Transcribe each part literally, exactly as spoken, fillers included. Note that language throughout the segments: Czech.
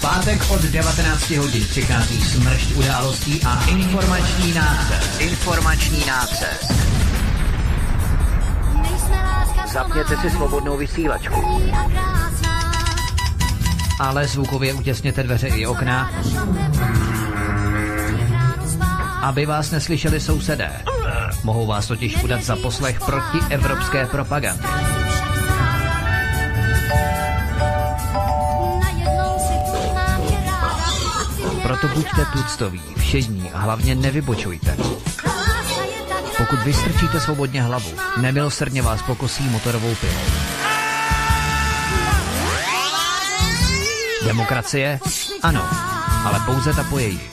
pátek od devatenácti hodin přichází smršť událostí a informační nácest. Informační nácest. Zapněte si svobodnou vysílačku. Ale zvukově utěsněte dveře i okna, aby vás neslyšeli sousedé. Mohou vás totiž udat za poslech proti evropské propagandy. Proto buďte tuctoví, všední a hlavně nevybočujte. Pokud vystrčíte svobodně hlavu, nemilosrdně vás pokosí motorovou pilou. Demokracie? Ano, ale pouze ta po jejich.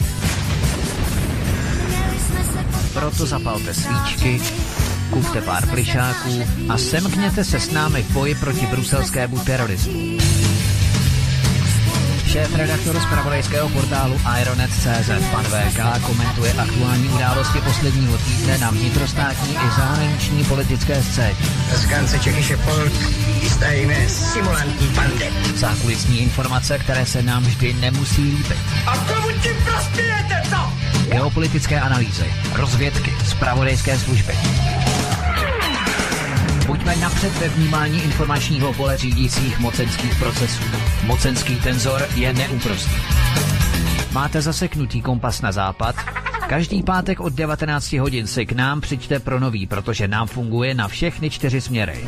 Proto zapalte svíčky, kupte pár plišáků a semkněte se s námi v boji proti bruselskému terorismu. Šéf-redaktor zpravodajského portálu Ironet tečka cé zet pan vé ká komentuje aktuální události posledního týdne na vnitrostátní i zahraniční politické scéně. Z Gance Čechyše Polk vystajíme simulantní bande. Zákulisní informace, které se nám vždy nemusí líbit. A komu tím prospějete, co? Geopolitické analýzy, rozvědky, zpravodajské služby. Buďme napřed ve vnímání informačního pole řídících mocenských procesů. Mocenský tenzor je neúprostný. Máte zaseknutý kompas na západ? Každý pátek od devatenácti hodin si k nám přijďte pro nový, protože nám funguje na všechny čtyři směry.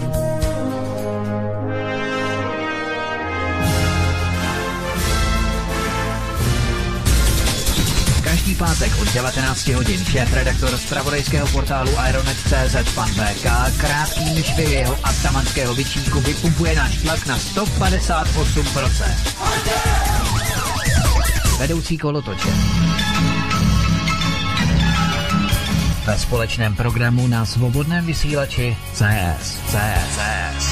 Každý pátek od devatenácti hodin šéf-redaktor zpravodajského portálu Ironet tečka cé zet pan vé ká krátkými švy jeho atamanského bičíku vypumpuje náš tlak na sto padesát osm procent. Vedoucí kolotoče. Ve společném programu na svobodném vysílači C S. C S.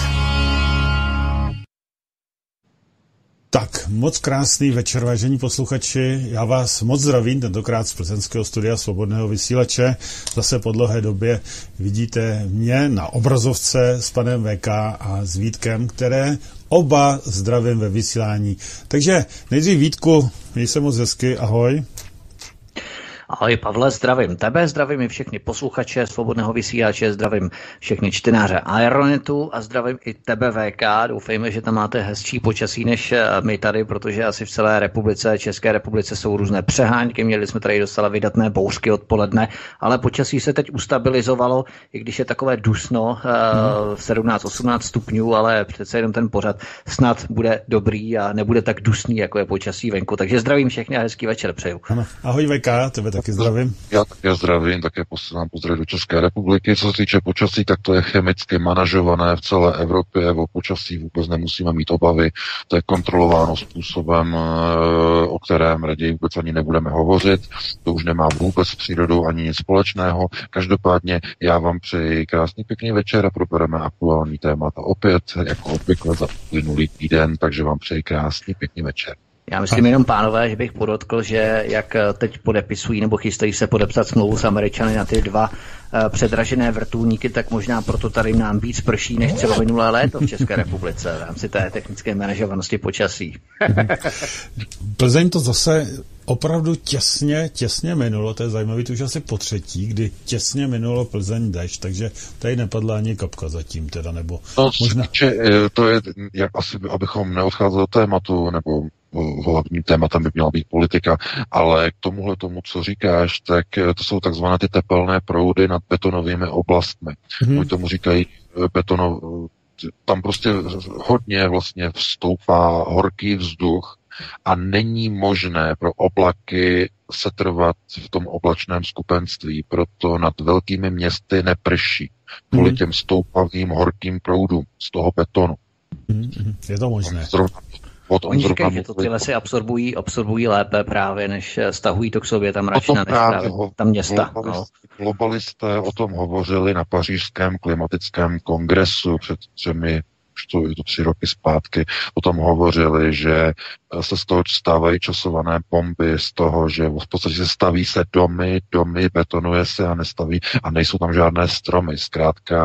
Tak, moc krásný večer, vážení posluchači. Já vás moc zdravím, tentokrát z plzeňského studia Svobodného vysílače. Zase po dlouhé době vidíte mě na obrazovce s panem vé ká a s Vítkem, které oba zdravím ve vysílání. Takže nejdřív Vítku, měj se moc hezky, ahoj. Ahoj Pavle, zdravím tebe, zdravím i všechny posluchače Svobodného vysílače, zdravím všechny čtenáře Aeronetu a zdravím i tebe vé ká. Doufejme, že tam máte hezčí počasí než my tady, protože asi v celé republice, České republice jsou různé přehánky. Měli jsme tady docela vydatné bouřky odpoledne, ale počasí se teď ustabilizovalo, i když je takové dusno, hmm. sedmnáct osmnáct stupňů, ale přece jenom ten pořad snad bude dobrý a nebude tak dusný, jako je počasí venku. Takže zdravím všechny a hezký večer přeju. Ano. Ahoj vé ká, tebe taky zdravím. Já také zdravím, také posílám pozdrav do České republiky. Co se týče počasí, tak to je chemicky manažované v celé Evropě. O počasí vůbec nemusíme mít obavy. To je kontrolováno způsobem, o kterém raději vůbec ani nebudeme hovořit. To už nemá vůbec s přírodou ani nic společného. Každopádně já vám přeji krásný pěkný večer a probereme aktuální témata opět, jako obvykle za uplynulý týden, takže vám přeji krásný pěkný večer. Já myslím jenom, pánové, že bych podotkl, že jak teď podepisují nebo chystají se podepsat smlouvu s Američany na ty dva uh, předražené vrtulníky, tak možná proto tady nám víc prší než třeba minulé léto v České republice v rámci té technické manažovanosti počasí. Plzeň to zase opravdu těsně, těsně minulo, to je zajímavé, to už asi po třetí, kdy těsně minulo Plzeň déšť, takže tady nepadla ani kapka zatím teda, nebo no, možná... Če, to je, jak asi, abychom neodcházeli od tématu, nebo hlavním tématem by měla být politika, ale k tomuhle tomu, co říkáš, tak to jsou takzvané ty tepelné proudy nad betonovými oblastmi. Mm-hmm. Oni tomu říkají betono, tam prostě hodně vlastně vstoupá horký vzduch a není možné pro oblaky setrvat v tom oblačném skupenství, proto nad velkými městy neprší kvůli mm-hmm. těm stoupavým horkým proudům z toho betonu. Mm-hmm. Je to možné. Oni říkají, že to ty lesy absorbují, absorbují lépe právě, než stahují to k sobě tam rašina, než právě tam města. Globalisté, no. globalisté o tom hovořili na pařížském klimatickém kongresu před třemi, už to je to tři roky zpátky, o tom hovořili, že se z toho stávají časované bomby, z toho, že v podstatě se staví se domy, domy, betonuje se a nestaví a nejsou tam žádné stromy. Zkrátka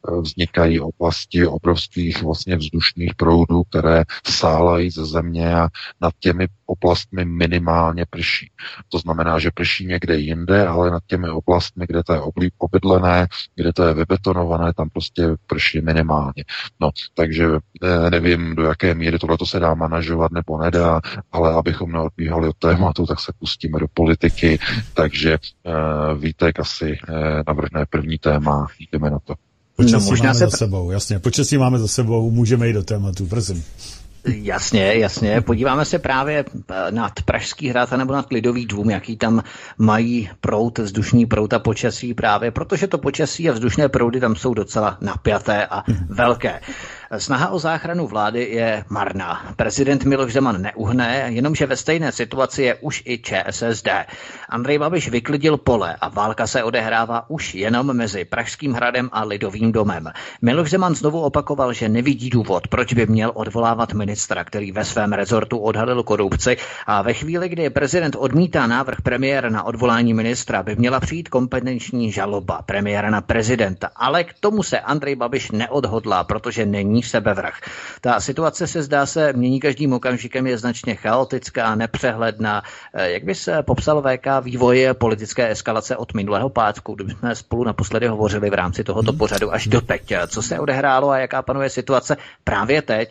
vznikají oblasti obrovských vlastně vzdušných proudů, které sálají ze země a nad těmi oblastmi minimálně prší. To znamená, že prší někde jinde, ale nad těmi oblastmi, kde to je obydlené, kde to je vybetonované, tam prostě prší minimálně. No, takže nevím, do jaké míry tohle se dá manažovat nebo nedá, ale abychom neodbíhali od tématu, tak se pustíme do politiky. Takže uh, Vítek asi uh, navrhne první téma, jdeme na to. Počasí no, možná máme se... za sebou, jasně. Počasí máme za sebou, můžeme jít do tématu, prosím. Jasně, jasně. Podíváme se právě nad Pražský hrad nebo nad Lidový dům, jaký tam mají proud, vzdušný proud a počasí právě, protože to počasí a vzdušné proudy tam jsou docela napjaté a velké. Snaha o záchranu vlády je marná. Prezident Miloš Zeman neuhne, jenomže ve stejné situaci je už i ČSSD. Andrej Babiš vyklidil pole a válka se odehrává už jenom mezi Pražským hradem a Lidovým domem. Miloš Zeman znovu opakoval, že nevidí důvod, proč by měl odvolávat ministra, který ve svém rezortu odhalil korupci, a ve chvíli, kdy prezident odmítá návrh premiéra na odvolání ministra, by měla přijít kompetenční žaloba premiéra na prezidenta. Ale k tomu se Andrej Babiš neodhodlá, protože není sebevrah. Ta situace se zdá se mění každým okamžikem, je značně chaotická, nepřehledná. Jak by se popsal V K vývoj politické eskalace od minulého pátku, kdy jsme spolu naposledy hovořili v rámci tohoto pořadu až do teď? Co se odehrálo a jaká panuje situace právě teď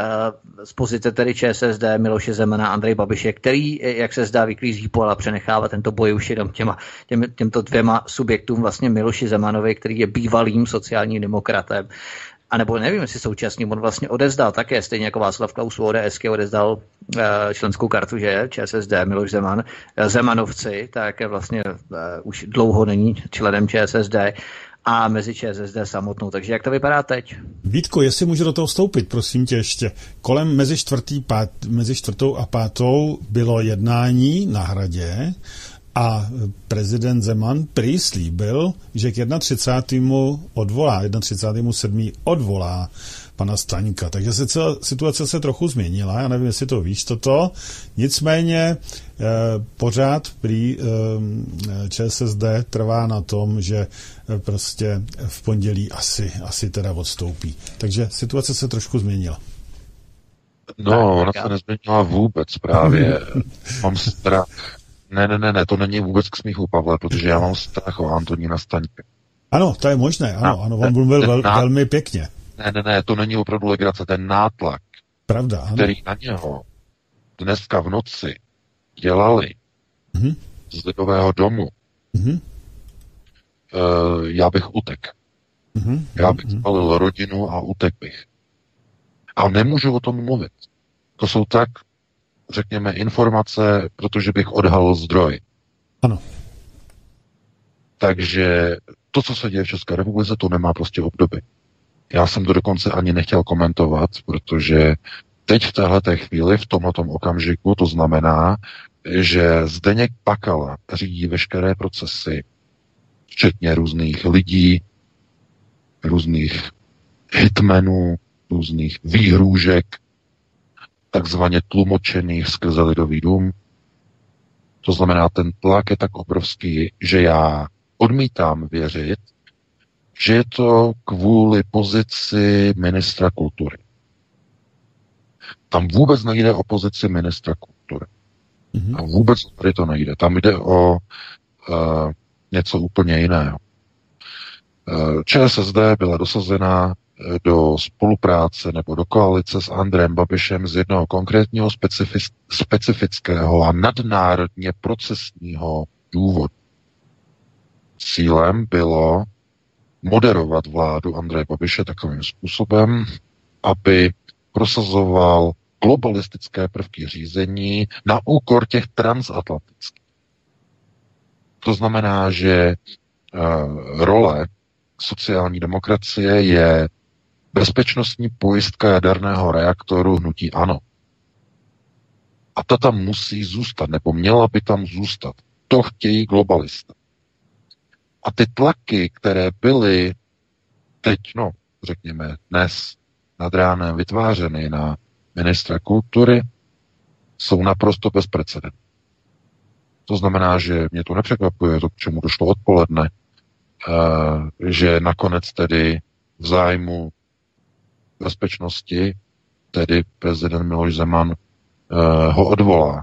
z pozice tedy ČSSD, Miloše Zemana, Andrej Babiše, který, jak se zdá, vyklízí pole a přenechává tento boj už jenom těma, těm, těmto dvěma subjektům, vlastně Miloši Zemanovi, který je bývalým sociálním demokratem. A nebo nevím, jestli současně on vlastně odevzdal také, stejně jako Václav Klaus u ODSky odevzdal uh, členskou kartu, že ČSSD, Miloš Zeman, Zemanovci, tak vlastně uh, už dlouho není členem ČSSD a mezi ČSSD samotnou. Takže jak to vypadá teď? Vítko, jestli můžu do toho vstoupit, prosím tě ještě. Kolem mezi, čtvrtý, pát, mezi čtvrtou a pátou bylo jednání na hradě a prezident Zeman prý slíbil, že k třicátému prvnímu odvolá, třicátému sedmému odvolá pana Staňka. Takže se celá situace se trochu změnila, já nevím, jestli to víš toto. Nicméně eh, pořád prý eh, ČSSD trvá na tom, že eh, prostě v pondělí asi, asi teda odstoupí. Takže situace se trošku změnila. No, ona se nezměnila vůbec právě. Mám strach. Ne, ne, ne, ne, to není vůbec k smíchu, Pavle, protože já mám strach o Antonína Staňka. Ano, to je možné, ano, no, ano, on mluvil vel, nát... velmi pěkně. Ne, ne, ne, to není opravdu legrace, ten nátlak, pravda, ano, který na něho dneska v noci dělali mm-hmm. z Lidového domu, mm-hmm. uh, já bych utek. Mm-hmm. Já bych mm-hmm. spalil rodinu a utek bych. A nemůžu o tom mluvit. To jsou tak, řekněme, informace, protože bych odhalil zdroj. Ano. Takže to, co se děje v České republice, to nemá prostě obdoby. Já jsem to dokonce ani nechtěl komentovat, protože teď v téhleté chvíli, v tomhletom okamžiku, to znamená, že Zdeněk Bakala řídí veškeré procesy, včetně různých lidí, různých hitmenů, různých výhrůžek, takzvaně tlumočených skrze Lidový dům. To znamená, ten tlak je tak obrovský, že já odmítám věřit, že je to kvůli pozici ministra kultury. Tam vůbec nejde o pozici ministra kultury. Mm-hmm. A vůbec tady to nejde. Tam jde o uh, něco úplně jiného. Uh, ČSSD byla dosazena do spolupráce nebo do koalice s Andrejem Babišem z jednoho konkrétního specific- specifického a nadnárodně procesního důvodu. Cílem bylo moderovat vládu Andreje Babiše takovým způsobem, aby prosazoval globalistické prvky řízení na úkor těch transatlantických. To znamená, že uh, role sociální demokracie je bezpečnostní pojistka jaderného reaktoru hnutí ANO. A ta tam musí zůstat, nebo měla by tam zůstat. To chtějí globalisté. A ty tlaky, které byly teď, no, řekněme, dnes nad ránem vytvářeny na ministra kultury, jsou naprosto bezprecedentní. To znamená, že mě to nepřekvapuje, to, k čemu došlo odpoledne, uh, že nakonec tedy v zájmu bezpečnosti, tedy prezident Miloš Zeman uh, ho odvolá.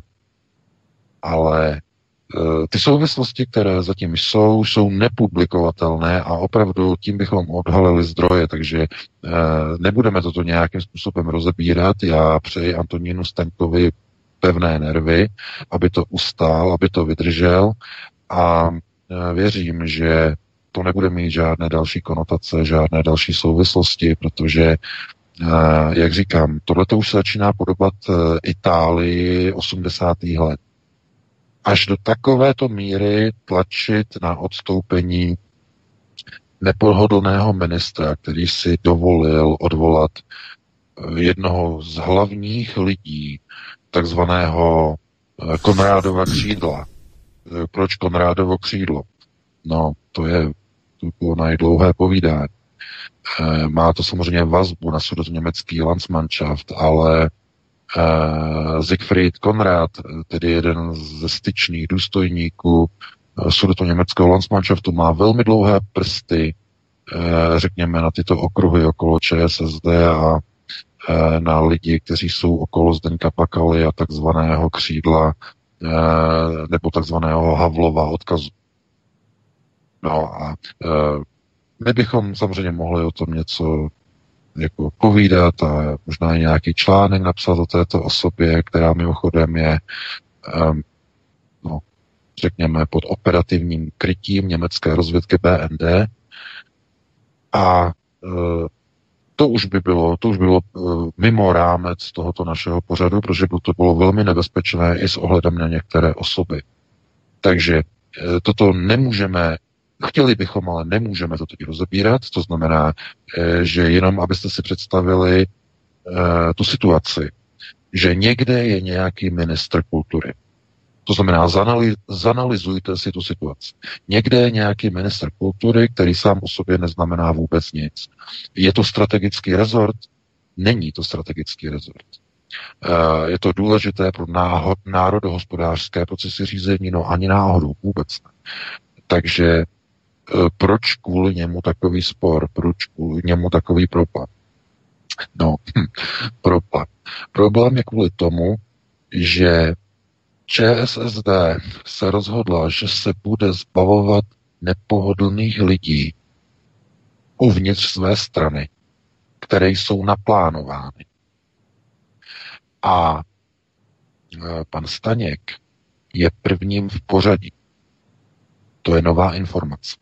Ale uh, ty souvislosti, které zatím jsou, jsou nepublikovatelné a opravdu tím bychom odhalili zdroje, takže uh, nebudeme toto nějakým způsobem rozebírat. Já přeji Antonínu Staňkovi pevné nervy, aby to ustál, aby to vydržel a uh, věřím, že to nebude mít žádné další konotace, žádné další souvislosti, protože jak říkám, tohle to už se začíná podobat Itálii osmdesátých let. Až do takovéto míry tlačit na odstoupení nepohodlného ministra, který si dovolil odvolat jednoho z hlavních lidí takzvaného Konrádova křídla. Proč Konrádovo křídlo? No, to je to bylo najdlouhé povídání. Má to samozřejmě vazbu na sudetoněmecký Landsmannschaft, ale uh, Siegfried Konrad, tedy jeden ze styčných důstojníků sudetoněmeckého Landsmannschaftu, má velmi dlouhé prsty, uh, řekněme, na tyto okruhy okolo ČSSD a uh, na lidi, kteří jsou okolo Zdeňka Bakaly a takzvaného křídla uh, nebo takzvaného Havlova odkazu. No a uh, my bychom samozřejmě mohli o tom něco jako povídat a možná i nějaký článek napsat o této osobě, která mimochodem je, um, no, řekněme, pod operativním krytím německé rozvědky B N D. A uh, to už by bylo, to už bylo uh, mimo rámec tohoto našeho pořadu, protože to bylo velmi nebezpečné i s ohledem na některé osoby. Takže uh, toto nemůžeme Chtěli bychom, ale nemůžeme to teď rozebírat. To znamená, že jenom abyste si představili uh, tu situaci, že někde je nějaký ministr kultury. To znamená, zanali- zanalizujte si tu situaci. Někde je nějaký ministr kultury, který sám o sobě neznamená vůbec nic. Je to strategický rezort? Není to strategický rezort. Uh, je to důležité pro náhod, národohospodářské procesy řízení? No ani náhodou, vůbec ne. Takže proč kvůli němu takový spor? Proč kvůli němu takový propad? No, hm, propad. Problém je kvůli tomu, že ČSSD se rozhodla, že se bude zbavovat nepohodlných lidí uvnitř své strany, které jsou naplánovány. A pan Staněk je prvním v pořadí. To je nová informace.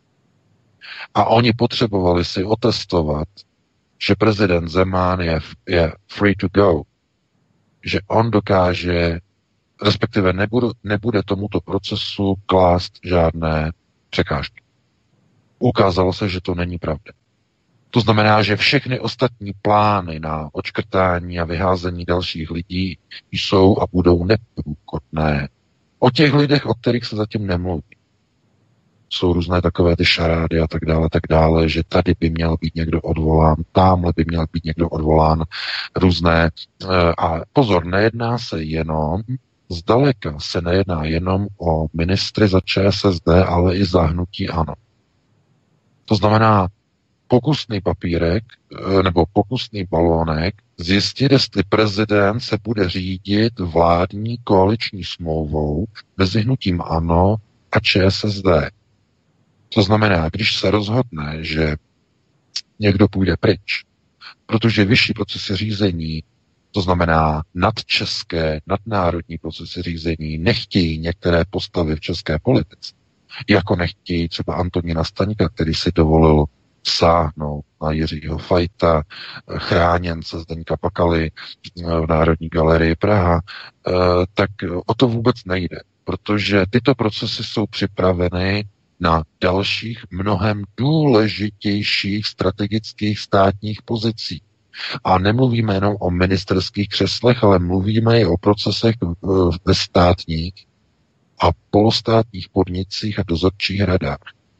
A oni potřebovali si otestovat, že prezident Zeman je, je free to go, že on dokáže, respektive nebude, nebude tomuto procesu klást žádné překážky. Ukázalo se, že to není pravda. To znamená, že všechny ostatní plány na odškrtání a vyházení dalších lidí jsou a budou neprůchodné. O těch lidech, o kterých se zatím nemluví. Jsou různé takové ty šarády a tak dále, tak dále, že tady by měl být někdo odvolán, tamhle by měl být někdo odvolán, různé. A pozor, nejedná se jenom, zdaleka se nejedná jenom o ministry za ČSSD, ale i za hnutí ANO. To znamená pokusný papírek nebo pokusný balónek zjistit, jestli prezident se bude řídit vládní koaliční smlouvou mezi hnutím ANO a ČSSD. To znamená, když se rozhodne, že někdo půjde pryč, protože vyšší procesy řízení, to znamená nadčeské, nadnárodní procesy řízení, nechtějí některé postavy v české politice, jako nechtějí třeba Antonína Staňka, který si dovolil sáhnout na Jiřího Fajta, chráněnce Zdeňka Bakaly v Národní galerii Praha, tak o to vůbec nejde, protože tyto procesy jsou připraveny na dalších mnohem důležitějších strategických státních pozicích. A nemluvíme jenom o ministerských křeslech, ale mluvíme i o procesech ve státních a polostátních podnicích a dozorčích radách.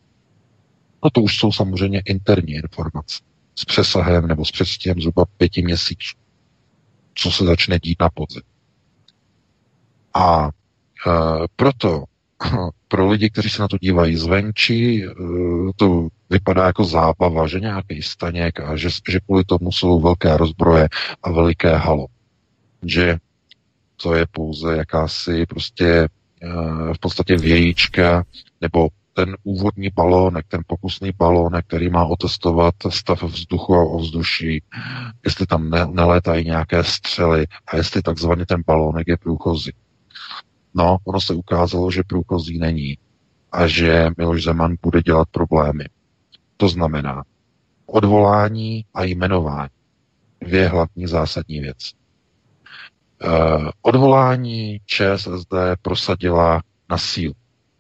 No to už jsou samozřejmě interní informace s přesahem nebo s předstihem zhruba pěti měsíců, co se začne dít na podzim. A e, proto pro lidi, kteří se na to dívají zvenčí, to vypadá jako zábava, že nějaký Staněk a že, že kvůli tomu jsou velké rozbroje a veliké halo. Že to je pouze jakási prostě v podstatě vějíčka nebo ten úvodní balónek, ten pokusný balónek, který má otestovat stav vzduchu a ovzduší, jestli tam ne, nelétají nějaké střely a jestli takzvaně ten balónek je průchozí. No, ono se ukázalo, že průchozí není a že Miloš Zeman bude dělat problémy. To znamená odvolání a jmenování. Dvě hlavní zásadní věci. Uh, odvolání ČSSD prosadila na sílu.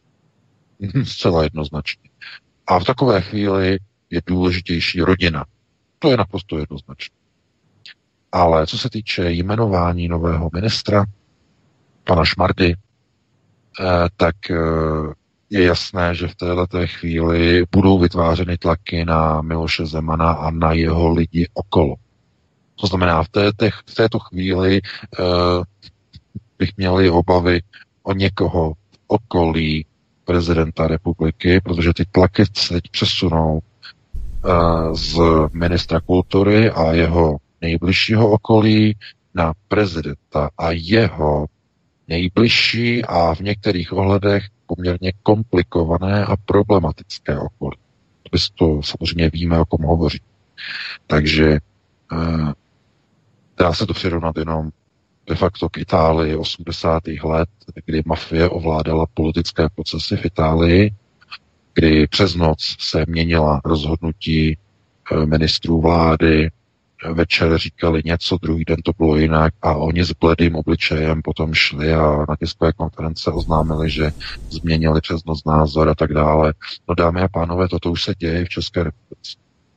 Zcela jednoznačně. A v takové chvíli je důležitější rodina. To je naprosto jednoznačné. Ale co se týče jmenování nového ministra, pana Šmardy, eh, tak eh, je jasné, že v této chvíli budou vytvářeny tlaky na Miloše Zemana a na jeho lidi okolo. To znamená, v, této, v této chvíli eh, bych měli obavy o někoho v okolí prezidenta republiky, protože ty tlaky se teď přesunou uh, z ministra kultury a jeho nejbližšího okolí na prezidenta a jeho nejbližší a v některých ohledech poměrně komplikované a problematické okolí. To samozřejmě víme, o kom hovoří. Takže uh, dá se to přirovnat jenom de facto k Itálii osmdesátých let, kdy mafie ovládala politické procesy v Itálii, kdy přes noc se měnila rozhodnutí ministrů vlády, večer říkali něco, druhý den to bylo jinak a oni s bledým obličejem potom šli a na tiskové konference oznámili, že změnili přes noc názor a tak dále. No dámy a pánové, toto už se děje v České republice.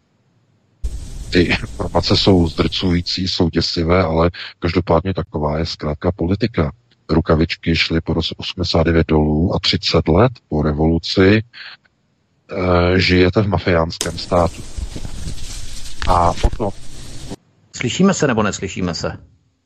Ty informace jsou zdrcující, jsou děsivé, ale každopádně taková je zkrátka politika. Rukavičky šly po roce osmdesát devět dolů a třicet let po revoluci e, žijete v mafiánském státu. A potom... Slyšíme se nebo neslyšíme se?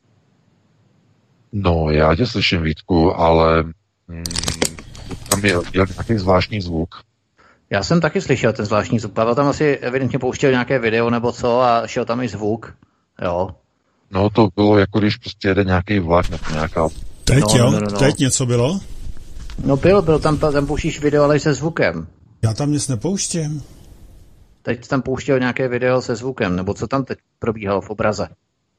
No, já tě slyším, Vítku, ale mm, tam je, je nějaký zvláštní zvuk. Já jsem taky slyšel ten zvláštní zvuk. Pavel tam asi evidentně pouštěl nějaké video nebo co a šel tam i zvuk. Jo. No to bylo jako když prostě jede nějaký vlak nebo nějaká... Teď no, jo? No, no, no. Teď něco bylo? No byl, byl tam, tam pouštíš video, ale i se zvukem. Já tam nic nepouštím. Teď tam pouštěl nějaké video se zvukem, nebo co tam teď probíhalo v obraze?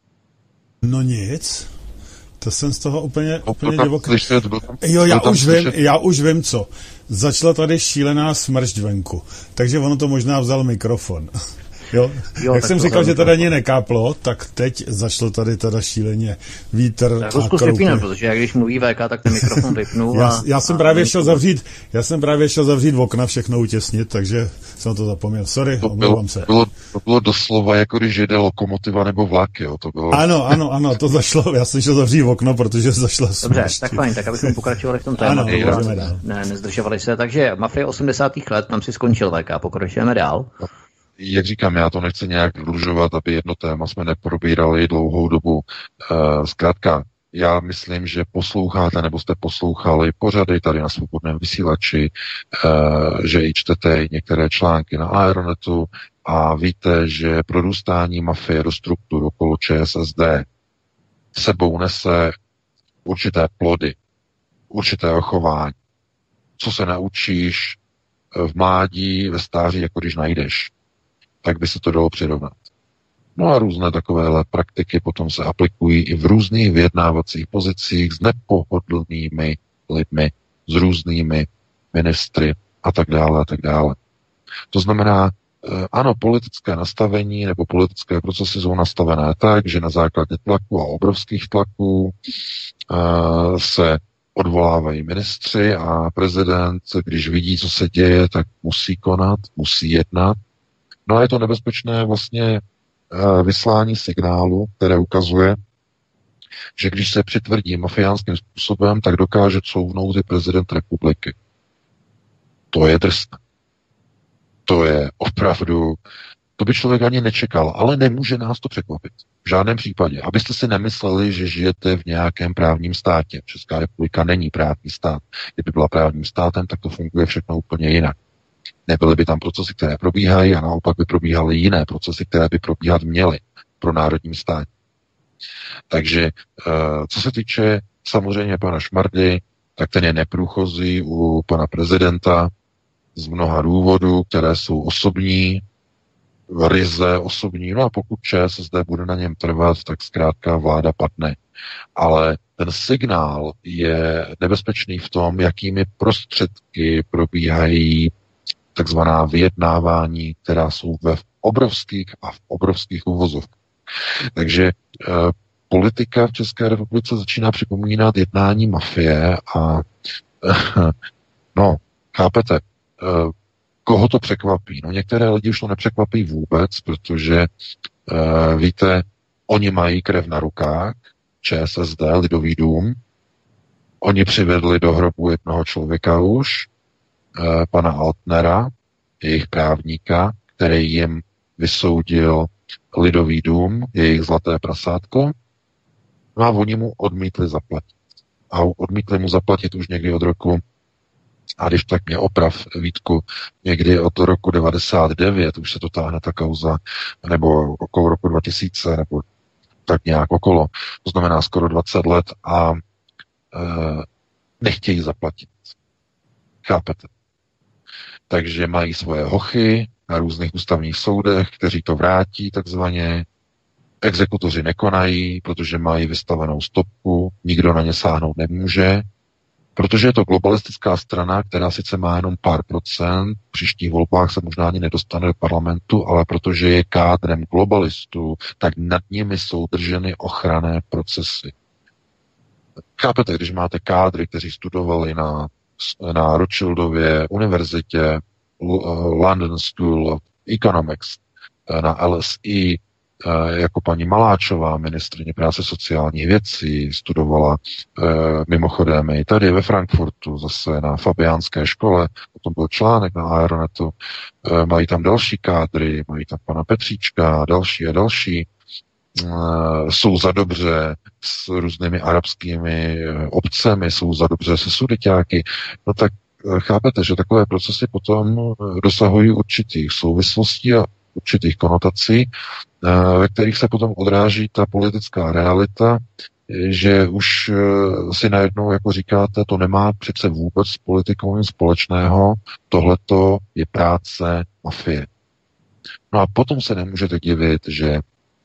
No nic. To jsem z toho úplně, no, úplně tam divoký. Slyšet, byl tam, jo, já byl už slyšet. vím, já už vím co. Začala tady šílená smršť venku. Takže ono to možná vzal mikrofon. Jo, jo jak jsem říkal, že mikrofon. tady ani nekáplo, tak teď začalo tady teda šíleně vítr tak a kroupy. Protože jak když mluví V K, tak ten mikrofon vypnu. já, a, já jsem a právě a šel zavřít, já jsem právě šel zavřít okna, všechno utěsnit, takže jsem to zapomněl. Sorry, to omlouvám bylo, se. Bylo, to bylo doslova jako když jede lokomotiva nebo vlak, jo. To bylo... Ano, ano, ano, to zašlo, já jsem šel zavřít okno, protože zašla smršť. Dobře, tak fajn, tak abychom pokračovali v tom tématu. Ano, dál. Ne, nezdržovali se, takže mafie osmdesátých let, tam si skončil V K, pokračujeme dál. Jak říkám, já to nechci nějak prodlužovat, aby jedno téma jsme neprobírali dlouhou dobu. E, zkrátka, já myslím, že posloucháte nebo jste poslouchali pořady tady na Svobodném vysílači, e, že i čtete některé články na Aeronetu a víte, že prorůstání mafie do struktur okolo ČSSD sebou nese určité plody, určité chování. Co se naučíš v mládí, ve stáří, jako když najdeš, tak by se to dalo přirovnat. No a různé takovéhle praktiky potom se aplikují i v různých vyjednávacích pozicích s nepohodlnými lidmi, s různými ministry a tak dále a tak dále. To znamená, ano, politické nastavení nebo politické procesy jsou nastavené tak, že na základě tlaku a obrovských tlaků se odvolávají ministři a prezident, když vidí, co se děje, tak musí konat, musí jednat. No a je to nebezpečné vlastně vyslání signálu, které ukazuje, že když se přitvrdí mafiánským způsobem, tak dokáže couvnout i prezident republiky. To je drsné. To je opravdu, to by člověk ani nečekal, ale nemůže nás to překvapit. V žádném případě. Abyste si nemysleli, že žijete v nějakém právním státě. Česká republika není právní stát. Kdyby byla právním státem, tak to funguje všechno úplně jinak. Nebyly by tam procesy, které probíhají, a naopak by probíhaly jiné procesy, které by probíhat měly pro národním státě. Takže co se týče samozřejmě pana Šmardy, tak ten je neprůchozí u pana prezidenta z mnoha důvodů, které jsou osobní, ryze osobní, no a pokud ČSSD bude na něm trvat, tak zkrátka vláda padne. Ale ten signál je nebezpečný v tom, jakými prostředky probíhají takzvaná vyjednávání, která jsou ve obrovských a v obrovských uvozovkách. Takže e, politika v České republice začíná připomínat jednání mafie a e, no, chápete, e, koho to překvapí? No některé lidi už to nepřekvapí vůbec, protože e, víte, oni mají krev na rukách, ČSSD, Lidový dům, oni přivedli do hrobu jednoho člověka už, e, pana Altnera, jejich právníka, který jim vysoudil Lidový dům, jejich zlaté prasátko, no a oni mu odmítli zaplatit. A odmítli mu zaplatit už někdy od roku, a když tak mě oprav, Vítku, někdy od roku devadesát devět, už se to táhne ta kauza, nebo okolo roku dva tisíce, nebo tak nějak okolo, to znamená skoro dvacet let a e, nechtějí zaplatit. Chápete? Takže mají svoje hochy na různých ústavních soudech, kteří to vrátí takzvaně. Exekutoři nekonají, protože mají vystavenou stopku, nikdo na ně sáhnout nemůže, protože je to globalistická strana, která sice má jenom pár procent, v příštích volbách se možná ani nedostane do parlamentu, ale protože je kádrem globalistů, tak nad nimi jsou drženy ochranné procesy. Chápete, když máte kádry, kteří studovali na, na Rothschildově univerzitě, London School of Economics, na L S E, jako paní Maláčová, ministryně práce sociálních věcí, studovala mimochodem i tady ve Frankfurtu, zase na Fabiánské škole, potom byl článek na Aeronetu, mají tam další kádry, mají tam pana Petříčka, další a další, jsou za dobře s různými arabskými obcemi, jsou za dobře se sudeťáky, no tak chápete, že takové procesy potom dosahují určitých souvislostí a určitých konotací, ve kterých se potom odráží ta politická realita, že už si najednou, jako říkáte, to nemá přece vůbec s politikou nic společného, tohleto je práce mafie. No a potom se nemůžete divit, že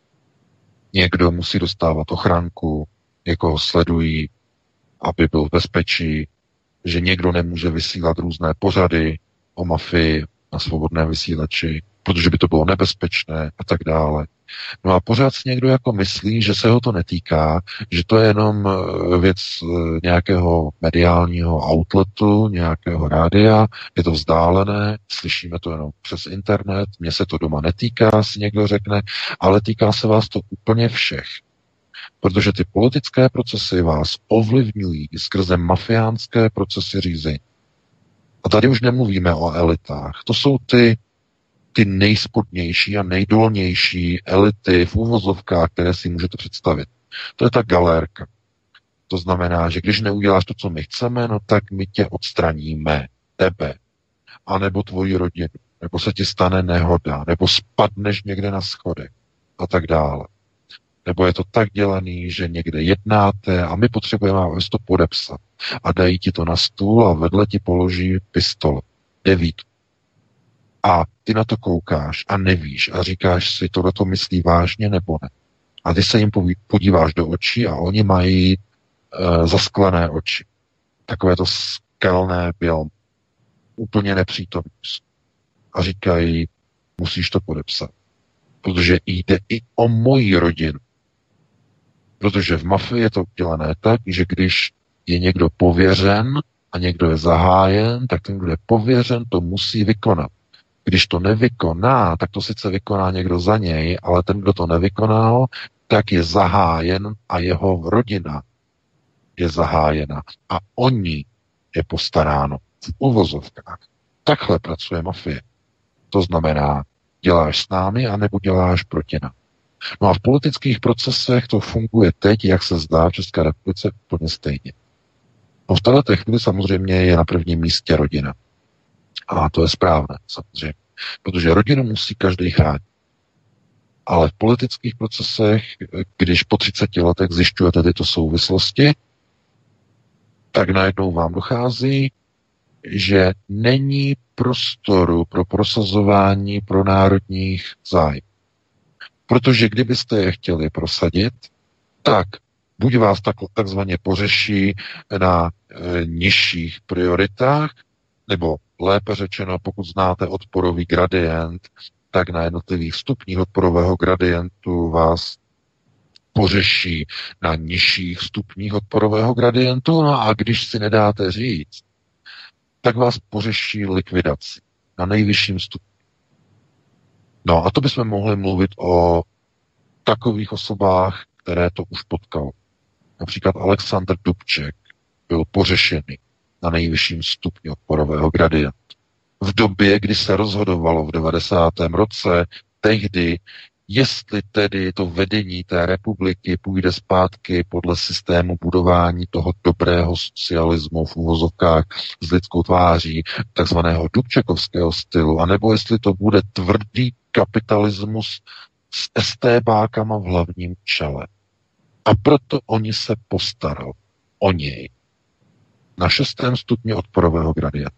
někdo musí dostávat ochranku, někoho sledují, aby byl v bezpečí, že někdo nemůže vysílat různé pořady o mafii na svobodné vysílači, protože by to bylo nebezpečné a tak dále. No a pořád si někdo jako myslí, že se ho to netýká, že to je jenom věc nějakého mediálního outletu, nějakého rádia, je to vzdálené, slyšíme to jenom přes internet, mně se to doma netýká, si někdo řekne, ale týká se vás to úplně všech. Protože ty politické procesy vás ovlivňují skrze mafiánské procesy řízení. A tady už nemluvíme o elitách. To jsou ty, ty nejspodnější a nejdolnější elity v úvozovkách, které si můžete představit. To je ta galérka. To znamená, že když neuděláš to, co my chceme, no tak my tě odstraníme, tebe, anebo tvoji rodinu, nebo se ti stane nehoda, nebo spadneš někde na schodech a tak dále. Nebo je to tak dělaný, že někde jednáte a my potřebujeme, aby to podepsat. A dají ti to na stůl a vedle ti položí pistole, devítku. A ty na to koukáš a nevíš a říkáš si, tohle to myslí vážně nebo ne. A ty se jim podíváš do očí a oni mají e, zasklené oči. Takové to skelné bělmo. Úplně nepřítomné. A říkají, musíš to podepsat. Protože jde i o moji rodinu. Protože v mafii je to udělané tak, že když je někdo pověřen a někdo je zahájen, tak ten, kdo je pověřen, to musí vykonat. Když to nevykoná, tak to sice vykoná někdo za něj, ale ten, kdo to nevykonal, tak je zahájen a jeho rodina je zahájena. A o ní je postaráno v uvozovkách. Takhle pracuje mafie. To znamená, děláš s námi, anebo děláš proti nám. No a v politických procesech to funguje teď, jak se zdá v České republice, úplně stejně. No v této chvíli samozřejmě je na prvním místě rodina. A to je správné, samozřejmě. Protože rodinu musí každý chránit. Ale v politických procesech, když po třiceti letech zjišťujete tyto souvislosti, tak najednou vám dochází, že není prostoru pro prosazování pro národních zájmů. Protože kdybyste je chtěli prosadit, tak buď vás tak, takzvaně pořeší na e, nižších prioritách, nebo lépe řečeno, pokud znáte odporový gradient, tak na jednotlivých stupních odporového gradientu vás pořeší na nižších stupních odporového gradientu, no a když si nedáte říct, tak vás pořeší likvidaci na nejvyšším stupni. No a to bychom mohli mluvit o takových osobách, které to už potkalo. Například Alexander Dubček byl pořešený na nejvyšším stupni odporového gradientu. V době, kdy se rozhodovalo v devadesátém roce, tehdy, jestli tedy to vedení té republiky půjde zpátky podle systému budování toho dobrého socialismu v uvozovkách s lidskou tváří, takzvaného dubčekovského stylu, anebo jestli to bude tvrdý kapitalismus s estébákama v hlavním čele. A proto oni se postarali o něj na šestém stupni odporového gradientu.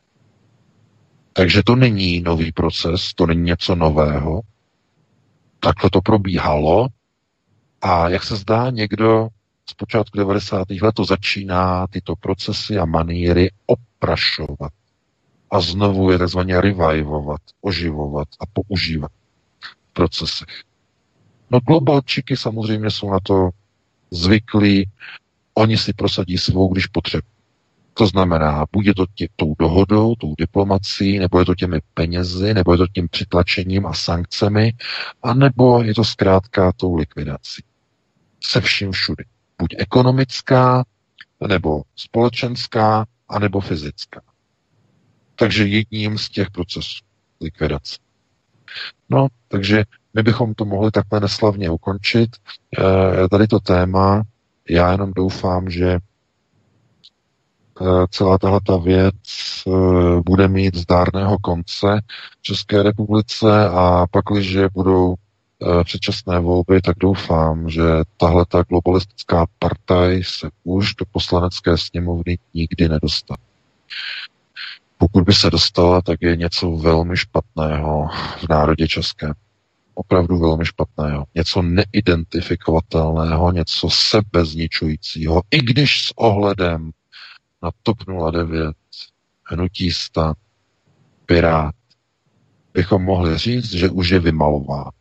Takže to není nový proces, to není něco nového. Takhle to probíhalo a jak se zdá, někdo z počátku devadesátých let to začíná tyto procesy a maníry oprašovat a znovu je takzvaně revivovat, oživovat a používat v procesech. No globalčiky samozřejmě jsou na to zvyklí, oni si prosadí svou, když potřebují. To znamená, buď je to tě, tou dohodou, tou diplomací, nebo je to těmi penězi, nebo je to tím přitlačením a sankcemi, anebo je to zkrátka tou likvidací. Se vším všudy. Buď ekonomická, nebo společenská, anebo fyzická. Takže jedním z těch procesů likvidace. No, takže my bychom to mohli takhle neslavně ukončit. E, tady to téma, já jenom doufám, že celá tahleta věc bude mít zdárného konce v České republice a pak, když budou předčasné volby, tak doufám, že tahleta globalistická partaj se už do poslanecké sněmovny nikdy nedostane. Pokud by se dostala, tak je něco velmi špatného v národě českém. Opravdu velmi špatného. Něco neidentifikovatelného, něco sebezničujícího, i když s ohledem na TOP nula devět, Hnutí STAN, Pirát, bychom mohli říct, že už je vymalová.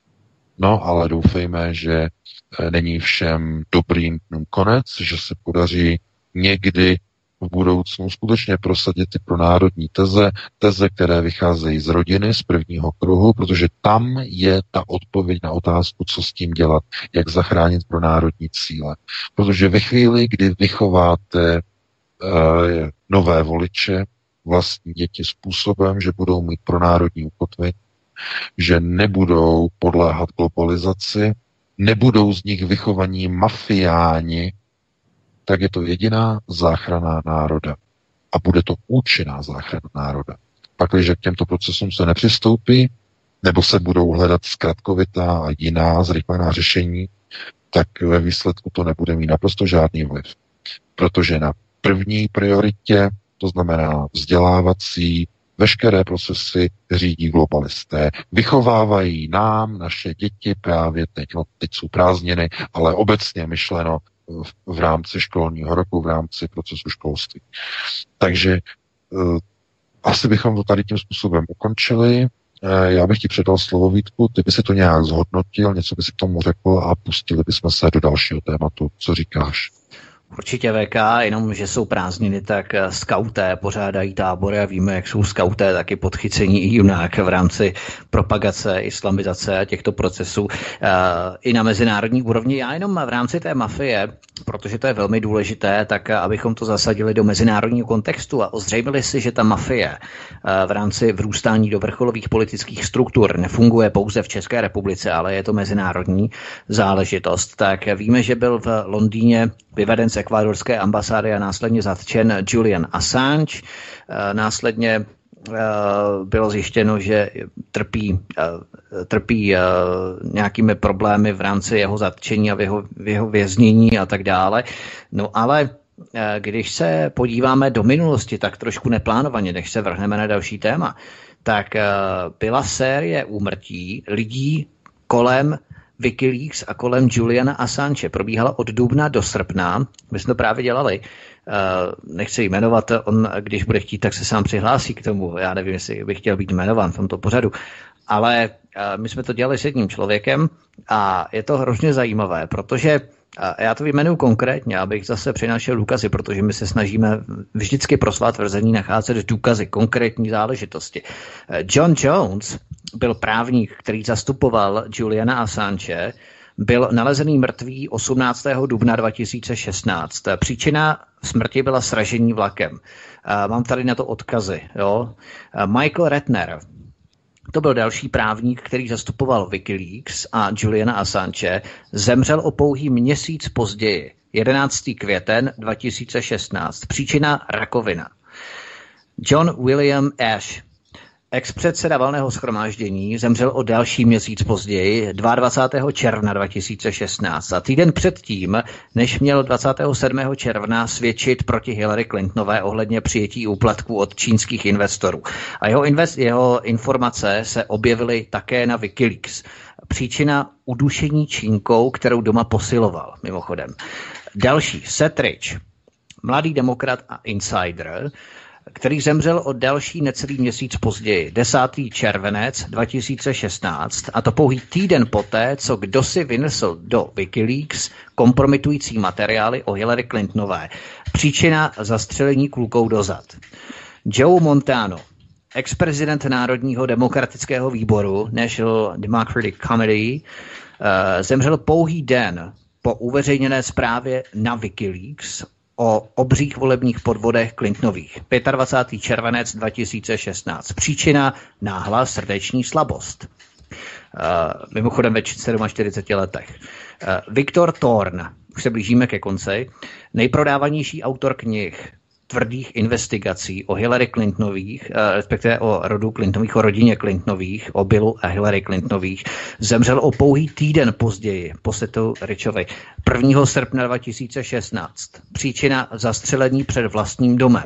No, ale doufejme, že není všem dobrým dnům konec, že se podaří někdy v budoucnu skutečně prosadit ty pronárodní teze, teze, které vycházejí z rodiny, z prvního kruhu, protože tam je ta odpověď na otázku, co s tím dělat, jak zachránit pronárodní cíle. Protože ve chvíli, kdy vychováte uh, nové voliče, vlastní děti způsobem, že budou mít pronárodní ukotvení, že nebudou podléhat globalizaci, nebudou z nich vychovaní mafiáni, tak je to jediná záchrana národa. A bude to účinná záchrana národa. Pak, když k těmto procesům se nepřistoupí, nebo se budou hledat zkratkovitá a jiná zrychlená řešení, tak ve výsledku to nebude mít naprosto žádný vliv. Protože na první prioritě, to znamená vzdělávací, veškeré procesy řídí globalisté. Vychovávají nám, naše děti právě teď, no teď jsou prázdniny, ale obecně myšleno v, v rámci školního roku, v rámci procesu školství. Takže uh, asi bychom to tady tím způsobem ukončili. Uh, já bych ti předal slovo, Vítku, ty by si to nějak zhodnotil, něco by si k tomu řekl a pustili bychom se do dalšího tématu. Co říkáš? Určitě V K, jenom že jsou prázdniny, tak skauté pořádají tábory a víme, jak jsou skauté taky podchycení i junák v rámci propagace, islamizace a těchto procesů i na mezinárodní úrovni. Já jenom v rámci té mafie, protože to je velmi důležité, tak abychom to zasadili do mezinárodního kontextu a ozřejmili si, že ta mafie v rámci vrůstání do vrcholových politických struktur nefunguje pouze v České republice, ale je to mezinárodní záležitost. Tak víme, že byl v Londýně vyveden z ekvádorské ambasády a následně zatčen Julian Assange. Následně bylo zjištěno, že trpí, trpí nějakými problémy v rámci jeho zatčení a v jeho, v jeho věznění a tak dále. No ale když se podíváme do minulosti, tak trošku neplánovaně, než se vrhneme na další téma, tak byla série úmrtí lidí kolem Wikileaks a kolem Juliana Assange. Probíhala od dubna do srpna. My jsme to právě dělali. Nechci jmenovat, on, když bude chtít, tak se sám přihlásí k tomu. Já nevím, jestli bych chtěl být jmenován v tomto pořadu. Ale my jsme to dělali s jedním člověkem a je to hrozně zajímavé, protože já to vyjmenuji konkrétně, abych zase přinášel důkazy, protože my se snažíme vždycky pro svá tvrzení nacházet důkazy, konkrétní záležitosti. John Jones byl právník, který zastupoval Juliana Assange, byl nalezený mrtvý osmnáctého dubna dva tisíce šestnáct. Příčina smrti byla sražení vlakem. Mám tady na to odkazy. Jo? Michael Ratner, to byl další právník, který zastupoval Wikileaks a Juliana Assange, zemřel o pouhý měsíc později, jedenáctého května dva tisíce šestnáct. Příčina rakovina. John William Ashe, ex-předseda valného shromáždění, zemřel o další měsíc později, dvacátého druhého června dva tisíce šestnáct. A týden předtím, než měl dvacátého sedmého června svědčit proti Hillary Clintonové ohledně přijetí úplatků od čínských investorů. A jeho, invest, jeho informace se objevily také na Wikileaks. Příčina udušení čínkou, kterou doma posiloval, mimochodem. Další, Seth Rich, mladý demokrat a insider, který zemřel o další necelý měsíc později, desátého červenec dva tisíce šestnáct, a to pouhý týden poté, co kdosi vynesl do Wikileaks kompromitující materiály o Hillary Clintonové. Příčina zastřelení kulkou do zad. Joe Montano, ex-prezident Národního demokratického výboru National Democratic Committee, zemřel pouhý den po uveřejněné zprávě na Wikileaks o obřích volebních podvodech Clintonových. dvacátého pátého červenec dva tisíce šestnáct. Příčina náhlá srdeční slabost. Uh, mimochodem ve čtyřiceti sedmi letech. Uh, Viktor Thorn, už se blížíme ke konci, nejprodávanější autor knih tvrdých investigací o Hillary Clintonových, respektive o rodu Clintonových, o rodině Clintonových, o Billu a Hillary Clintonových, zemřel o pouhý týden později po Sethu Richovi, prvního srpna dva tisíce šestnáct. Příčina zastřelení před vlastním domem.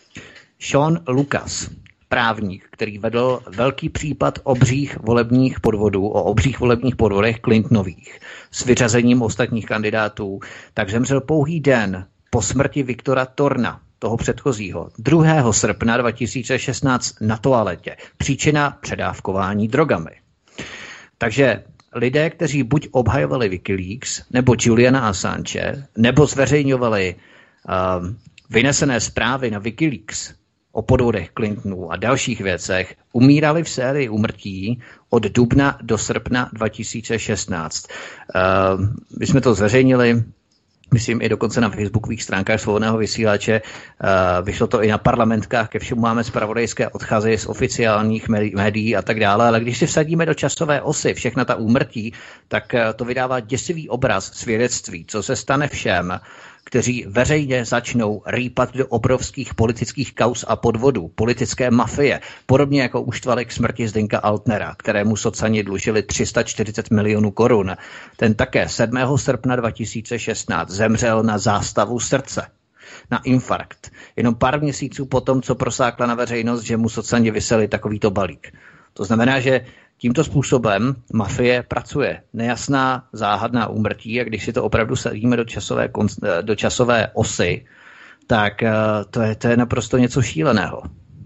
Sean Lucas, právník, který vedl velký případ obřích volebních podvodů, o obřích volebních podvodech Clintonových s vyřazením ostatních kandidátů, tak zemřel pouhý den po smrti Viktora Thorna, toho předchozího, druhého srpna dva tisíce šestnáct na toaletě. Příčina předávkování drogami. Takže lidé, kteří buď obhajovali Wikileaks, nebo Juliana Assange, nebo zveřejňovali um, vynesené zprávy na Wikileaks o podvodech Clintonů a dalších věcech, umírali v sérii úmrtí od dubna do srpna dva tisíce šestnáct. Uh, my jsme to zveřejnili, myslím i dokonce na facebookových stránkách Svobodného vysílače, uh, vyšlo to i na parlamentkách, ke všemu máme zpravodajské odkazy z oficiálních médií a tak dále, ale když si vsadíme do časové osy všechna ta úmrtí, tak uh, to vydává děsivý obraz svědectví, co se stane všem, kteří veřejně začnou rýpat do obrovských politických kauz a podvodů, politické mafie, podobně jako uštvali k smrti Zdeňka Altnera, kterému socani dlužili tři sta čtyřicet milionů korun. Ten také sedmého srpna dva tisíce šestnáct zemřel na zástavu srdce, na infarkt. Jenom pár měsíců potom, co prosákla na veřejnost, že mu socani vyseli takovýto balík. To znamená, že tímto způsobem mafie pracuje. Nejasná, záhadná úmrtí, a když si to opravdu sadíme do časové, do časové osy, tak to je, to je naprosto něco šíleného.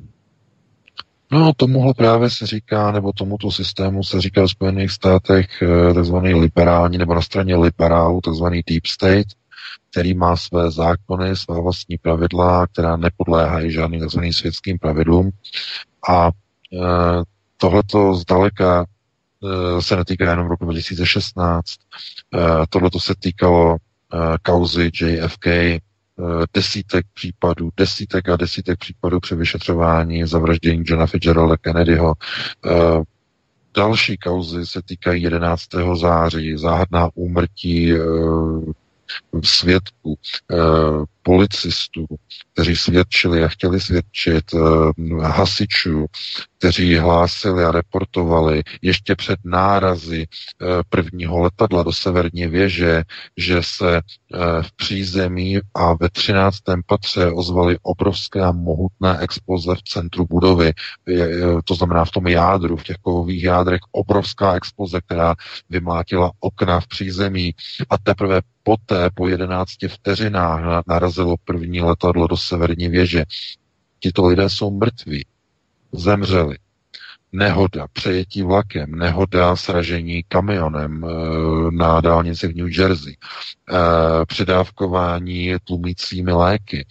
No, tomuhle právě se říká, nebo tomuto systému se říká v Spojených státech takzvaný liberální, nebo na straně liberálů, takzvaný deep state, který má své zákony, svá vlastní pravidla, která nepodléhají žádným takzvaným světským pravidlům. A e, tohleto zdaleka e, se netýká jenom roku dva tisíce šestnáct. E, tohleto se týkalo e, kauzy J F K, e, desítek případů, desítek a desítek případů při vyšetřování zavraždění Johna Fitzgeralda Kennedyho. E, další kauzy se týkají jedenáctého září, záhadná úmrtí e, svědků, e, policistů, kteří svědčili a chtěli svědčit, hasičů, kteří hlásili a reportovali ještě před nárazy prvního letadla do severní věže, že se v přízemí a ve třináctém patře ozvaly obrovské a mohutné exploze v centru budovy, to znamená v tom jádru, v těch kovových jádrech, obrovská exploze, která vymlátila okna v přízemí a teprve poté po jedenácti vteřinách narazilo první letadlo do severní věže. Tito lidé jsou mrtví, zemřeli. Nehoda, přejetí vlakem, nehoda, sražení kamionem na dálnici v New Jersey, předávkování tlumícími léky,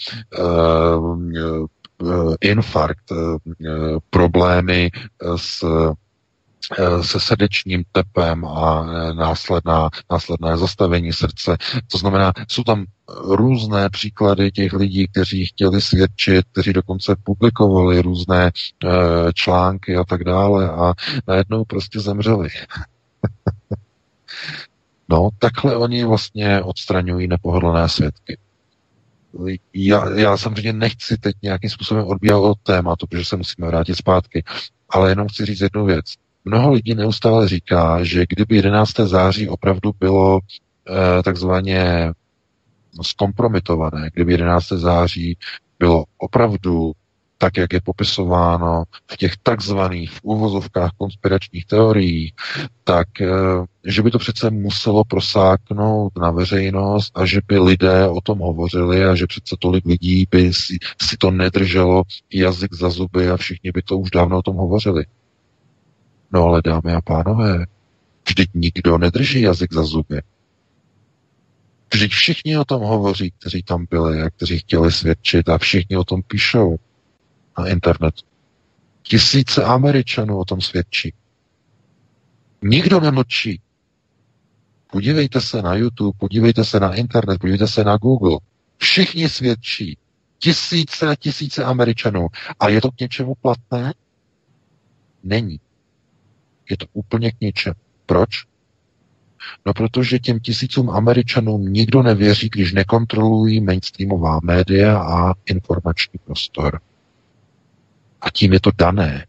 infarkt, problémy s se srdečním tepem a následná, následné zastavení srdce. To znamená, jsou tam různé příklady těch lidí, kteří chtěli svědčit, kteří dokonce publikovali různé e, články a tak dále a najednou prostě zemřeli. No, takhle oni vlastně odstraňují nepohodlné svědky. Já, já samozřejmě nechci teď nějakým způsobem odbíhat od tématu, protože se musíme vrátit zpátky, ale jenom chci říct jednu věc. Mnoho lidí neustále říká, že kdyby jedenáctého září opravdu bylo eh, takzvaně zkompromitované, kdyby jedenáctého září bylo opravdu tak, jak je popisováno v těch takzvaných v úvozovkách konspiračních teorií, tak eh, že by to přece muselo prosáknout na veřejnost a že by lidé o tom hovořili a že přece tolik lidí by si, si to nedrželo jazyk za zuby a všichni by to už dávno o tom hovořili. No ale dámy a pánové, vždyť nikdo nedrží jazyk za zuby. Vždyť všichni o tom hovoří, kteří tam byli a kteří chtěli svědčit a všichni o tom píšou na internetu. Tisíce Američanů o tom svědčí. Nikdo nemlčí. Podívejte se na YouTube, podívejte se na internet, podívejte se na Google. Všichni svědčí. Tisíce a tisíce Američanů. A je to k něčemu platné? Není. Je to úplně k ničemu. Proč? No protože těm tisícům Američanům nikdo nevěří, když nekontrolují mainstreamová média a informační prostor. A tím je to dané.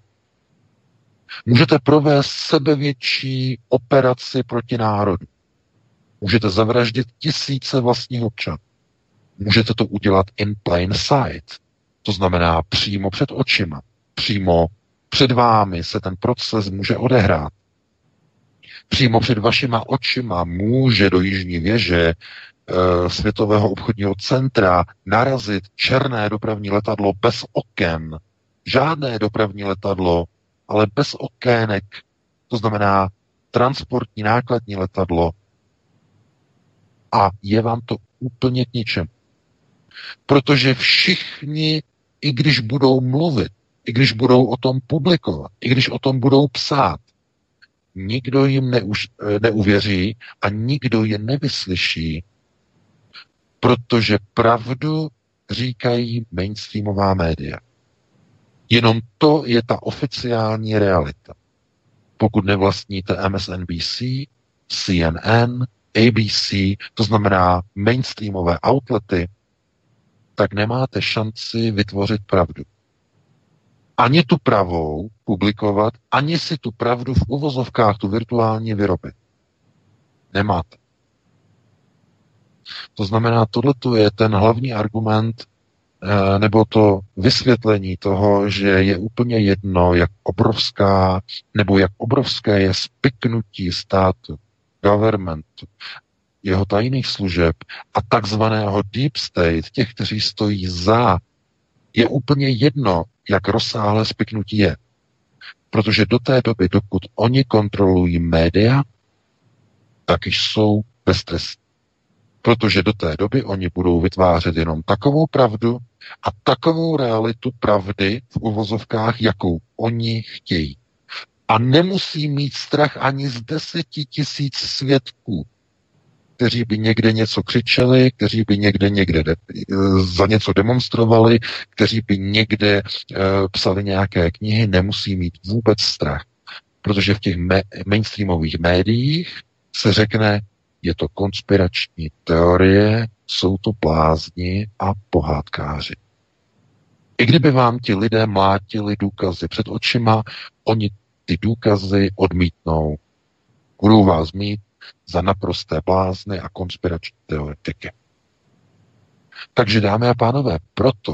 Můžete provést sebevětší operaci proti národu. Můžete zavraždit tisíce vlastních občanů. Můžete to udělat in plain sight. To znamená přímo před očima. Přímo před vámi se ten proces může odehrát. Přímo před vašima očima může do Jižní věže e, Světového obchodního centra narazit černé dopravní letadlo bez oken. Žádné dopravní letadlo, ale bez okének. To znamená transportní nákladní letadlo. A je vám to úplně k ničemu. Protože všichni, i když budou mluvit, i když budou o tom publikovat, i když o tom budou psát, nikdo jim neuž, neuvěří a nikdo je nevyslyší, protože pravdu říkají mainstreamová média. Jenom to je ta oficiální realita. Pokud nevlastníte M S N B C, C N N, A B C, to znamená mainstreamové outlety, tak nemáte šanci vytvořit pravdu. Ani tu pravou publikovat, ani si tu pravdu v uvozovkách, tu virtuálně vyrobit. Nemáte. To znamená, tohleto je ten hlavní argument, nebo to vysvětlení toho, že je úplně jedno, jak obrovská, nebo jak obrovské je spiknutí státu, governmentu, jeho tajných služeb a takzvaného deep state, těch, kteří stojí za, je úplně jedno, jak rozsáhlé spiknutí je. Protože do té doby, dokud oni kontrolují média, tak jsou beztrestní. Protože do té doby oni budou vytvářet jenom takovou pravdu a takovou realitu pravdy v uvozovkách, jakou oni chtějí. A nemusí mít strach ani z deseti tisíc svědků, kteří by někde něco křičeli, kteří by někde někde de, za něco demonstrovali, kteří by někde e, psali nějaké knihy, nemusí mít vůbec strach. Protože v těch me- mainstreamových médiích se řekne, je to konspirační teorie, jsou to blázni a pohádkáři. I kdyby vám ti lidé mlátili důkazy před očima, oni ty důkazy odmítnou. Budou vás mít za naprosté blázny a konspirační teoretiky. Takže, dámy a pánové, proto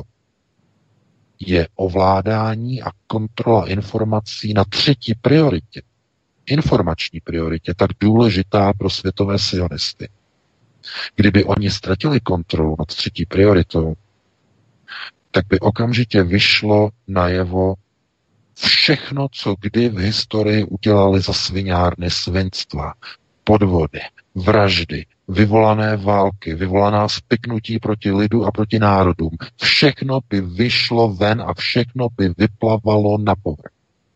je ovládání a kontrola informací na třetí prioritě, informační prioritě, tak důležitá pro světové sionisty. Kdyby oni ztratili kontrolu nad třetí prioritou, tak by okamžitě vyšlo najevo všechno, co kdy v historii udělali za sviňárny, svinstva, podvody, vraždy, vyvolané války, vyvolaná spiknutí proti lidu a proti národům. Všechno by vyšlo ven a všechno by vyplavalo na povrch.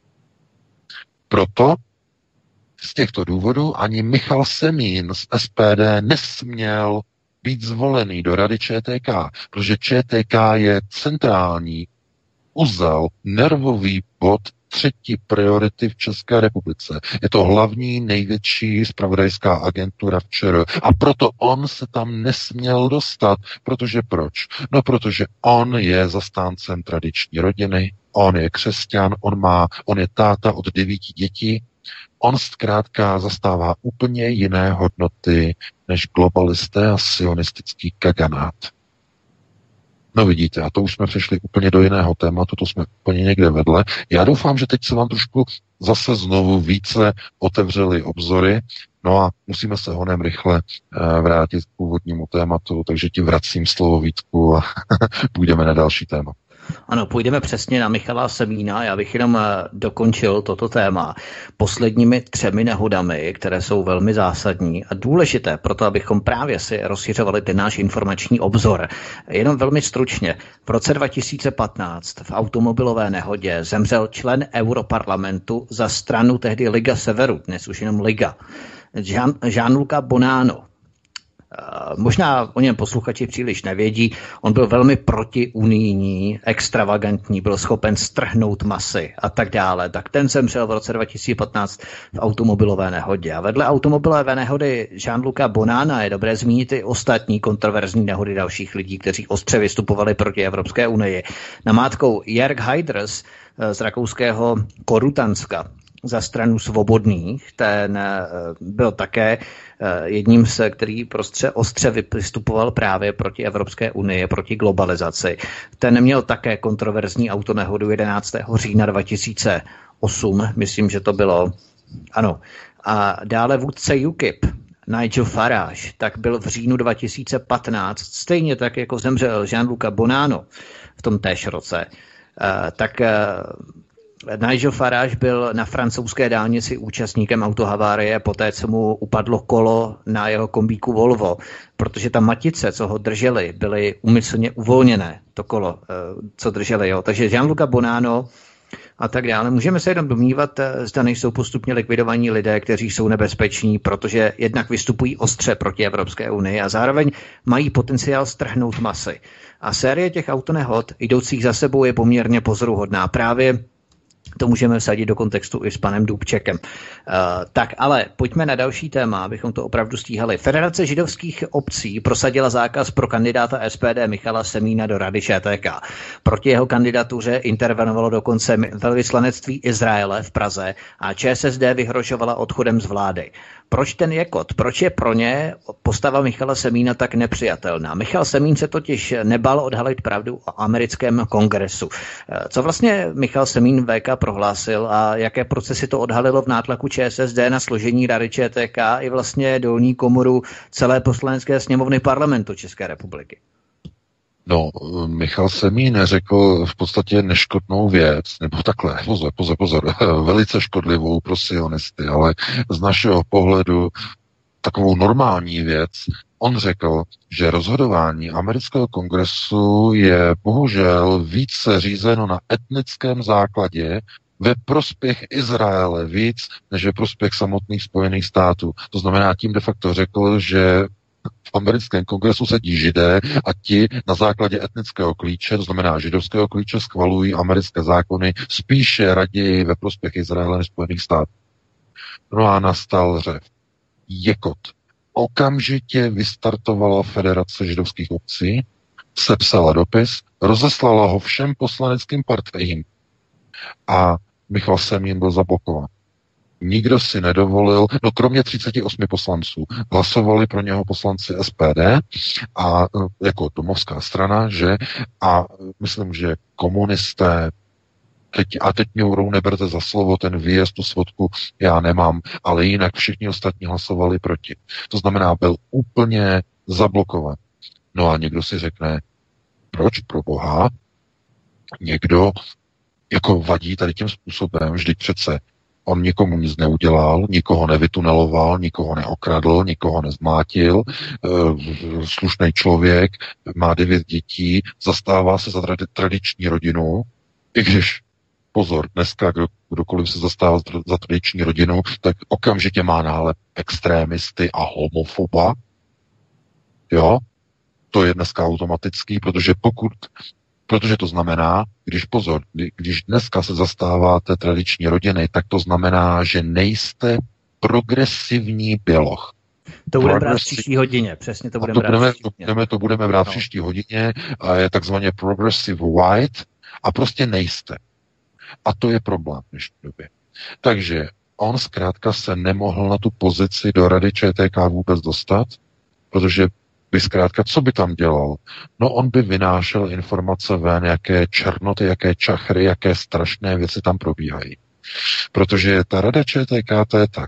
Proto z těchto důvodů ani Michal Semín z S P D nesměl být zvolený do Rady Č T K, protože Č T K je centrální uzel, nervový bod třetí priority v České republice. Je to hlavní největší zpravodajská agentura v ČR. A proto on se tam nesměl dostat. Protože proč? No, protože on je zastáncem tradiční rodiny, on je křesťan, on má, on je táta od devíti dětí. On zkrátka zastává úplně jiné hodnoty než globalisté a sionistický kaganát. No vidíte, a to už jsme přešli úplně do jiného tématu, to jsme úplně někde vedle. Já doufám, že teď se vám trošku zase znovu více otevřely obzory, no a musíme se honem rychle uh, vrátit k původnímu tématu, takže ti vracím slovo Vítku a půjdeme na další téma. Ano, půjdeme přesně na Michala Semína. Já bych jenom dokončil toto téma posledními třemi nehodami, které jsou velmi zásadní a důležité proto, abychom právě si rozšiřovali ten náš informační obzor. Jenom velmi stručně. V roce dva tisíce patnáct v automobilové nehodě zemřel člen Europarlamentu za stranu tehdy Liga Severu, dnes už jenom Liga, Jean, Gianluca Bonanno. Možná o něm posluchači příliš nevědí, on byl velmi protiunijní, extravagantní, byl schopen strhnout masy a tak dále. Tak ten zemřel v roce dva tisíce patnáct v automobilové nehodě. A vedle automobilové nehody Gianluca Bonanna je dobré zmínit i ostatní kontroverzní nehody dalších lidí, kteří ostře vystupovali proti Evropské unii. Namátkou Jörg Haiders z rakouského Korutanska za stranu svobodných, ten byl také jedním z, který prostě ostře vystupoval právě proti Evropské unii, proti globalizaci. Ten měl také kontroverzní autonehodu jedenáctého října dva tisíce osm, myslím, že to bylo, ano. A dále vůdce U K I P, Nigel Farage, tak byl v říjnu dva tisíce patnáct, stejně tak, jako zemřel Gianluca Bonanno v tom též roce, tak Nigel Farage byl na francouzské dálnici účastníkem autohavárie poté, co mu upadlo kolo na jeho kombíku Volvo, protože ta matice, co ho drželi, byly úmyslně uvolněné, to kolo, co drželi. Jo. Takže Gianluca Bonanno a tak dále. Můžeme se jenom domnívat, zda nejsou postupně likvidovaní lidé, kteří jsou nebezpeční, protože jednak vystupují ostře proti Evropské unii a zároveň mají potenciál strhnout masy. A série těch autonehod jdoucích za sebou je poměrně pozoruhodná. Právě to můžeme vsadit do kontextu i s panem Dubčekem. Uh, tak ale pojďme na další téma, abychom to opravdu stíhali. Federace židovských obcí prosadila zákaz pro kandidáta S P D Michala Semína do Rady Č T K. Proti jeho kandidatuře intervenovalo dokonce velvyslanectví Izraele v Praze a Č S S D vyhrožovala odchodem z vlády. Proč ten jekot? Proč je pro ně postava Michala Semína tak nepřijatelná? Michal Semín se totiž nebal odhalit pravdu o americkém kongresu. Co vlastně Michal Semín V K prohlásil a jaké procesy to odhalilo v nátlaku Č S S D na složení Rady Č T K i vlastně dolní komoru celé poslanecké sněmovny parlamentu České republiky? No, Michal Semín řekl v podstatě neškodnou věc, nebo takhle, pozor, pozor, pozor, velice škodlivou pro sionisty, ale z našeho pohledu takovou normální věc. On řekl, že rozhodování amerického kongresu je bohužel více řízeno na etnickém základě ve prospěch Izraele víc, než ve prospěch samotných Spojených států. To znamená, tím de facto řekl, že v americkém kongresu sedí židé a ti na základě etnického klíče, to znamená židovského klíče, schvalují americké zákony spíše raději ve prospěch Izraele než Spojených států. No a nastal řev. Jekot. okamžitě vystartovala Federace židovských obcí, sepsala dopis, rozeslala ho všem poslaneckým partajím a Michal Semín byl zablokován. Nikdo si nedovolil, no kromě třicet osm poslanců, hlasovali pro něho poslanci S P D a jako domovská strana, že a myslím, že komunisté, teď, a teď mě budou neberte za slovo, ten výjezd, tu svodku já nemám, ale jinak všichni ostatní hlasovali proti. To znamená, byl úplně zablokovan. No a někdo si řekne, proč pro Boha někdo jako vadí tady tím způsobem, vždyť přece on nikomu nic neudělal, nikoho nevytuneloval, nikoho neokradl, nikoho nezmátil, slušný člověk, má devět dětí, zastává se za tradiční rodinu, i když, pozor, dneska kdo, kdokoliv se zastává za tradiční rodinu, tak okamžitě má nálep extrémisty a homofoba. Jo? To je dneska automatický, protože pokud Protože to znamená, když pozor, když dneska se zastáváte tradiční rodiny, tak to znamená, že nejste progresivní běloch. To budeme brát v příští hodině, přesně to budeme brát budeme, v příští hodině. Budeme, to budeme brát v no. příští hodině, a je takzvaně progressive white a prostě nejste. A to je problém v dnešní době. Takže on zkrátka se nemohl na tu pozici do Rady Č T K vůbec dostat, protože by zkrátka, co by tam dělal? No on by vynášel informace ven, jaké černoty, jaké čachry, jaké strašné věci tam probíhají. Protože ta Rada Č T K, to je tak.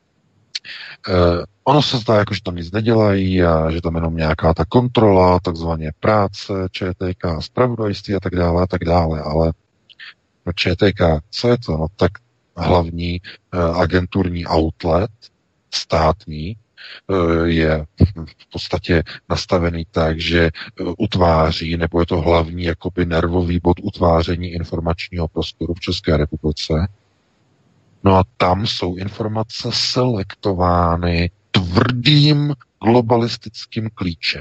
Eh, ono se zdá, jako, že tam nic nedělají a že tam jenom nějaká ta kontrola, takzvaně práce, Č T K, zpravodajství a tak dále, a tak dále, ale no Č T K, co je to? No tak hlavní eh, agenturní outlet, státní, je v podstatě nastavený tak, že utváří, nebo je to hlavní jakoby nervový bod utváření informačního prostoru v České republice. No a tam jsou informace selektovány tvrdým globalistickým klíčem.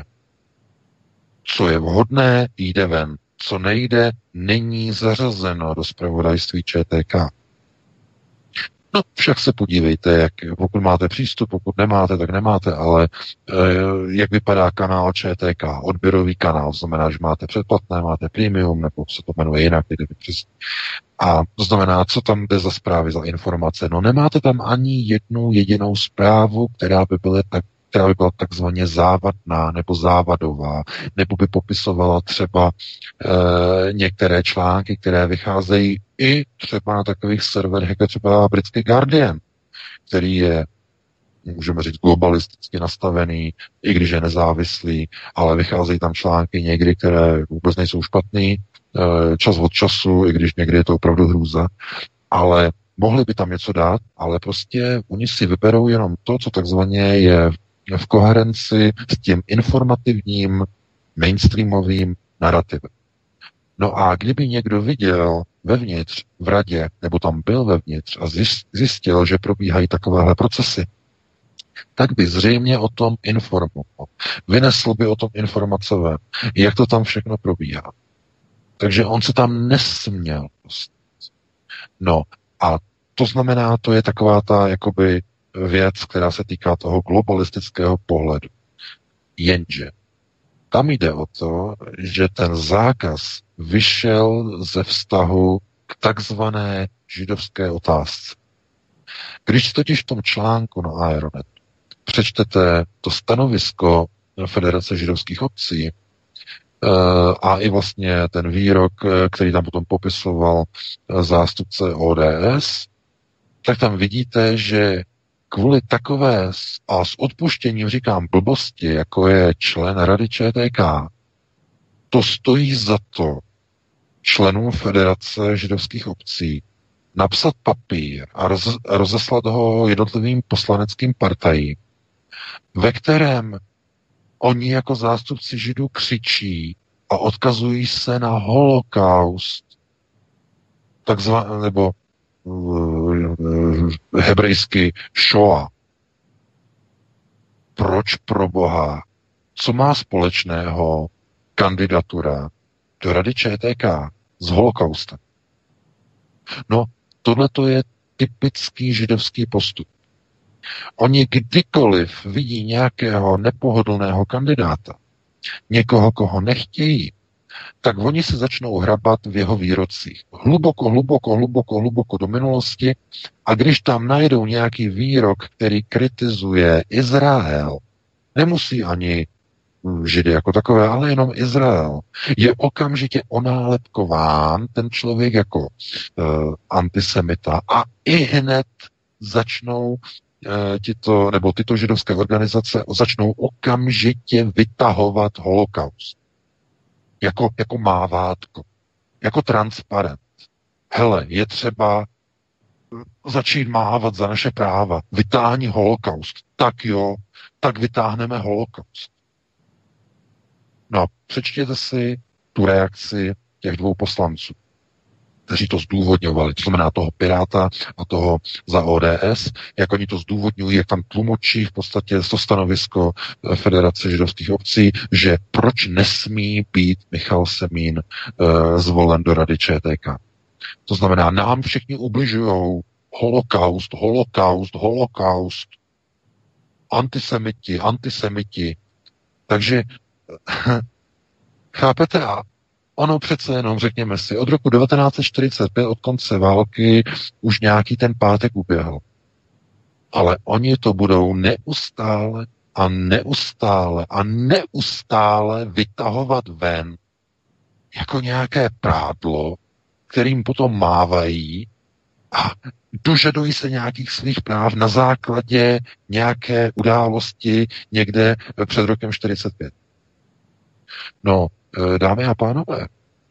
Co je vhodné, jde ven. Co nejde, není zařazeno do zpravodajství Č T K. No, však se podívejte, jak, pokud máte přístup, pokud nemáte, tak nemáte, ale e, jak vypadá kanál Č T K, odběrový kanál, znamená, že máte předplatné, máte premium, nebo se to jmenuje jinak, jde přes. A to znamená, co tam jde za zprávy, za informace. No nemáte tam ani jednu jedinou zprávu, která by byla tak která by byla takzvaně závadná nebo závadová, nebo by popisovala třeba e, některé články, které vycházejí i třeba na takových serverech, jako třeba britský Guardian, který je, můžeme říct, globalisticky nastavený, i když je nezávislý, ale vycházejí tam články někdy, které vůbec nejsou špatný, e, čas od času, i když někdy je to opravdu hrůza, ale mohli by tam něco dát, ale prostě oni si vyberou jenom to, co takzvaně je v koherenci s tím informativním mainstreamovým narrativem. No a kdyby někdo viděl vevnitř v radě, nebo tam byl vevnitř a zjistil, že probíhají takovéhle procesy, tak by zřejmě o tom informoval. Vynesl by o tom informace ven, jak to tam všechno probíhá. Takže on se tam nesměl dostat. No a to znamená, to je taková ta jakoby věc, která se týká toho globalistického pohledu. Jenže tam jde o to, že ten zákaz vyšel ze vztahu k takzvané židovské otázce. Když totiž v tom článku na Aeronetu přečtete to stanovisko Federace židovských obcí a i vlastně ten výrok, který tam potom popisoval zástupce O D S, tak tam vidíte, že kvůli takové, a s odpuštěním říkám blbosti, jako je člen Rady Č T K, to stojí za to členům Federace židovských obcí napsat papír a roz, rozeslat ho jednotlivým poslaneckým partajím, ve kterém oni jako zástupci židů křičí a odkazují se na holokaust, takzvaný, nebo hebrejsky Shoah. Proč pro Boha? Co má společného kandidatura do Rady Č T K s holokaustem? No, tohle to je typický židovský postup. Oni kdykoliv vidí nějakého nepohodlného kandidáta, někoho, koho nechtějí, tak oni se začnou hrabat v jeho výrocích. Hluboko, hluboko, hluboko, hluboko do minulosti a když tam najdou nějaký výrok, který kritizuje Izrael, nemusí ani Židy jako takové, ale jenom Izrael, je okamžitě onálepkován ten člověk jako uh, antisemita a i hned začnou uh, tyto, nebo tyto židovské organizace začnou okamžitě vytahovat holokaust. Jako, jako mávátko, jako transparent. Hele, je třeba začít mávat za naše práva. Vytáhni holokaust. Tak jo, tak vytáhneme holokaust. No a přečtěte si tu reakci těch dvou poslanců, kteří to zdůvodňovali, to znamená toho Piráta a toho za O D S, jak oni to zdůvodňují, jak tam tlumočí v podstatě to stanovisko Federace židovských obcí, že proč nesmí být Michal Semín uh, zvolen do Rady Č T K. To znamená, nám všichni ubližujou, holokaust, holokaust, holokaust, antisemiti, antisemiti. Takže chápete, a ono přece jenom, řekněme si, od roku devatenáct set čtyřicet pět, od konce války, už nějaký ten pátek uběhl. Ale oni to budou neustále a neustále a neustále vytahovat ven jako nějaké prádlo, kterým potom mávají a dožadují se nějakých svých práv na základě nějaké události někde před rokem čtyřicet pět. No, dámy a pánové,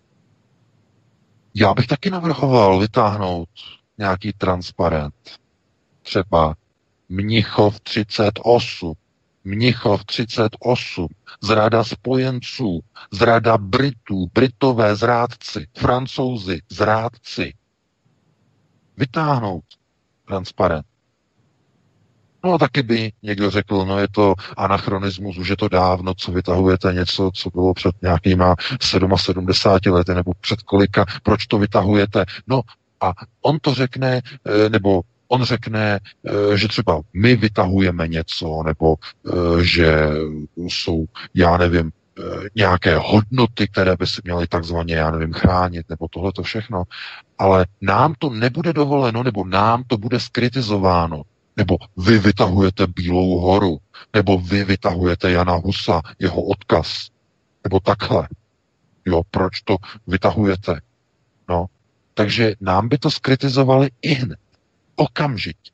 já bych taky navrhoval vytáhnout nějaký transparent. Třeba Mnichov třicet osm. Mnichov třicet osm. Zrada spojenců. Zrada Britů. Britové zrádci. Francouzi zrádci. Vytáhnout transparent. No a taky by někdo řekl, no je to anachronismus, už je to dávno, co vytahujete něco, co bylo před nějakýma sedmdesát sedm lety, nebo před kolika, proč to vytahujete? No a on to řekne, nebo on řekne, že třeba my vytahujeme něco, nebo že jsou, já nevím, nějaké hodnoty, které by se měly takzvaně, já nevím, chránit, nebo tohle to všechno. Ale nám to nebude dovoleno, nebo nám to bude skritizováno. Nebo vy vytahujete Bílou horu, nebo vy vytahujete Jana Husa, jeho odkaz, nebo takhle. Jo, proč to vytahujete? No, takže nám by to skritizovali i hned, okamžitě.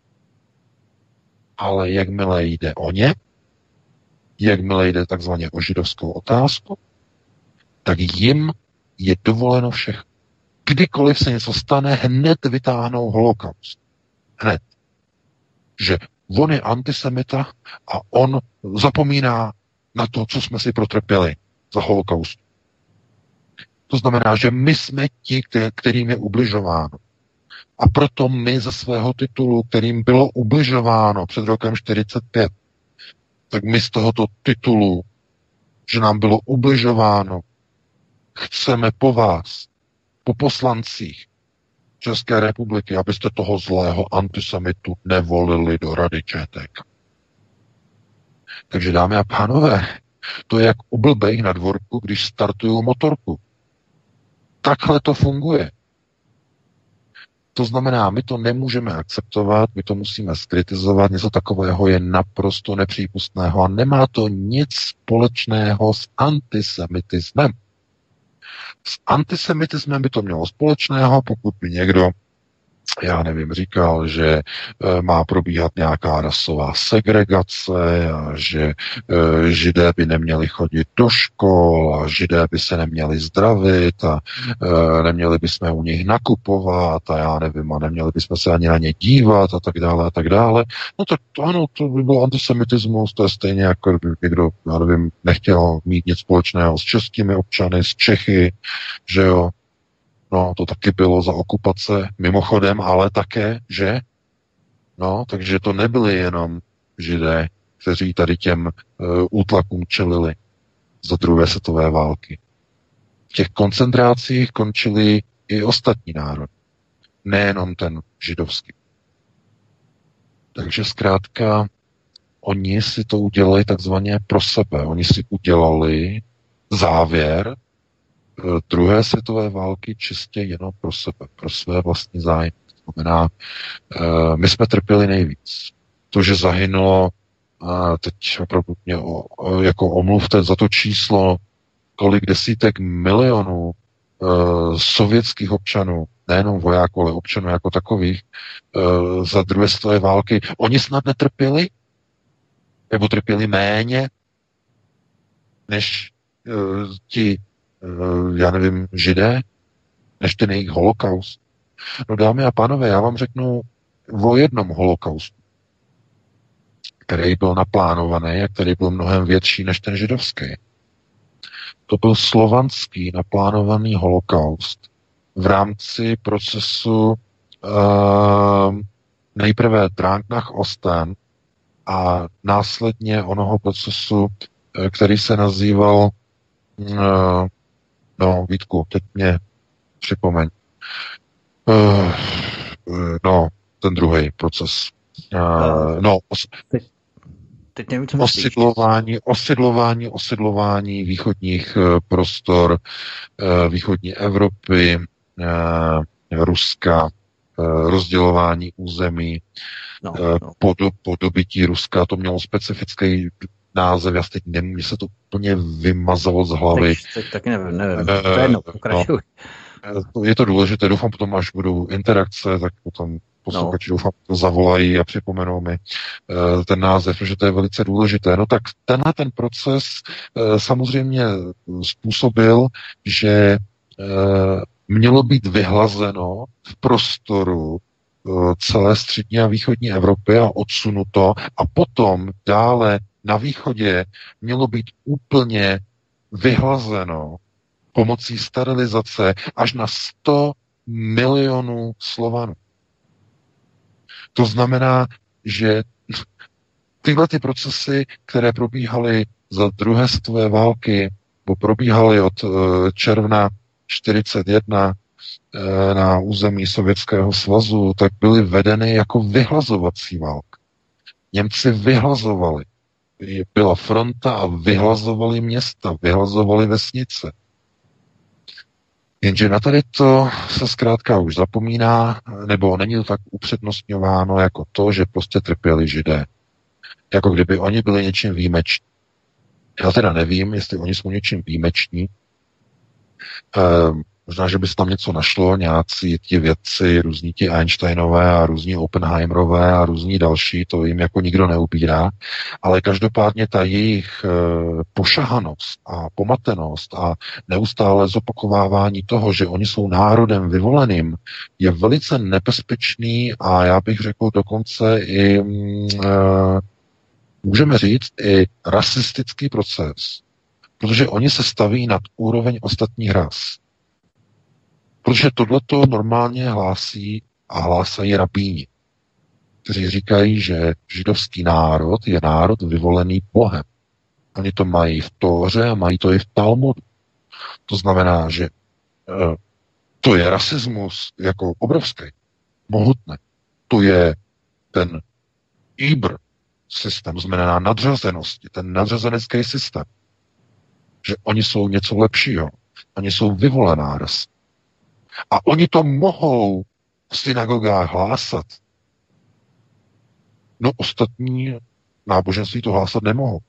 Ale jakmile jde o ně, jakmile jde takzvaně o židovskou otázku, tak jim je dovoleno všechno. Kdykoliv se něco stane, hned vytáhnou holokaust. Hned. Že on je antisemita a on zapomíná na to, co jsme si protrpěli za holokaust. To znamená, že my jsme ti, kterým je ubližováno. A proto my ze svého titulu, kterým bylo ubližováno před rokem čtyřicet pět, tak my z tohoto titulu, že nám bylo ubližováno, chceme po vás, po poslancích České republiky, abyste toho zlého antisemitu nevolili do Rady Č T K. Takže dámy a pánové, to je jak u blbejch na dvorku, když startují motorku. Takhle to funguje. To znamená, my to nemůžeme akceptovat, my to musíme skritizovat, něco takového je naprosto nepřípustného a nemá to nic společného s antisemitismem. S antisemitismem by to mělo společného, pokud by někdo, já nevím, říkal, že e, má probíhat nějaká rasová segregace a že e, židé by neměli chodit do škol a židé by se neměli zdravit a e, neměli bychom u nich nakupovat a já nevím, a neměli bychom se ani na ně dívat a tak dále a tak dále. No tak to, ano, to by byl antisemitismus, to je stejně jako kdyby někdo, já nevím, nechtěl mít nic společného s českými občany, s Čechy, že jo. No, to taky bylo za okupace, mimochodem, ale také, že? No, takže to nebyli jenom židé, kteří tady těm uh, útlakům čelili za druhé světové války. V těch koncentrácích končili i ostatní národy, nejenom ten židovský. Takže zkrátka oni si to udělali takzvaně pro sebe. Oni si udělali závěr druhé světové války čistě jenom pro sebe, pro své vlastní zájmy. To znamená, my jsme trpěli nejvíc. To, že zahynulo, teď opravdu mě jako omluvte za to číslo, kolik desítek milionů sovětských občanů, nejenom vojáků, ale občanů jako takových, za druhé světové války, oni snad netrpěli? Nebo trpěli méně než uh, ti, uh, já nevím, Židé, než ten jejich holokaust. No dámy a pánové, já vám řeknu o jednom holokaustu, který byl naplánovaný a který byl mnohem větší než ten židovský. To byl slovanský naplánovaný holokaust v rámci procesu uh, nejprve Dranknach Osten a následně onoho procesu, který se nazýval, no Vítku, teď mě připomeň, no, ten druhý proces, no, os, teď nevím, co osidlování, osidlování, osidlování východních prostor, východní Evropy, Ruska, rozdělování území, no, no. Po, do, po dobytí Ruska, to mělo specifický název, já teď nevím, že se to úplně vymazalo z hlavy. Teď, teď taky nevím, nevím. To je jedno, pokračuj. No, je to důležité, doufám potom, až budou interakce, tak potom posluchači no. doufám, to zavolají a připomenou mi uh, ten název, protože to je velice důležité. No tak tenhle ten proces uh, samozřejmě způsobil, že uh, mělo být vyhlazeno v prostoru celé střední a východní Evropy a odsunuto a potom dále na východě mělo být úplně vyhlazeno pomocí sterilizace až na sto milionů Slovanů. To znamená, že tyhle ty procesy, které probíhaly za druhé světové války, bo probíhaly od června čtyřicet jedna na území Sovětského svazu, tak byly vedeny jako vyhlazovací válka. Němci vyhlazovali. Byla fronta a vyhlazovali města, vyhlazovali vesnice. Jenže na tady to se zkrátka už zapomíná, nebo není to tak upřednostňováno jako to, že prostě trpěli Židé. Jako kdyby oni byli něčím výjimeční. Já teda nevím, jestli oni jsou něčím výjimeční. Ehm, Možná, že by se tam něco našlo, nějací ti vědci, různí ti Einsteinové a různí Oppenheimerové a různí další, to jim jako nikdo neupírá, ale každopádně ta jejich e, pošahanost a pomatenost a neustále zopakovávání toho, že oni jsou národem vyvoleným, je velice nebezpečný a já bych řekl dokonce i, e, můžeme říct, i rasistický proces, protože oni se staví nad úroveň ostatních ras. Protože tohleto normálně hlásí a hlásají rabíni, kteří říkají, že židovský národ je národ vyvolený Bohem. Oni to mají v Tóře a mají to i v Talmudu. To znamená, že uh, to je rasismus jako obrovský, mohutný. To je ten Ibr systém, to znamená nadřazenosti, ten nadřazenecký systém. Že oni jsou něco lepšího. Oni jsou vyvolená rasa. A oni to mohou v synagogách hlásat. No ostatní náboženství to hlásat nemohou.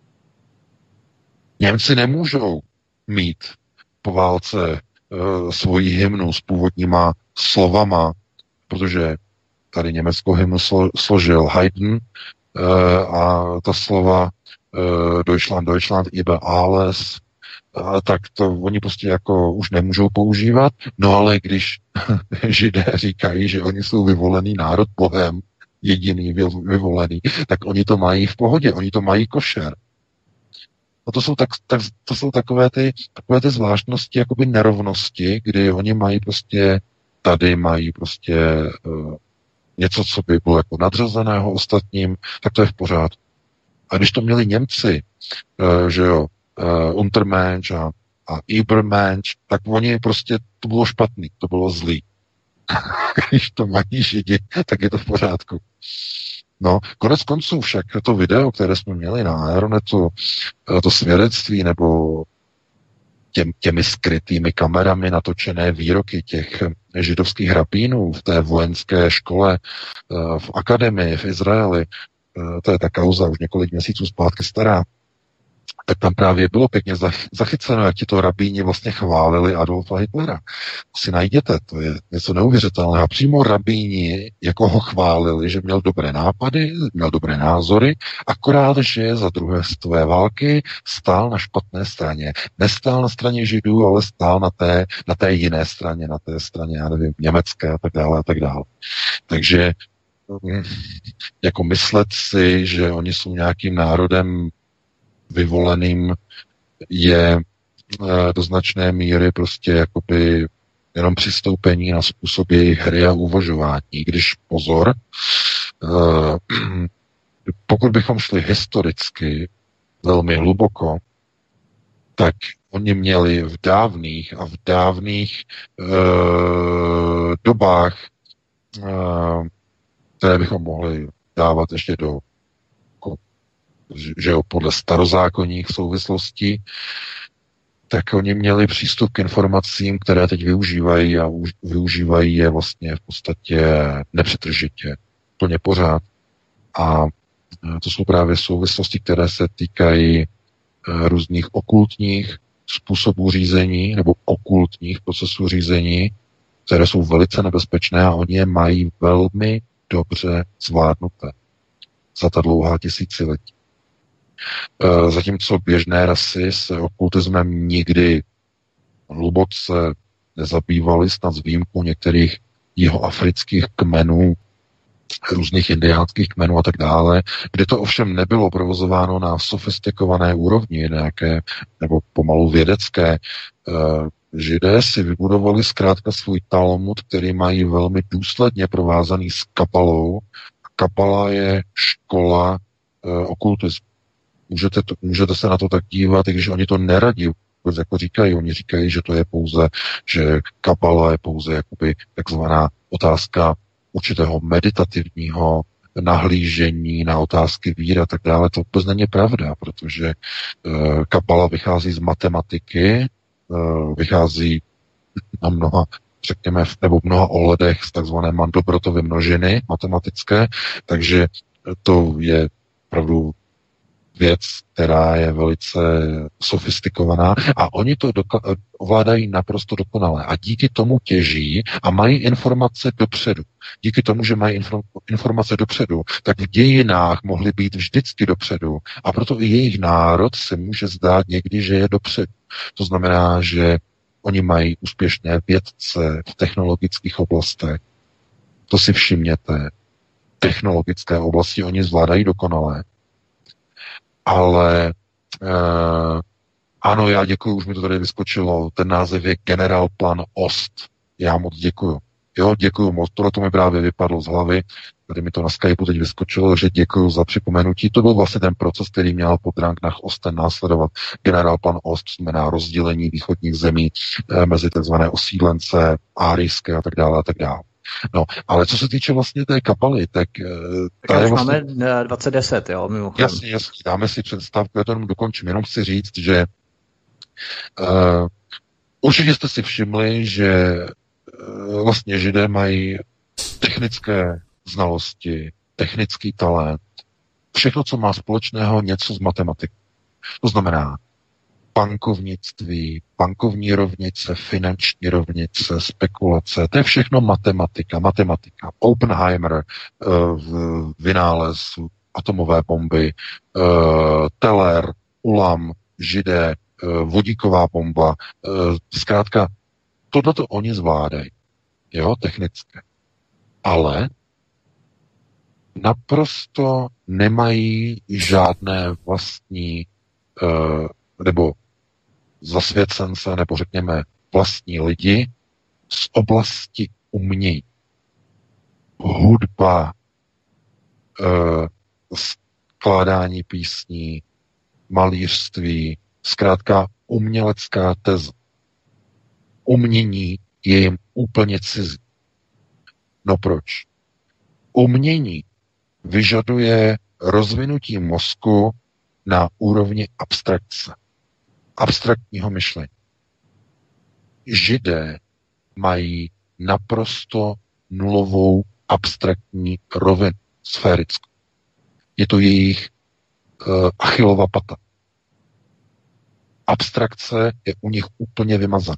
Němci nemůžou mít po válce e, svoji hymnu s původníma slovama, protože tady německou hymnu slo, složil Haydn e, a ta slova e, Deutschland, Deutschland, über alles, a tak to oni prostě jako už nemůžou používat. No ale když Židé říkají, že oni jsou vyvolený národ Bohem, jediný vyvolený, tak oni to mají v pohodě, oni to mají košer. No to jsou, tak, tak, to jsou takové, ty, takové ty zvláštnosti, jakoby nerovnosti, kdy oni mají prostě, tady mají prostě uh, něco, co by bylo jako nadřazeného ostatním, tak to je v pořádku. A když to měli Němci, uh, že jo, uh, Untermensch a, a Übermensch, tak oni prostě, to bylo špatný, to bylo zlý. Když to mají Židi, tak je to v pořádku. No, konec konců však to video, které jsme měli na Aeronetu, to svědectví nebo těm, těmi skrytými kamerami natočené výroky těch židovských rabínů v té vojenské škole v akademii v Izraeli, to je ta kauza už několik měsíců zpátky stará, tak tam právě bylo pěkně zachyceno, jak ti to rabíni vlastně chválili Adolfa Hitlera. To si najděte, to je něco neuvěřitelného. A přímo rabíni jako ho chválili, že měl dobré nápady, měl dobré názory, akorát, že za druhé světové války stál na špatné straně. Nestál na straně Židů, ale stál na té, na té jiné straně, na té straně, já nevím, německé a tak dále a tak dále. Takže jako myslet si, že oni jsou nějakým národem vyvoleným, je do značné míry prostě jakoby jenom přistoupení na způsob jejich hry a uvažování. Když pozor, pokud bychom šli historicky velmi hluboko, tak oni měli v dávných a v dávných uh, dobách, uh, které bychom mohli dávat ještě do že jo, podle starozákonních souvislostí, tak oni měli přístup k informacím, které teď využívají a už, využívají je vlastně v podstatě nepřetržitě, plně pořád. A to jsou právě souvislosti, které se týkají různých okultních způsobů řízení nebo okultních procesů řízení, které jsou velice nebezpečné a oni je mají velmi dobře zvládnuté za ta dlouhá tisíciletí. Zatímco běžné rasy se okultismem nikdy hluboce nezabývaly, snad s výjimkou některých jihoafrických kmenů, různých indiánských kmenů a tak dále, kde to ovšem nebylo provozováno na sofistikované úrovni nějaké, nebo pomalu vědecké. Židé si vybudovali zkrátka svůj Talmud, který mají velmi důsledně provázaný s kapalou. Kapala je škola okultismu. Můžete, to, můžete se na to tak dívat, i když oni to neradí, jako říkají, oni říkají, že to je pouze, že kabala je pouze jakoby takzvaná otázka určitého meditativního nahlížení na otázky víry a tak dále. To vůbec není pravda, protože uh, kabala vychází z matematiky, uh, vychází na mnoha, řekněme, nebo v mnoha ohledech z takzvané Mandelbrottovy množiny matematické, takže to je opravdu věc, která je velice sofistikovaná a oni to doka- ovládají naprosto dokonale a díky tomu těží a mají informace dopředu. Díky tomu, že mají infor- informace dopředu, tak v dějinách mohly být vždycky dopředu a proto i jejich národ se může zdát někdy, že je dopředu. To znamená, že oni mají úspěšné vědce v technologických oblastech. To si všimněte. Technologické oblasti oni zvládají dokonale. Ale uh, ano, já děkuji, už mi to tady vyskočilo, ten název je Generalplan Ost. Já moc děkuji. Jo, děkuji moc, tohle to mi právě vypadlo z hlavy, tady mi to na Skypeu teď vyskočilo, že děkuji za připomenutí. To byl vlastně ten proces, který měl pod Drang nach Osten následovat. Generalplan Ost znamená rozdělení východních zemí eh, mezi tzv. Osídlence, árijské a tak dále a tak dále. No, ale co se týče vlastně té kapaly, tak... Tak už vlastně... máme dvacet deset, jo, mimochodem. Jasně, jasně, dáme si představku, já to jenom dokončím, jenom chci říct, že uh, určitě jste si všimli, že uh, vlastně Židé mají technické znalosti, technický talent, všechno, co má společného, něco z matematiky. To znamená bankovnictví, bankovní rovnice, finanční rovnice, spekulace, to je všechno matematika, matematika. Oppenheimer, uh, vynález atomové bomby, uh, Teller, Ulam, Židé, uh, vodíková bomba, uh, zkrátka, tohleto oni zvládají, jo, technické. Ale naprosto nemají žádné vlastní uh, nebo zasvěcence, nebo řekněme vlastní lidi z oblasti umění. Hudba, skládání písní, malířství, zkrátka umělecká teze. Umění je jim úplně cizí. No proč? Umění vyžaduje rozvinutí mozku na úrovni abstrakce, abstraktního myšlení. Židé mají naprosto nulovou abstraktní rovinu, sférickou. Je to jejich uh, Achillova pata. Abstrakce je u nich úplně vymazaná.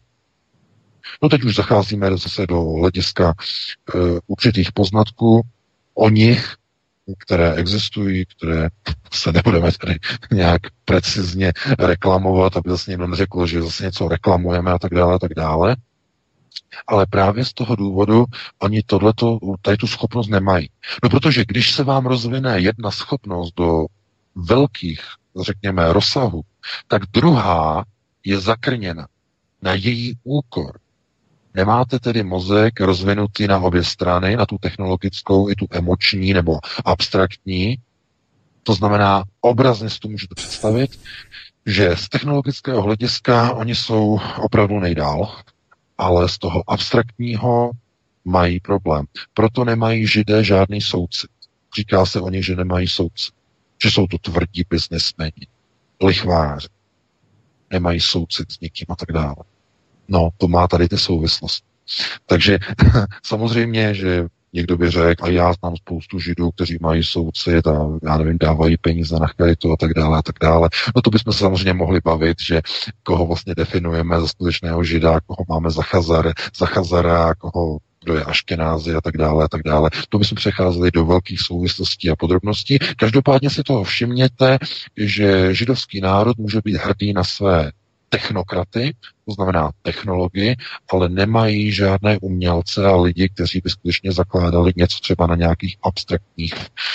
No teď už zacházíme zase do hlediska uh, určitých poznatků o nich, které existují, které se nebudeme tady nějak precizně reklamovat, aby zase někdo neřekl, že zase něco reklamujeme a tak dále, a tak dále. Ale právě z toho důvodu oni tohleto, tady tu schopnost nemají. No protože když se vám rozvine jedna schopnost do velkých, řekněme, rozsahů, tak druhá je zakrněna na její úkor. Nemáte tedy mozek rozvinutý na obě strany, na tu technologickou i tu emoční nebo abstraktní. To znamená, obrazně si to můžete představit, že z technologického hlediska oni jsou opravdu nejdál, ale z toho abstraktního mají problém. Proto nemají Židé žádný soucit. Říká se o nich, že nemají soucit. Že jsou to tvrdí biznesmeni, lichváři. Nemají soucit s nikým a tak dále. No, to má tady ty souvislosti. Takže samozřejmě, že někdo by řekl, a já znám spoustu Židů, kteří mají soucit a já nevím, dávají peníze na charitu a tak dále a tak dále. No to bychom se samozřejmě mohli bavit, že koho vlastně definujeme za skutečného Žida, koho máme za Chazar, za Chazara, koho kdo je Aškenázi a tak dále a tak dále. To bychom přecházeli do velkých souvislostí a podrobností. Každopádně si toho všimněte, že židovský národ může být hrdý na své technokraty, to znamená technologii, ale nemají žádné umělce a lidi, kteří by skutečně zakládali něco třeba na nějakých abstraktních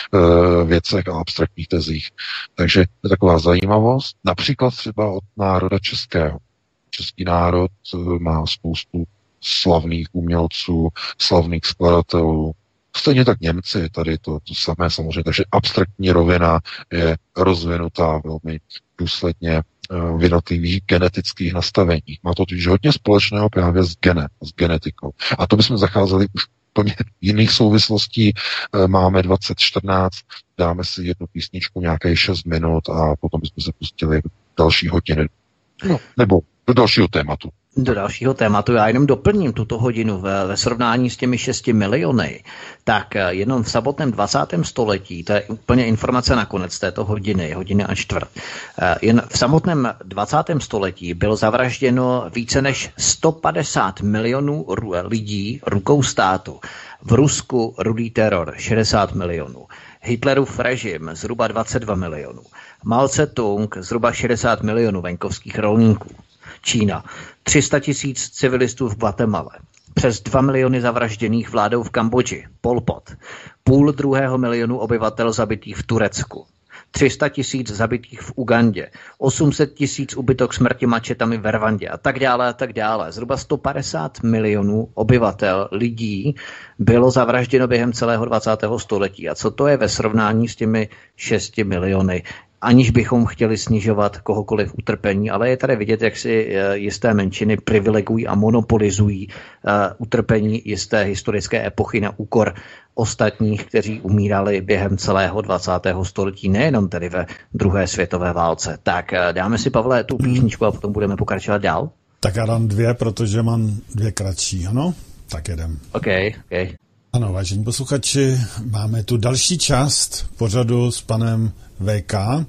uh, věcech a abstraktních tezích. Takže to je taková zajímavost. Například třeba od národa českého. Český národ uh, má spoustu slavných umělců, slavných skladatelů. Stejně tak Němci, tady to, to samé samozřejmě, takže abstraktní rovina je rozvinutá velmi důsledně v jednotlivých genetických nastaveních. Má to totiž hodně společného právě s genem, s genetikou. A to bychom zacházeli už úplně jiných souvislostí. Máme dvacet čtrnáct, dáme si jednu písničku, nějaké šest minut a potom bychom se pustili do další hodiny. No, nebo do dalšího tématu. Do dalšího tématu já jenom doplním tuto hodinu ve, ve srovnání s těmi šesti miliony. Tak jenom v samotném dvacátém století, to je úplně informace na konec této hodiny, hodiny a čtvrt, jen v samotném dvacátém století bylo zavražděno více než sto padesát milionů lidí rukou státu. V Rusku rudý teror šedesát milionů. Hitlerův režim zhruba dvacet dva milionů. Mao Tse-tung zhruba šedesát milionů venkovských rolníků. Čína tři sta tisíc civilistů v Guatemale. Přes dva miliony zavražděných vládou v Kambodži. Pol Pot. Půl druhého milionu obyvatel zabitých v Turecku. tři sta tisíc zabitých v Ugandě. osm set tisíc ubytok smrti mačetami v Rwandě a tak dále a tak dále. Zhruba sto padesát milionů obyvatel, lidí bylo zavražděno během celého dvacátého století. A co to je ve srovnání s těmi šesti miliony? Aniž bychom chtěli snižovat kohokoliv utrpení, ale je tady vidět, jak si jisté menšiny privilegují a monopolizují utrpení jisté historické epochy na úkor ostatních, kteří umírali během celého dvacátého století, nejenom tedy ve druhé světové válce. Tak dáme si, Pavle, tu písničku a potom budeme pokračovat dál. Tak já dám dvě, protože mám dvě kratší, ano? Tak jedem. OK, OK. Ano, vážení posluchači, máme tu další část pořadu s panem V K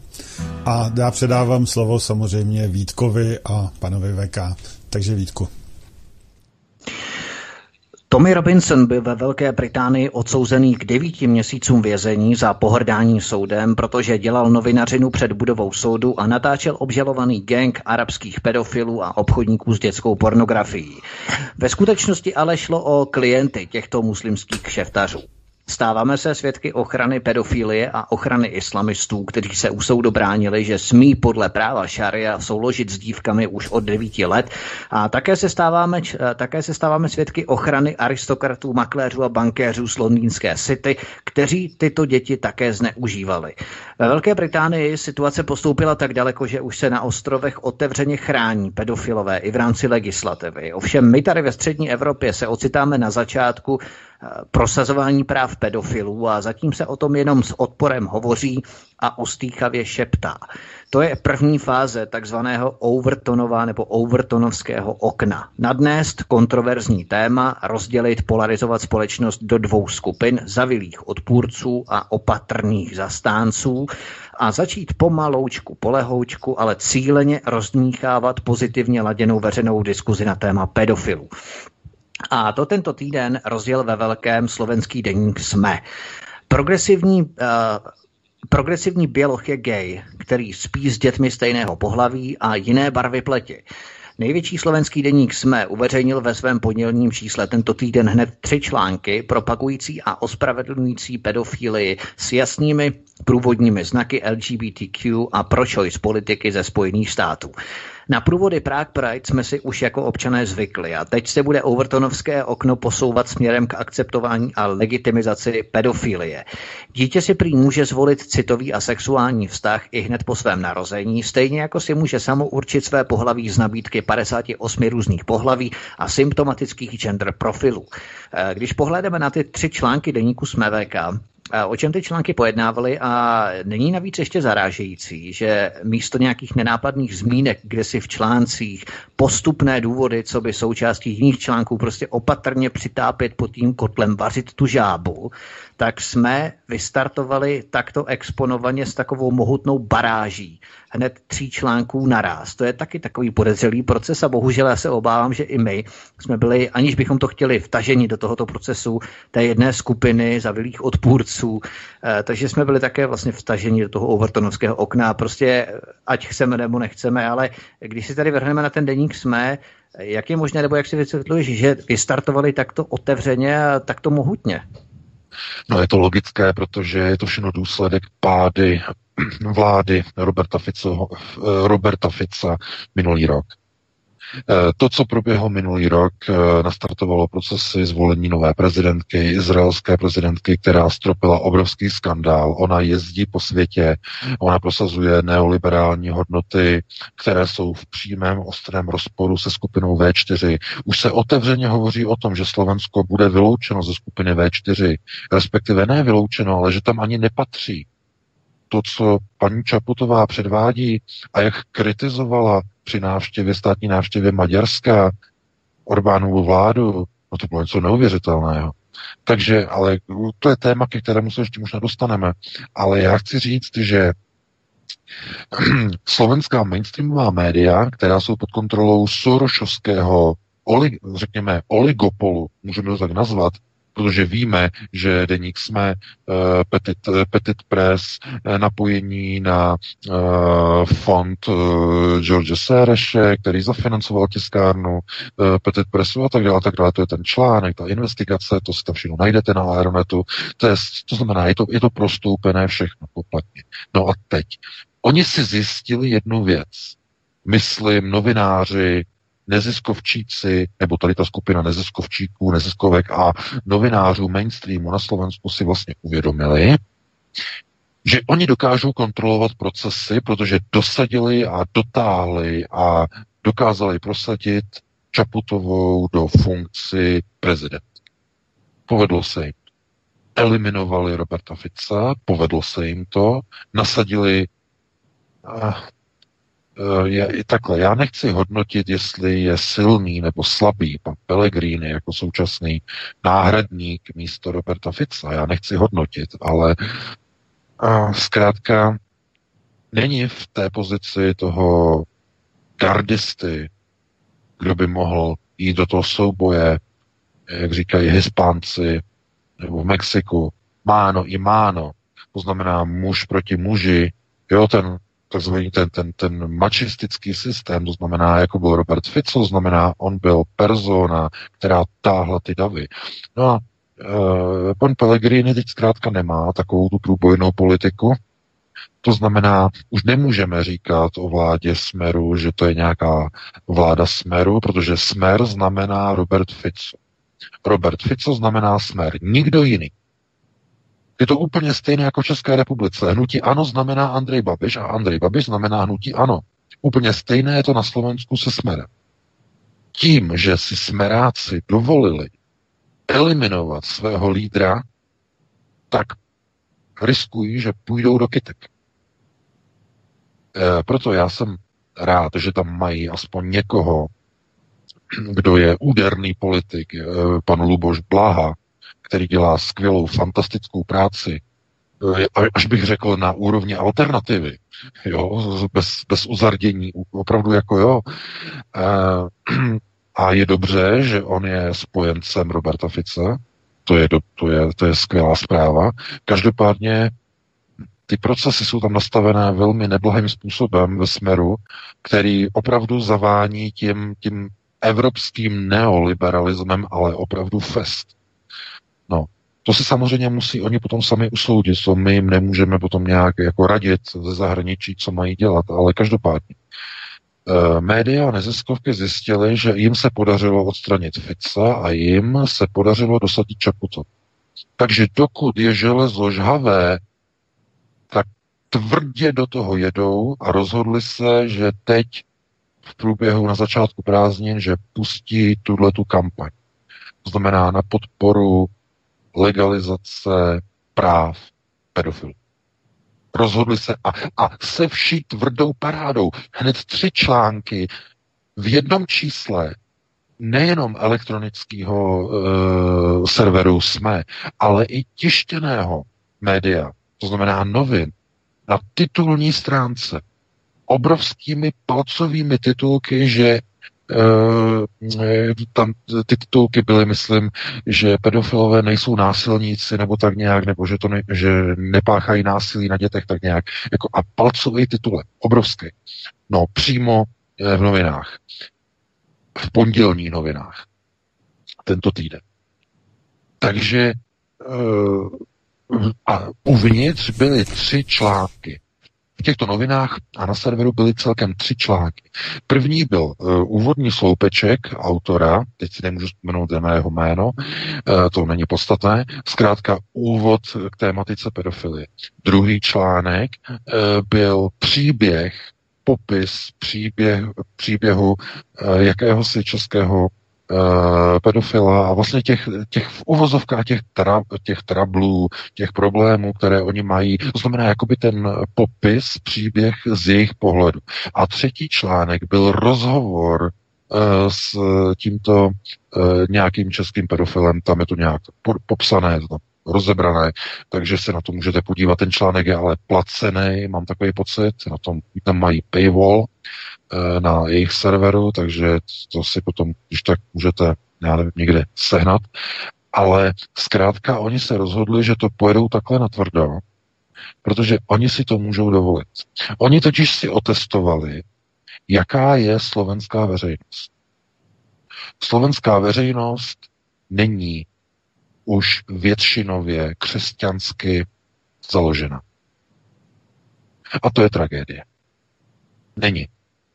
a já předávám slovo samozřejmě Vítkovi a panovi V K. Takže Vítku. Tommy Robinson byl ve Velké Británii odsouzený k devíti měsícům vězení za pohrdání soudem, protože dělal novinařinu před budovou soudu a natáčel obžalovaný gang arabských pedofilů a obchodníků s dětskou pornografií. Ve skutečnosti ale šlo o klienty těchto muslimských kšeftařů. Stáváme se svědky ochrany pedofilie a ochrany islamistů, kteří se u soudu bránili, že smí podle práva šaria souložit s dívkami už od devíti let. A také se stáváme, také se stáváme svědky ochrany aristokratů, makléřů a bankéřů z londýnské City, kteří tyto děti také zneužívali. Ve Velké Británii situace postoupila tak daleko, že už se na ostrovech otevřeně chrání pedofilové i v rámci legislativy. Ovšem my tady ve střední Evropě se ocitáme na začátku prosazování práv pedofilů a zatím se o tom jenom s odporem hovoří a ostýchavě šeptá. To je první fáze takzvaného Overtonova nebo Overtonovského okna. Nadnést kontroverzní téma, rozdělit, polarizovat společnost do dvou skupin, zavilých odpůrců a opatrných zastánců a začít pomaloučku, polehoučku, ale cíleně rozdmíchávat pozitivně laděnou veřejnou diskuzi na téma pedofilů. A to tento týden rozděl ve velkém slovenský deník S M E. Progresivní, uh, progresivní běloch je gay, který spí s dětmi stejného pohlaví a jiné barvy pleti. Největší slovenský deník S M E uveřejnil ve svém pondělním čísle tento týden hned tři články propagující a ospravedlňující pedofílii s jasnými průvodními znaky L G B T Q a pro-choice politiky ze Spojených států. Na průvody Prague Pride jsme si už jako občané zvykli a teď se bude Overtonovské okno posouvat směrem k akceptování a legitimizaci pedofilie. Dítě si prý může zvolit citový a sexuální vztah i hned po svém narození, stejně jako si může samo určit své pohlaví z nabídky padesát osm různých pohlaví a symptomatických gender profilů. Když pohlédeme na ty tři články deníku S M E V K, o čem ty články pojednávaly a není navíc ještě zarážející, že místo nějakých nenápadných zmínek, kde si v článcích postupné důvody, co by součástí jiných článků prostě opatrně přitápět pod tím kotlem, vařit tu žábu, tak jsme vystartovali takto exponovaně s takovou mohutnou baráží. Hned tří článků naráz. To je taky takový podezřelý proces a bohužel já se obávám, že i my jsme byli, aniž bychom to chtěli, vtaženi do tohoto procesu té jedné skupiny zavilých odpůrců. E, takže jsme byli také vlastně vtaženi do toho Overtonovského okna. Prostě ať chceme nebo nechceme, ale když si tady vrhneme na ten deník S M E, jak je možné, nebo jak si vysvětluješ, že vystartovali takto otevřeně a takto mohutně? No je to logické, protože je to všechno důsledek pády vlády Roberta, Fico, Roberta Fica minulý rok. To, co proběhlo minulý rok, nastartovalo procesy zvolení nové prezidentky, izraelské prezidentky, která stropila obrovský skandál. Ona jezdí po světě, ona prosazuje neoliberální hodnoty, které jsou v přímém ostrém rozporu se skupinou V čtyři. Už se otevřeně hovoří o tom, že Slovensko bude vyloučeno ze skupiny V čtyři, respektive ne vyloučeno, ale že tam ani nepatří. To, co paní Čaputová předvádí a jak kritizovala při návštěvě, státní návštěvě Maďarska Orbánovu vládu, no to bylo něco neuvěřitelného. Takže, ale to je téma, ke kterému se ještě možná dostaneme. Ale já chci říct, že slovenská mainstreamová média, která jsou pod kontrolou sorosovského, oli, řekněme, oligopolu, můžeme to tak nazvat, protože víme, že deník S M E, Petit, Petit Press, napojení na uh, fond uh, George Sereše, který zafinancoval tiskárnu uh, Petit Pressu a tak dále, tak dále. To je ten článek, ta investigace, to si tam všechno najdete na Aeronetu. To, je, to znamená, je to, je to prostoupené všechno poplatně. No a teď. Oni si zjistili jednu věc. Myslím, novináři, neziskovčíci, nebo tady ta skupina neziskovčíků, neziskovek a novinářů mainstreamu na Slovensku si vlastně uvědomili, že oni dokážou kontrolovat procesy, protože dosadili a dotáhli a dokázali prosadit Čaputovou do funkci prezidentky. Povedlo se jim to. Eliminovali Roberta Fica, povedlo se jim to, nasadili uh, Je, takhle, já nechci hodnotit, jestli je silný nebo slabý pan Pellegrini jako současný náhradník místo Roberta Fica. Já nechci hodnotit, ale a, zkrátka není v té pozici toho gardisty, kdo by mohl jít do toho souboje, jak říkají Hispánci, nebo v Mexiku, máno i máno. To znamená muž proti muži, jo, ten takzvaný ten, ten, ten mačistický systém, to znamená, jako byl Robert Fico, to znamená, on byl persona, která táhla ty davy. No a e, pan Pellegrini teď zkrátka nemá takovou tu průbojnou politiku, to znamená, už nemůžeme říkat o vládě Smeru, že to je nějaká vláda Smeru, protože Smer znamená Robert Fico. Robert Fico znamená Smer, nikdo jiný. Je to úplně stejné jako v České republice. Hnutí ANO znamená Andrej Babiš a Andrej Babiš znamená hnutí ANO. Úplně stejné je to na Slovensku se Smerem. Tím, že si Smeráci dovolili eliminovat svého lídra, tak riskují, že půjdou do kytek. E, proto já jsem rád, že tam mají aspoň někoho, kdo je úderný politik, e, pan Luboš Bláha, který dělá skvělou, fantastickou práci, e, až bych řekl na úrovni alternativy, jo, bez, bez uzardění, opravdu jako jo. E, a je dobře, že on je spojencem Roberta Fica, to je, to je, to je skvělá zpráva. Každopádně ty procesy jsou tam nastavené velmi neblahým způsobem ve směru, který opravdu zavání tím, tím evropským neoliberalismem, ale opravdu fest. No, to si samozřejmě musí oni potom sami usoudit, co my jim nemůžeme potom nějak jako radit ze zahraničí, co mají dělat, ale každopádně. E, média a neziskovky zjistily, že jim se podařilo odstranit Fica a jim se podařilo dosadit Čaputo. Takže dokud je železo žhavé, tak tvrdě do toho jedou a rozhodli se, že teď v průběhu na začátku prázdnin, že pustí tuhletu kampaň. To znamená na podporu legalizace práv pedofilů. Rozhodli se a, a se vší tvrdou parádou. Hned tři články v jednom čísle, nejenom elektronického e, serveru S M E, ale i tištěného média, to znamená novin, na titulní stránce, obrovskými palcovými titulky, že e, tam ty titulky byly, myslím, že pedofilové nejsou násilníci, nebo tak nějak, nebo že, to ne, že nepáchají násilí na dětech, tak nějak. Jako, a palcový titulek, obrovský. No, přímo v novinách. V pondělních novinách. Tento týden. Takže e, a uvnitř byly tři články. V těchto novinách a na serveru byly celkem tři články. První byl uh, úvodní sloupeček autora, teď si nemůžu vzpomenout na jeho jméno, uh, to není podstatné, zkrátka úvod k tématice pedofilie. Druhý článek uh, byl příběh, popis příběh, příběhu uh, jakéhosi českého Uh, pedofila a vlastně těch, těch v uvozovkách těch, tra, těch trablů, těch problémů, které oni mají, to znamená jakoby ten popis, příběh z jejich pohledu. A třetí článek byl rozhovor uh, s tímto uh, nějakým českým pedofilem, tam je to nějak popsané, to tam rozebrané, takže se na to můžete podívat. Ten článek je ale placený, mám takový pocit, na tom tam mají paywall na jejich serveru, takže to si potom, když tak můžete, já nevím, někde sehnat, ale zkrátka oni se rozhodli, že to pojedou takhle natvrdo, protože oni si to můžou dovolit. Oni totiž si otestovali, jaká je slovenská veřejnost. Slovenská veřejnost není už většinově křesťansky založena. A to je tragédie. Není.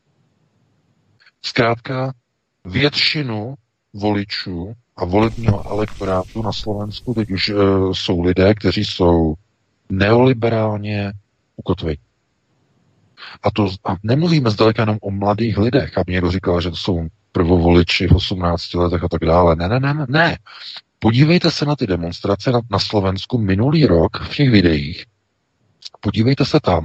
Zkrátka většinu voličů a volebního elektorátu na Slovensku teď už e, jsou lidé, kteří jsou neoliberálně ukotvení. A to a nemluvíme zdaleka jenom o mladých lidech, aby někdo říkal, že to jsou prvovoliči v osmnácti letech a tak dále. Ne, ne, ne, ne. Podívejte se na ty demonstrace na, na Slovensku minulý rok v těch videích. Podívejte se tam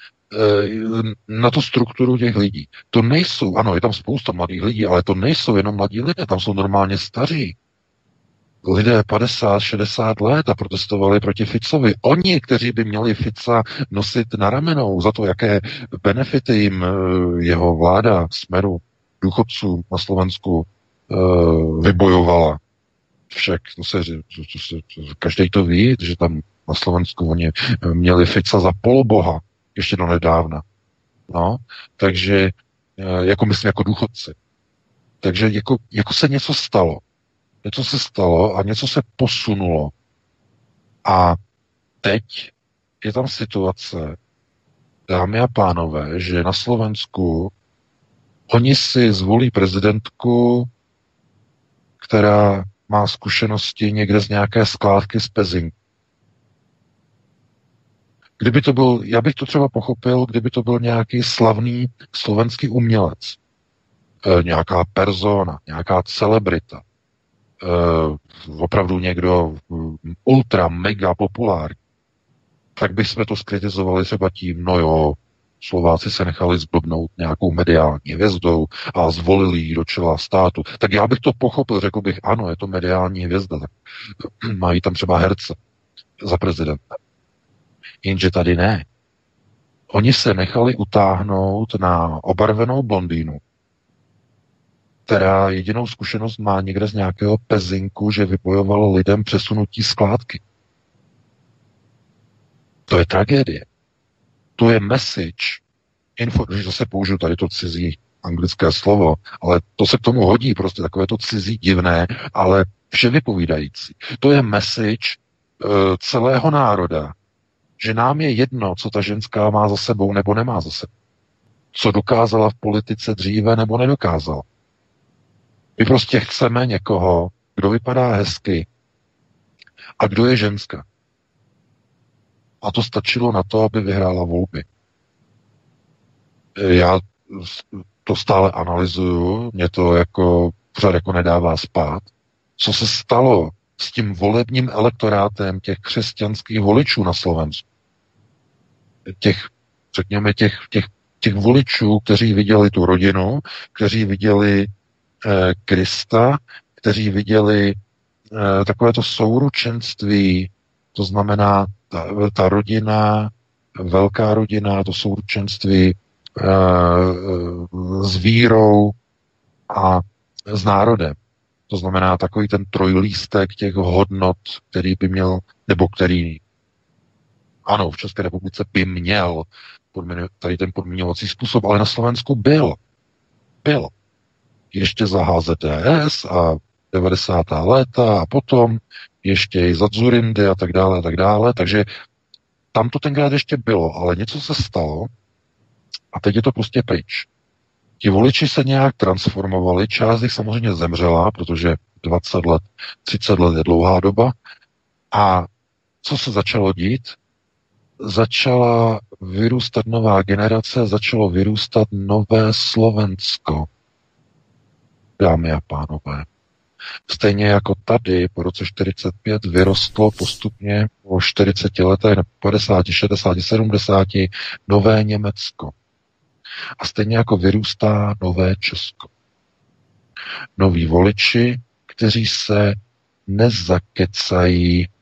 na tu strukturu těch lidí. To nejsou, ano, je tam spousta mladých lidí, ale to nejsou jenom mladí lidé, tam jsou normálně staří. Lidé padesát šedesát let a protestovali proti Ficovi. Oni, kteří by měli Fica nosit na ramenou za to, jaké benefity jim jeho vláda směru důchodců na Slovensku vybojovala. Však to se, to se, každý to ví, že tam na Slovensku oni měli Fica za poloboha ještě do nedávna. No, takže, jako myslím, jako důchodci. Takže jako, jako se něco stalo. Něco se stalo a něco se posunulo. A teď je tam situace, dámy a pánové, že na Slovensku oni si zvolí prezidentku, která má zkušenosti někde z nějaké skládky z Pezinku. Kdyby to byl, já bych to třeba pochopil, kdyby to byl nějaký slavný slovenský umělec, e, nějaká persona, nějaká celebrita, uh, opravdu někdo ultra, mega populární, tak bychom to skritizovali třeba tím, no jo, Slováci se nechali zblbnout nějakou mediální hvězdou a zvolili ji do čela státu. Tak já bych to pochopil, řekl bych, ano, je to mediální hvězda, tak mají tam třeba herce za prezidenta. Jenže tady ne. Oni se nechali utáhnout na obarvenou blondýnu, která jedinou zkušenost má někde z nějakého pezinku, že vybojovala lidem přesunutí skládky. To je tragédie. To je message, info, že zase použiju tady to cizí anglické slovo, ale to se k tomu hodí, prostě takové to cizí divné, ale vše vypovídající. To je message uh, celého národa, že nám je jedno, co ta ženská má za sebou nebo nemá za sebou. Co dokázala v politice dříve nebo nedokázala. My prostě chceme někoho, kdo vypadá hezky a kdo je ženská. A to stačilo na to, aby vyhrála volby. Já to stále analyzuju, mě to jako pořád jako nedává spát. Co se stalo s tím volebním elektorátem těch křesťanských voličů na Slovensku? Těch, řekněme, těch, těch, těch voličů, kteří viděli tu rodinu, kteří viděli eh, Krista, kteří viděli eh, takovéto souručenství, to znamená ta, ta rodina, velká rodina, to souručenství e, s vírou a s národem. To znamená takový ten trojlístek těch hodnot, který by měl, nebo který, ano, v České republice by měl podměň, tady ten podmíňovací způsob, ale na Slovensku byl. Byl. Ještě za H Z D S a devadesátá léta a potom ještě i za Dzurindy a tak dále a tak dále, takže tam to tenkrát ještě bylo, ale něco se stalo a teď je to prostě pryč. Ti voliči se nějak transformovali, část jich samozřejmě zemřela, protože dvacet let, třicet let je dlouhá doba a co se začalo dít? Začala vyrůstat nová generace, začalo vyrůstat nové Slovensko. Dámy a pánové. Stejně jako tady po roce čtyřicet pět vyrostlo postupně po čtyřiceti letech, padesáti, šedesáti, sedmdesáti nové Německo. A stejně jako vyrůstá nové Česko. Noví voliči, kteří se nezakecají.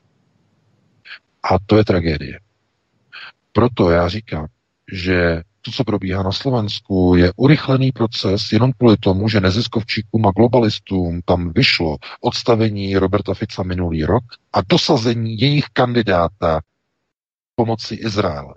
A to je tragédie. Proto já říkám, že to, co probíhá na Slovensku, je urychlený proces jenom kvůli tomu, že neziskovčíkům a globalistům tam vyšlo odstavení Roberta Fica minulý rok a dosazení jejich kandidáta pomoci Izraele.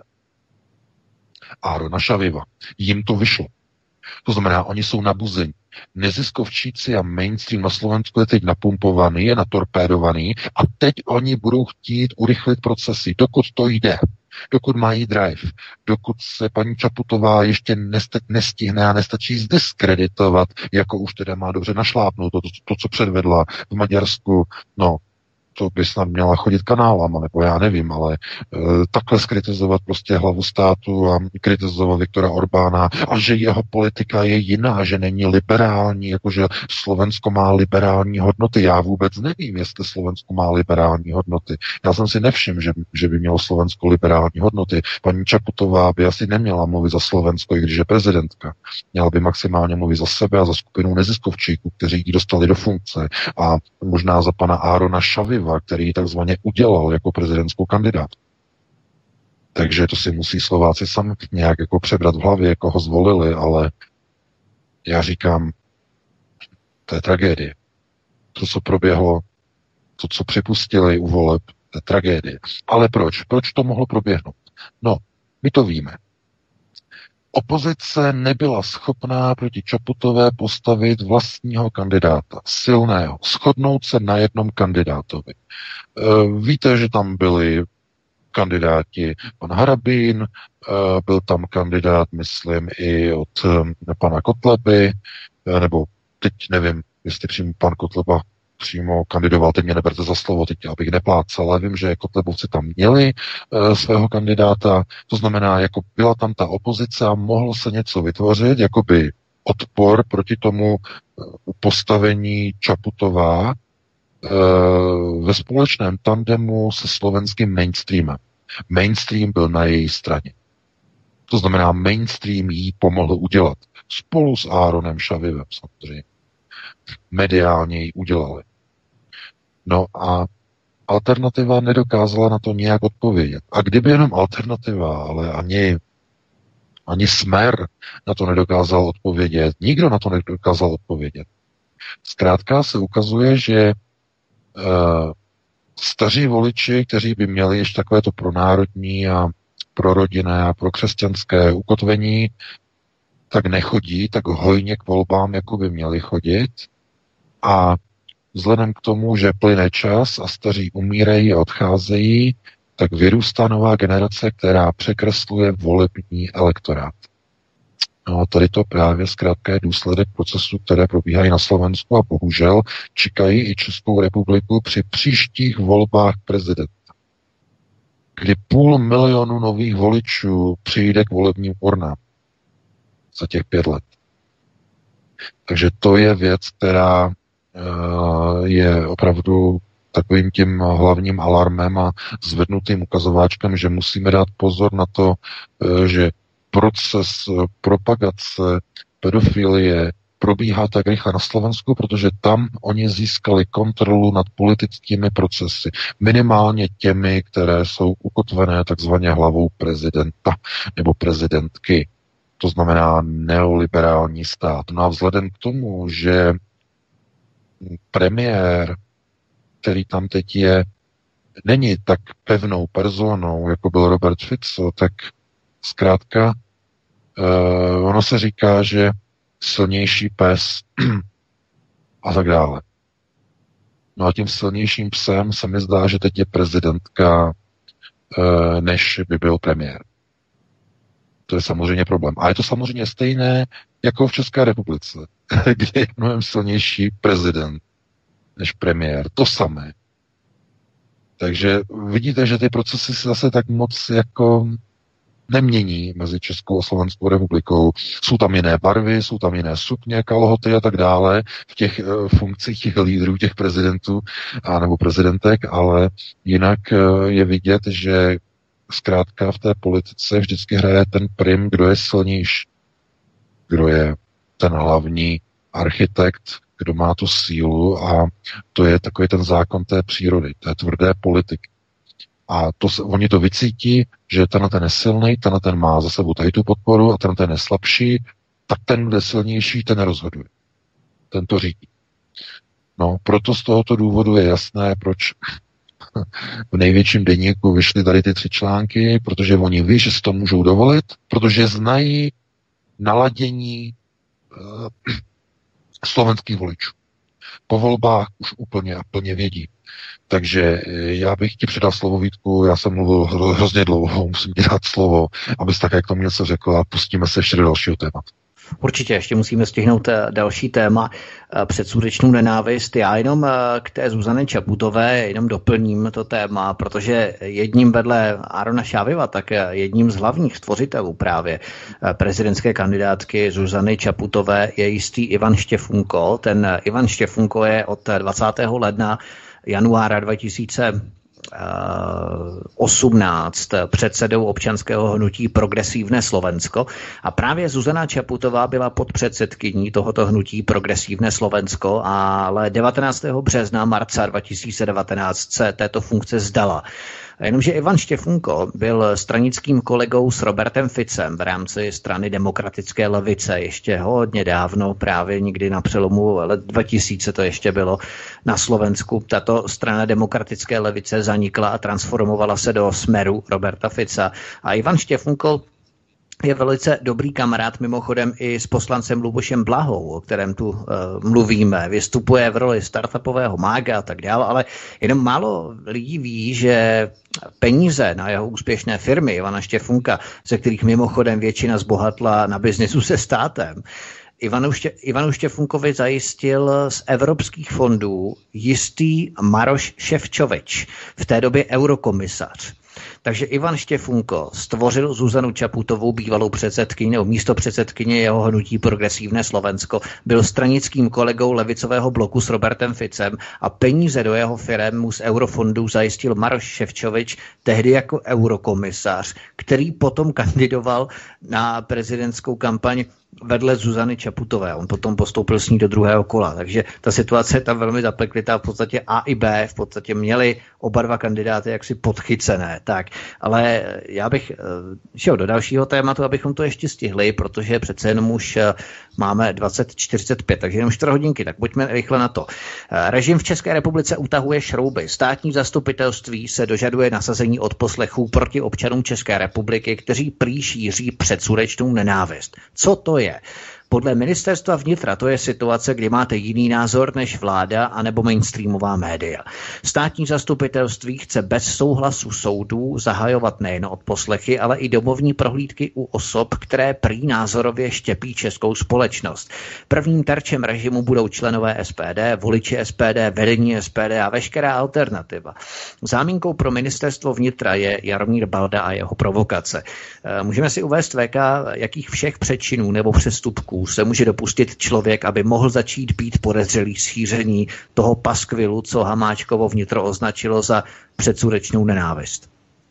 Árona Šaviva. Jim to vyšlo. To znamená, oni jsou nabuzení. Neziskovčíci a mainstream na Slovensku je teď napumpovaný, je natorpédovaný a teď oni budou chtít urychlit procesy, dokud to jde. Dokud mají drive, dokud se paní Čaputová ještě nestihne a nestačí zdiskreditovat, jako už teda má dobře našlápnout to, to, to, co předvedla v Maďarsku, no, to by snad měla chodit kanálama, nebo já nevím, ale e, takhle skritizovat prostě hlavu státu a kritizovat Viktora Orbána a že jeho politika je jiná, že není liberální, jakože Slovensko má liberální hodnoty. Já vůbec nevím, jestli Slovensko má liberální hodnoty. Já jsem si nevšiml, že, že by mělo Slovensko liberální hodnoty. Paní Čaputová by asi neměla mluvit za Slovensko, i když je prezidentka. Měla by maximálně mluvit za sebe a za skupinu neziskovčíků, kteří ji dostali do funkce a možná za pana Árona Šaviva, který takzvaně udělal jako prezidentskou kandidátku. Takže to si musí Slováci sami nějak jako přebrat v hlavě, koho zvolili, ale já říkám, to je tragédie. To, co proběhlo, to, co připustili u voleb, to je tragédie. Ale proč? Proč to mohlo proběhnout? No, my to víme. Opozice nebyla schopná proti Čaputové postavit vlastního kandidáta, silného, shodnout se na jednom kandidátovi. Víte, že tam byli kandidáti, pan Harabín, byl tam kandidát, myslím, i od pana Kotleby, nebo teď nevím, jestli přímo pan Kotleba přímo kandidoval, teď mě neberte za slovo, teď abych neplácal, ale vím, že Kotlebovci tam měli e, svého kandidáta, to znamená, jako byla tam ta opozice a mohlo se něco vytvořit, jakoby odpor proti tomu postavení Čaputová ve společném tandemu se slovenským mainstreamem. Mainstream byl na její straně. To znamená, mainstream jí pomohl udělat. Spolu s Áronem Šavivem samozřejmě. Mediálně ji udělali. No a alternativa nedokázala na to nějak odpovědět. A kdyby jenom alternativa, ale ani, ani Smer na to nedokázal odpovědět, nikdo na to nedokázal odpovědět. Zkrátka se ukazuje, že uh, staří voliči, kteří by měli ještě takovéto pronárodní a prorodinné a prokřesťanské ukotvení, tak nechodí tak hojně k volbám, jako by měli chodit. A vzhledem k tomu, že plyne čas a staří umírají a odcházejí, tak vyrůstá nová generace, která překresluje volební elektorát. No a tady to právě zkrátka je důsledek procesů, které probíhají na Slovensku a bohužel čekají i Českou republiku při příštích volbách prezidenta, kdy půl milionu nových voličů přijde k volebním urnám za těch pět let. Takže to je věc, která je opravdu takovým tím hlavním alarmem a zvednutým ukazováčkem, že musíme dát pozor na to, že proces propagace pedofilie probíhá tak rychle na Slovensku, protože tam oni získali kontrolu nad politickými procesy. Minimálně těmi, které jsou ukotvené takzvaně hlavou prezidenta nebo prezidentky. To znamená neoliberální stát. No a vzhledem k tomu, že premiér, který tam teď je, není tak pevnou personou, jako byl Robert Fico, tak zkrátka uh, ono se říká, že silnější pes a tak dále. No a tím silnějším psem se mi zdá, že teď je prezidentka, uh, než by byl premiér. To je samozřejmě problém. A je to samozřejmě stejné jako v České republice, kde je mnohem silnější prezident než premiér. To samé. Takže vidíte, že ty procesy se zase tak moc jako nemění mezi Českou a Slovenskou republikou. Jsou tam jiné barvy, jsou tam jiné sukně, kalhoty a tak dále v těch uh, funkcích těch lídrů, těch prezidentů a nebo prezidentek, ale jinak uh, je vidět, že zkrátka v té politice vždycky hraje ten prim, kdo je silnější, kdo je ten hlavní architekt, kdo má tu sílu a to je takový ten zákon té přírody, té tvrdé politiky. A to, oni to vycítí, že ten ten je silný, ten ten má za sebou tady tu podporu a ten ten je slabší, tak ten, kdo je silnější, ten nerozhoduje. Ten to řídí. No, proto z tohoto důvodu je jasné, proč v největším deníku vyšly tady ty tři články, protože oni ví, že si to můžou dovolit, protože znají naladění uh, slovenských voličů. Po volbách už úplně a plně vědí. Takže já bych ti předal slovo, Vítku, já jsem mluvil hrozně dlouho, musím ti dát slovo, abys také k tomu něco řekl a pustíme se ještě do dalšího tématu. Určitě, ještě musíme stihnout další téma, předsudečnou nenávist. Já jenom k té Zuzaně Čaputové jenom doplním to téma, protože jedním vedle Árona Šaviva, tak jedním z hlavních tvořitelů právě prezidentské kandidátky Zuzany Čaputové je jistý Ivan Štěfunko. Ten Ivan Štěfunko je od dvacátého ledna januára dva tisíce osmnáct předsedou občanského hnutí Progresívne Slovensko a právě Zuzana Čaputová byla podpředsedkyní tohoto hnutí Progresívne Slovensko, ale devatenáctého března marca dva tisíce devatenáct se této funkce zdala. Jenomže Ivan Štěfunko byl stranickým kolegou s Robertem Ficem v rámci strany Demokratické levice ještě hodně dávno, právě někdy na přelomu let dva tisíce to ještě bylo na Slovensku. Tato strana Demokratické levice zanikla a transformovala se do Smeru Roberta Fica. A Ivan Štěfunko je velice dobrý kamarád mimochodem i s poslancem Lubošem Blahou, o kterém tu uh, mluvíme. Vystupuje v roli startupového mága a tak dále, ale jenom málo lidí ví, že peníze na jeho úspěšné firmy Ivana Štěfunka, ze kterých mimochodem většina zbohatla na biznisu se státem, Ivanu, Ště, Ivanu Štěfunkovi zajistil z evropských fondů jistý Maroš Šefčovič, v té době eurokomisař. Takže Ivan Štěfunko stvořil Zuzanu Čaputovou, bývalou předsedkyni nebo místo předsedkyně jeho hnutí Progresivné Slovensko, byl stranickým kolegou levicového bloku s Robertem Ficem a peníze do jeho firem mu z eurofondů zajistil Maroš Šefčovič, tehdy jako eurokomisař, který potom kandidoval na prezidentskou kampaň vedle Zuzany Čaputové. On potom postoupil s ní do druhého kola. Takže ta situace je tam velmi zapeklitá. V podstatě A i B v podstatě měli oba dva kandidáty jaksi podchycené. Tak, ale já bych šel do dalšího tématu, abychom to ještě stihli, protože přece jenom už máme dvacet čtyřicet pět, takže jenom čtyři hodinky, tak pojďme rychle na to. Režim v České republice utahuje šrouby. Státní zastupitelství se dožaduje nasazení odposlechů proti občanům České republiky, kteří prý šíří předsudečnou nenávist. Co to je? Podle ministerstva vnitra to je situace, kdy máte jiný názor než vláda anebo mainstreamová média. Státní zastupitelství chce bez souhlasu soudů zahajovat nejen odposlechy, ale i domovní prohlídky u osob, které prý názorově štěpí českou společnost. Prvním terčem režimu budou členové S P D, voliči S P D, vedení S P D a veškerá alternativa. Zámínkou pro ministerstvo vnitra je Jaromír Balda a jeho provokace. Můžeme si uvést V K, jakých všech přečinů nebo přestupků se může dopustit člověk, aby mohl začít být podezřelý z šíření toho paskvilu, co Hamáčkovo vnitro označilo za předsudečnou nenávist?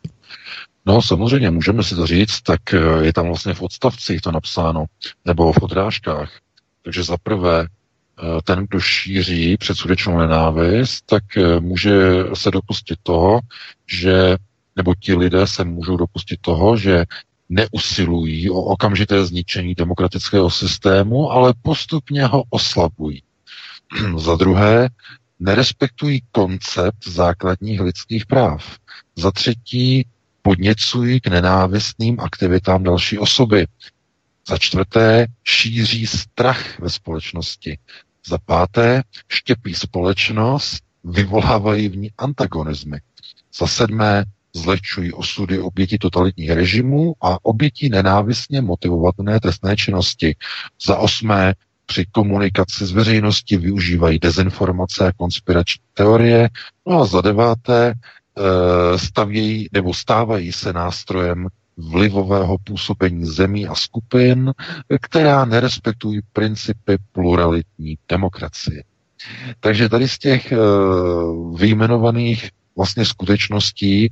No samozřejmě, můžeme si to říct, tak je tam vlastně v odstavcích to napsáno, nebo v odrážkách. Takže za prvé, ten, kdo šíří předsudečnou nenávist, tak může se dopustit toho, že, nebo ti lidé se můžou dopustit toho, že neusilují o okamžité zničení demokratického systému, ale postupně ho oslabují. Za druhé, nerespektují koncept základních lidských práv. Za třetí, podněcují k nenávistným aktivitám další osoby. Za čtvrté, šíří strach ve společnosti. Za páté, štěpí společnost, vyvolávají v ní antagonismy. Za sedmé, zlehčují osudy obětí totalitních režimů a obětí nenávistně motivované trestné činnosti. Za osmé, při komunikaci s veřejností využívají dezinformace a konspirační teorie. No a za deváté, stavějí nebo stávají se nástrojem vlivového působení zemí a skupin, která nerespektují principy pluralitní demokracie. Takže tady z těch vyjmenovaných vlastně skutečností,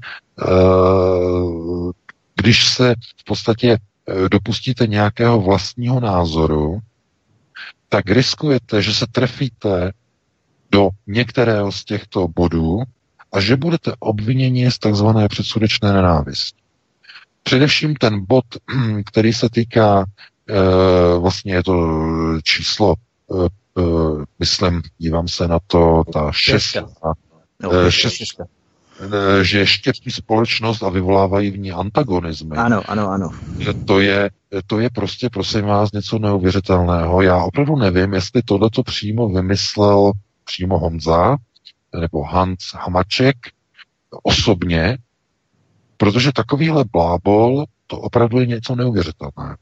když se v podstatě dopustíte nějakého vlastního názoru, tak riskujete, že se trefíte do některého z těchto bodů a že budete obviněni z takzvané předsudečné nenávisti. Především ten bod, který se týká, vlastně je to číslo, myslím, dívám se na to, ta šestá, No, šest, že štěpí společnost a vyvolávají v ní antagonismy. Ano, ano, ano. To je, to je prostě, prosím vás, něco neuvěřitelného. Já opravdu nevím, jestli tohleto přímo vymyslel přímo Honza, nebo Hans Hamaček osobně, protože takovýhle blábol, to opravdu je něco neuvěřitelného.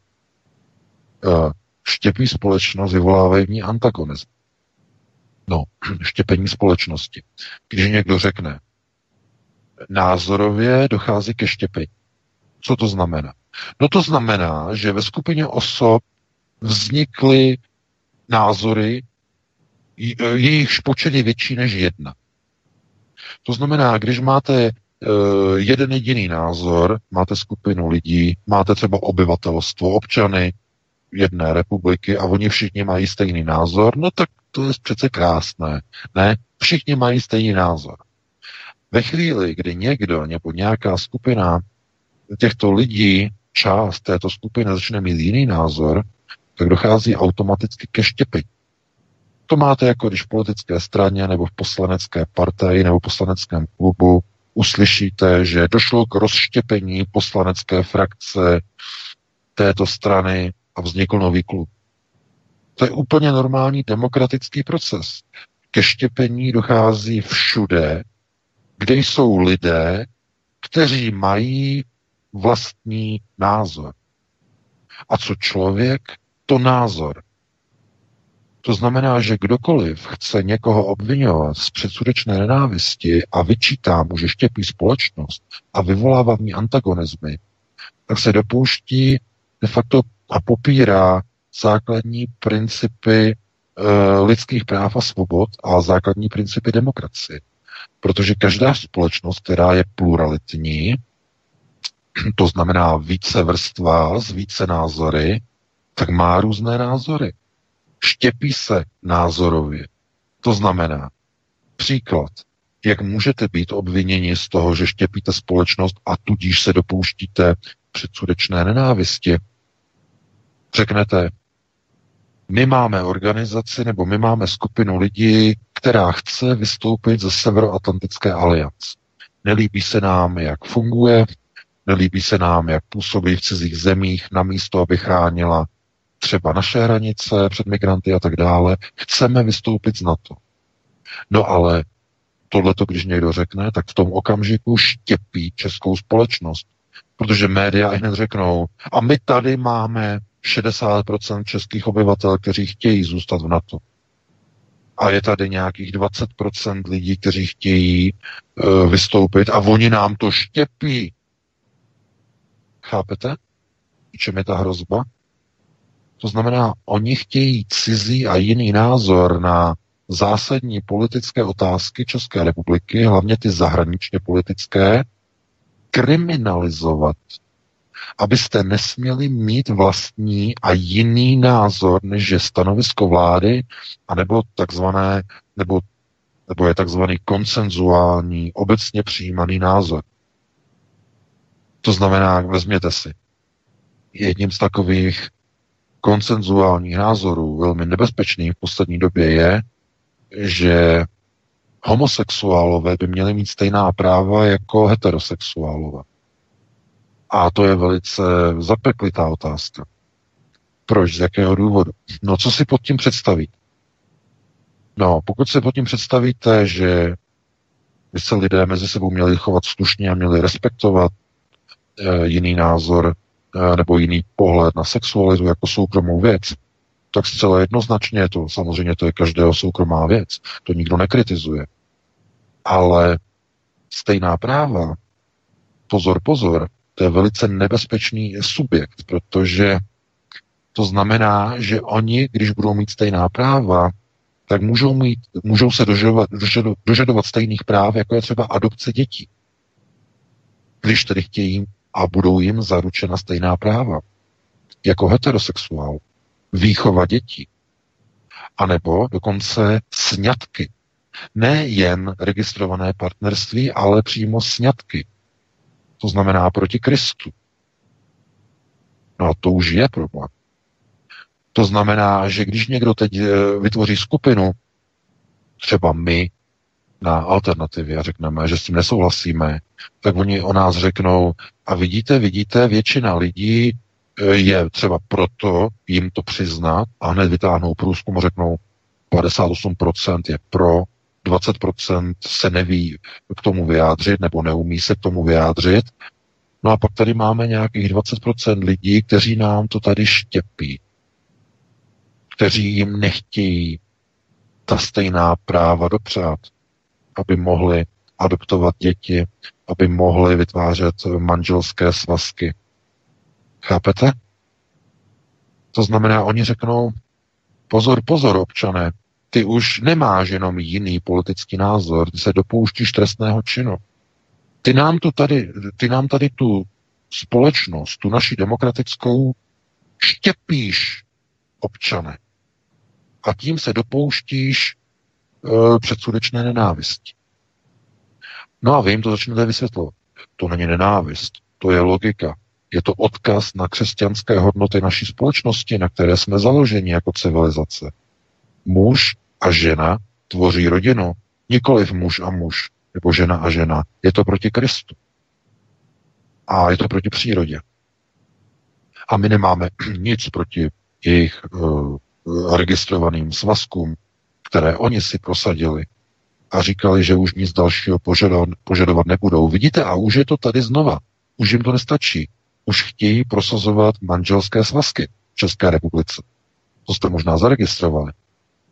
Štěpí společnost, vyvolávají v ní antagonismy. No, štěpení společnosti. Když někdo řekne, názorově dochází ke štěpení. Co to znamená? No to znamená, že ve skupině osob vznikly názory, jejichž počet je větší než jedna. To znamená, když máte uh, jeden jediný názor, máte skupinu lidí, máte třeba obyvatelstvo, občany jedné republiky a oni všichni mají stejný názor, no tak to je přece krásné. Ne, všichni mají stejný názor. Ve chvíli, kdy někdo nebo nějaká skupina těchto lidí, část této skupiny začne mít jiný názor, tak dochází automaticky ke štěpení. To máte jako když v politické straně nebo v poslanecké partii nebo poslaneckém klubu uslyšíte, že došlo k rozštěpení poslanecké frakce této strany a vznikl nový klub. To je úplně normální demokratický proces. Ke štěpení dochází všude, kde jsou lidé, kteří mají vlastní názor. A co člověk, to názor. To znamená, že kdokoliv chce někoho obvinovat z předsudečné nenávisti a vyčítá mu, že štěpí společnost a vyvolává v ní antagonismy, tak se dopouští de facto a popírá základní principy e, lidských práv a svobod a základní principy demokracie. Protože každá společnost, která je pluralitní, to znamená více vrstva s více názory, tak má různé názory. Štěpí se názorově. To znamená, příklad, jak můžete být obviněni z toho, že štěpíte společnost a tudíž se dopouštíte předsudečné nenávisti. Řeknete, my máme organizaci nebo my máme skupinu lidí, která chce vystoupit ze Severoatlantické aliance. Nelíbí se nám, jak funguje, nelíbí se nám, jak působí v cizích zemích, namísto, aby chránila třeba naše hranice před migranty a tak dále. Chceme vystoupit z NATO. No ale tohleto, když někdo řekne, tak v tom okamžiku štěpí českou společnost. Protože média hned řeknou, a my tady máme šedesát procent českých obyvatel, kteří chtějí zůstat v NATO. A je tady nějakých dvacet procent lidí, kteří chtějí uh, vystoupit a oni nám to štěpí. Chápete? V čem je ta hrozba? To znamená, oni chtějí cizí a jiný názor na zásadní politické otázky České republiky, hlavně ty zahraničně politické, kriminalizovat, abyste nesměli mít vlastní a jiný názor, než je stanovisko vlády, anebo takzvané, nebo, nebo je takzvaný konsenzuální, obecně přijímaný názor. To znamená, vezměte si, jedním z takových konsenzuálních názorů, velmi nebezpečných v poslední době je, že homosexuálové by měli mít stejná práva jako heterosexuálové. A to je velice zapeklitá otázka. Proč? Z jakého důvodu? No, co si pod tím představit? No, pokud si pod tím představíte, že by se lidé mezi sebou měli chovat slušně a měli respektovat e, jiný názor e, nebo jiný pohled na sexualitu jako soukromou věc, tak zcela jednoznačně to, samozřejmě to je každého soukromá věc, to nikdo nekritizuje. Ale stejná práva, pozor, pozor, to je velice nebezpečný subjekt, protože to znamená, že oni, když budou mít stejná práva, tak můžou, mít, můžou se dožadovat, dožadovat stejných práv, jako je třeba adopce dětí. Když tedy chtějí a budou jim zaručena stejná práva, jako heterosexuál, výchova dětí, anebo dokonce sňatky. Ne jen registrované partnerství, ale přímo sňatky. To znamená proti Kristu. No a to už je problém. To znamená, že když někdo teď vytvoří skupinu, třeba my na Alternativě a řekneme, že s tím nesouhlasíme, tak oni o nás řeknou, a vidíte, vidíte, většina lidí je třeba proto jim to přiznat a hned vytáhnou průzkum a řeknou, padesát osm procent je pro, dvacet procent se neví k tomu vyjádřit nebo neumí se k tomu vyjádřit. No a pak tady máme nějakých dvacet procent lidí, kteří nám to tady štěpí. Kteří jim nechtějí ta stejná práva dopřát, aby mohli adoptovat děti, aby mohli vytvářet manželské svazky. Chápete? To znamená, oni řeknou, pozor, pozor, občané, ty už nemáš jenom jiný politický názor, ty se dopouštíš trestného činu. Ty nám, to tady, ty nám tady tu společnost, tu naši demokratickou, štěpíš, občane. A tím se dopouštíš e, předsudečné nenávisti. No a vy jim to začnete vysvětlovat. To není nenávist, to je logika. Je to odkaz na křesťanské hodnoty naší společnosti, na které jsme založeni jako civilizace. Muž a žena tvoří rodinu, nikoliv muž a muž, nebo žena a žena. Je to proti Kristu. A je to proti přírodě. A my nemáme nic proti jejich uh, registrovaným svazkům, které oni si prosadili a říkali, že už nic dalšího požadovat, požadovat nebudou. Vidíte, a už je to tady znova. Už jim to nestačí. Už chtějí prosazovat manželské svazky v České republice. To jste možná zaregistrovali.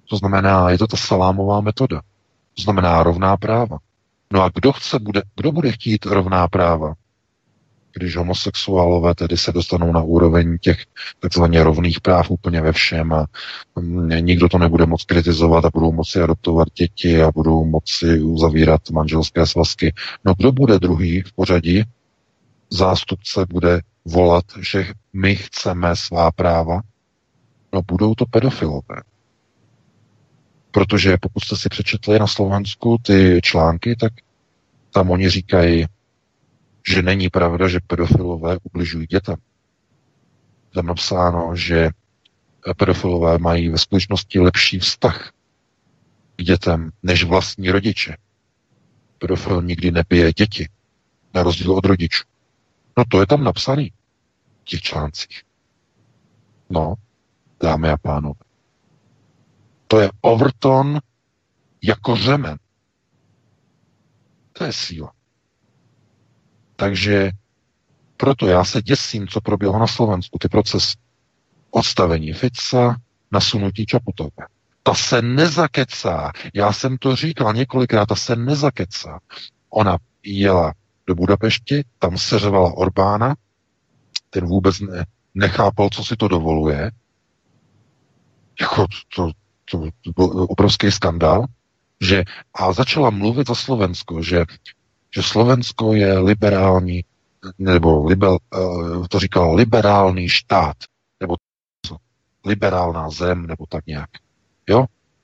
To znamená, je to ta salámová metoda. To znamená rovná práva. No a kdo chce, bude, kdo bude chtít rovná práva? Když homosexuálové tedy se dostanou na úroveň těch takzvaně rovných práv úplně ve všem a nikdo to nebude moc kritizovat a budou moci adoptovat děti a budou moci uzavírat manželské svazky. No kdo bude druhý v pořadí? Zástupce bude volat, že my chceme svá práva? No budou to pedofilové. Protože pokud jste si přečetli na Slovensku ty články, tak tam oni říkají, že není pravda, že pedofilové ubližují dětem. Tam napsáno, že pedofilové mají ve skutečnosti lepší vztah k dětem než vlastní rodiče. Pedofil nikdy nebije děti, na rozdíl od rodičů. No to je tam napsaný v těch článcích. No, dámy a pánové. To je Overton jako řemen. To je síla. Takže proto já se děsím, co proběhlo na Slovensku, ty procesy. Odstavení Fica, nasunutí Čaputové. Ta se nezakecá. Já jsem to říkal několikrát, ta se nezakecá. Ona jela do Budapešti, tam seřevala Orbána, ten vůbec ne, nechápal, co si to dovoluje. Jako to, to, to byl obrovský skandál, že a začala mluvit za Slovensko, že že Slovensko je liberální, nebo liber, to říkal liberální štát, nebo co, liberálná zem, nebo tak nějak. Jo?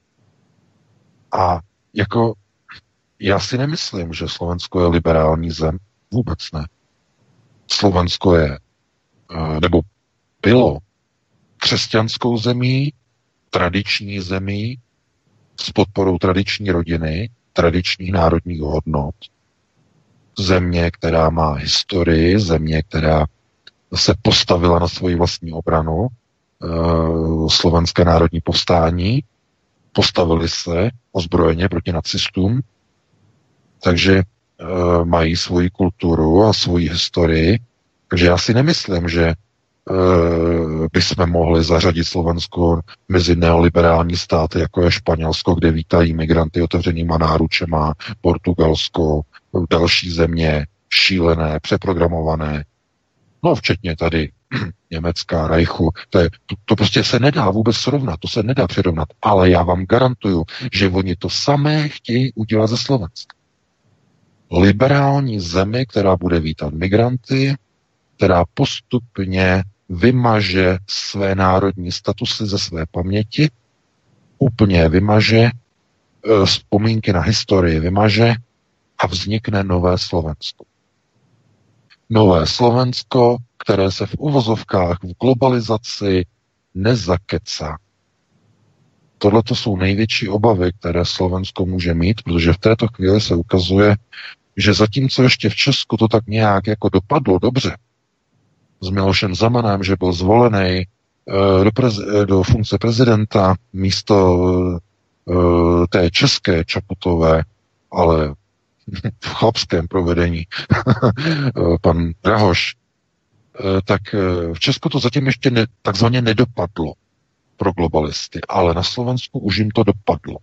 A jako já si nemyslím, že Slovensko je liberální zem. Vůbec ne. Slovensko je, nebo bylo křesťanskou zemí, tradiční zemí, s podporou tradiční rodiny, tradičních národních hodnot, země, která má historii, země, která se postavila na svoji vlastní obranu, e, slovenské národní povstání, postavili se ozbrojeně proti nacistům, takže e, mají svoji kulturu a svoji historii, takže já si nemyslím, že e, bychom mohli zařadit Slovensko mezi neoliberální státy, jako je Španělsko, kde vítají migranty otevřenýma náručema, Portugalsko, další země, šílené, přeprogramované, no včetně tady Německa, Reichu, to, je, to, to prostě se nedá vůbec srovnat, to se nedá přirovnat, ale já vám garantuju, že oni to samé chtějí udělat ze Slovenska. Liberální zemi, která bude vítat migranty, která postupně vymaže své národní statusy ze své paměti, úplně vymaže, vzpomínky na historii vymaže a vznikne nové Slovensko. Nové Slovensko, které se v uvozovkách v globalizaci nezakecá. Tohle to jsou největší obavy, které Slovensko může mít, protože v této chvíli se ukazuje, že zatímco ještě v Česku to tak nějak jako dopadlo dobře, s Milošem Zemanem, že byl zvolený uh, do, prez- do funkce prezidenta místo uh, té české Čaputové, ale v chlapském provedení pan Drahoš, tak v Česku to zatím ještě ne, takzvaně nedopadlo pro globalisty, ale na Slovensku už jim to dopadlo.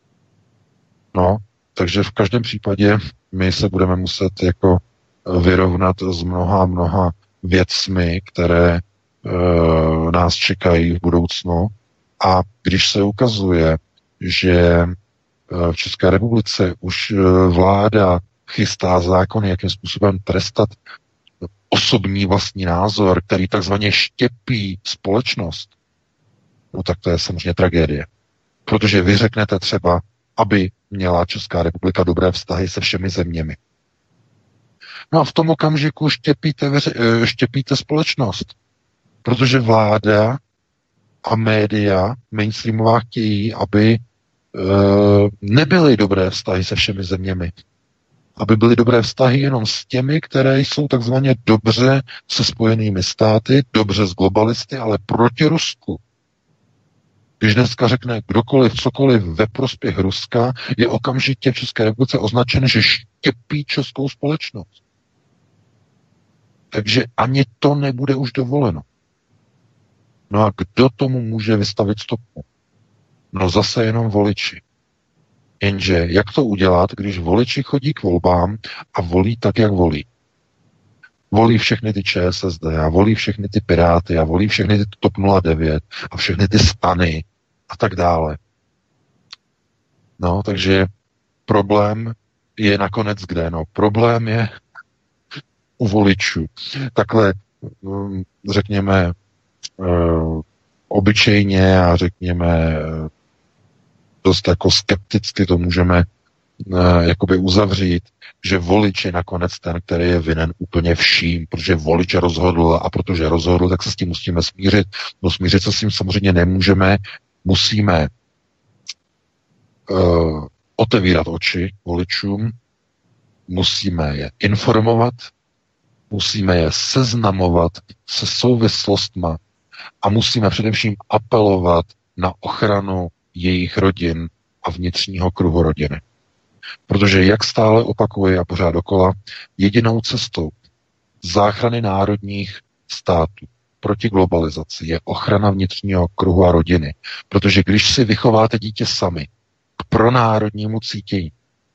No, takže v každém případě my se budeme muset jako vyrovnat s mnoha, mnoha věcmi, které e, nás čekají v budoucnu. A když se ukazuje, že v České republice už vláda chystá zákony, jakým způsobem trestat osobní vlastní názor, který takzvaně štěpí společnost, no tak to je samozřejmě tragédie. Protože vy řeknete třeba, aby měla Česká republika dobré vztahy se všemi zeměmi. No a v tom okamžiku štěpíte, veře- štěpíte společnost. Protože vláda a média mainstreamová chtějí, aby nebyly dobré vztahy se všemi zeměmi. Aby byly dobré vztahy jenom s těmi, které jsou takzvaně dobře se Spojenými státy, dobře s globalisty, ale proti Rusku. Když dneska řekne kdokoliv, cokoliv ve prospěch Ruska, je okamžitě v České republice označen, že štěpí českou společnost. Takže ani to nebude už dovoleno. No a kdo tomu může vystavit stopku? No zase jenom voliči. Jenže jak to udělat, když voliči chodí k volbám a volí tak, jak volí? Volí všechny ty ČSSD a volí všechny ty Piráty a volí všechny ty TOP nula devět a všechny ty stany a tak dále. No, takže problém je nakonec kde? No, problém je u voličů. Takhle, řekněme, obyčejně a řekněme dost jako skepticky to můžeme jakoby uzavřít, že volič je nakonec ten, který je vinen úplně vším, protože volič rozhodl a protože rozhodl, tak se s tím musíme smířit. No smířit se s tím samozřejmě nemůžeme, musíme uh, otevírat oči voličům, musíme je informovat, musíme je seznamovat se souvislostma a musíme především apelovat na ochranu jejich rodin a vnitřního kruhu rodiny. Protože, jak stále opakuji a pořád dokola, jedinou cestou záchrany národních států proti globalizaci je ochrana vnitřního kruhu a rodiny. Protože když si vychováte dítě sami k pronárodnímu cítění,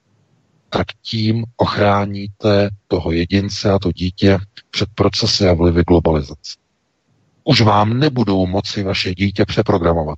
tak tím ochráníte toho jedince a to dítě před procesy a vlivy globalizace. Už vám nebudou moci vaše dítě přeprogramovat.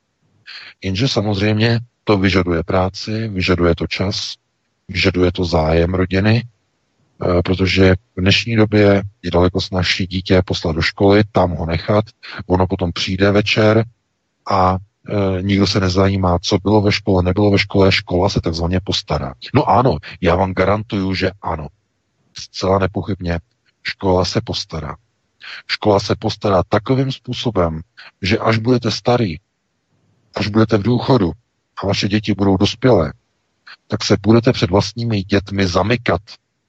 Jenže samozřejmě to vyžaduje práci, vyžaduje to čas, vyžaduje to zájem rodiny, protože v dnešní době je daleko snazší dítě poslat do školy, tam ho nechat, ono potom přijde večer a e, nikdo se nezajímá, co bylo ve škole, nebylo ve škole, škola se takzvaně postará. No ano, já vám garantuju, že ano. Zcela nepochybně, škola se postará. Škola se postará takovým způsobem, že až budete starý, až budete v důchodu a vaše děti budou dospělé, tak se budete před vlastními dětmi zamykat.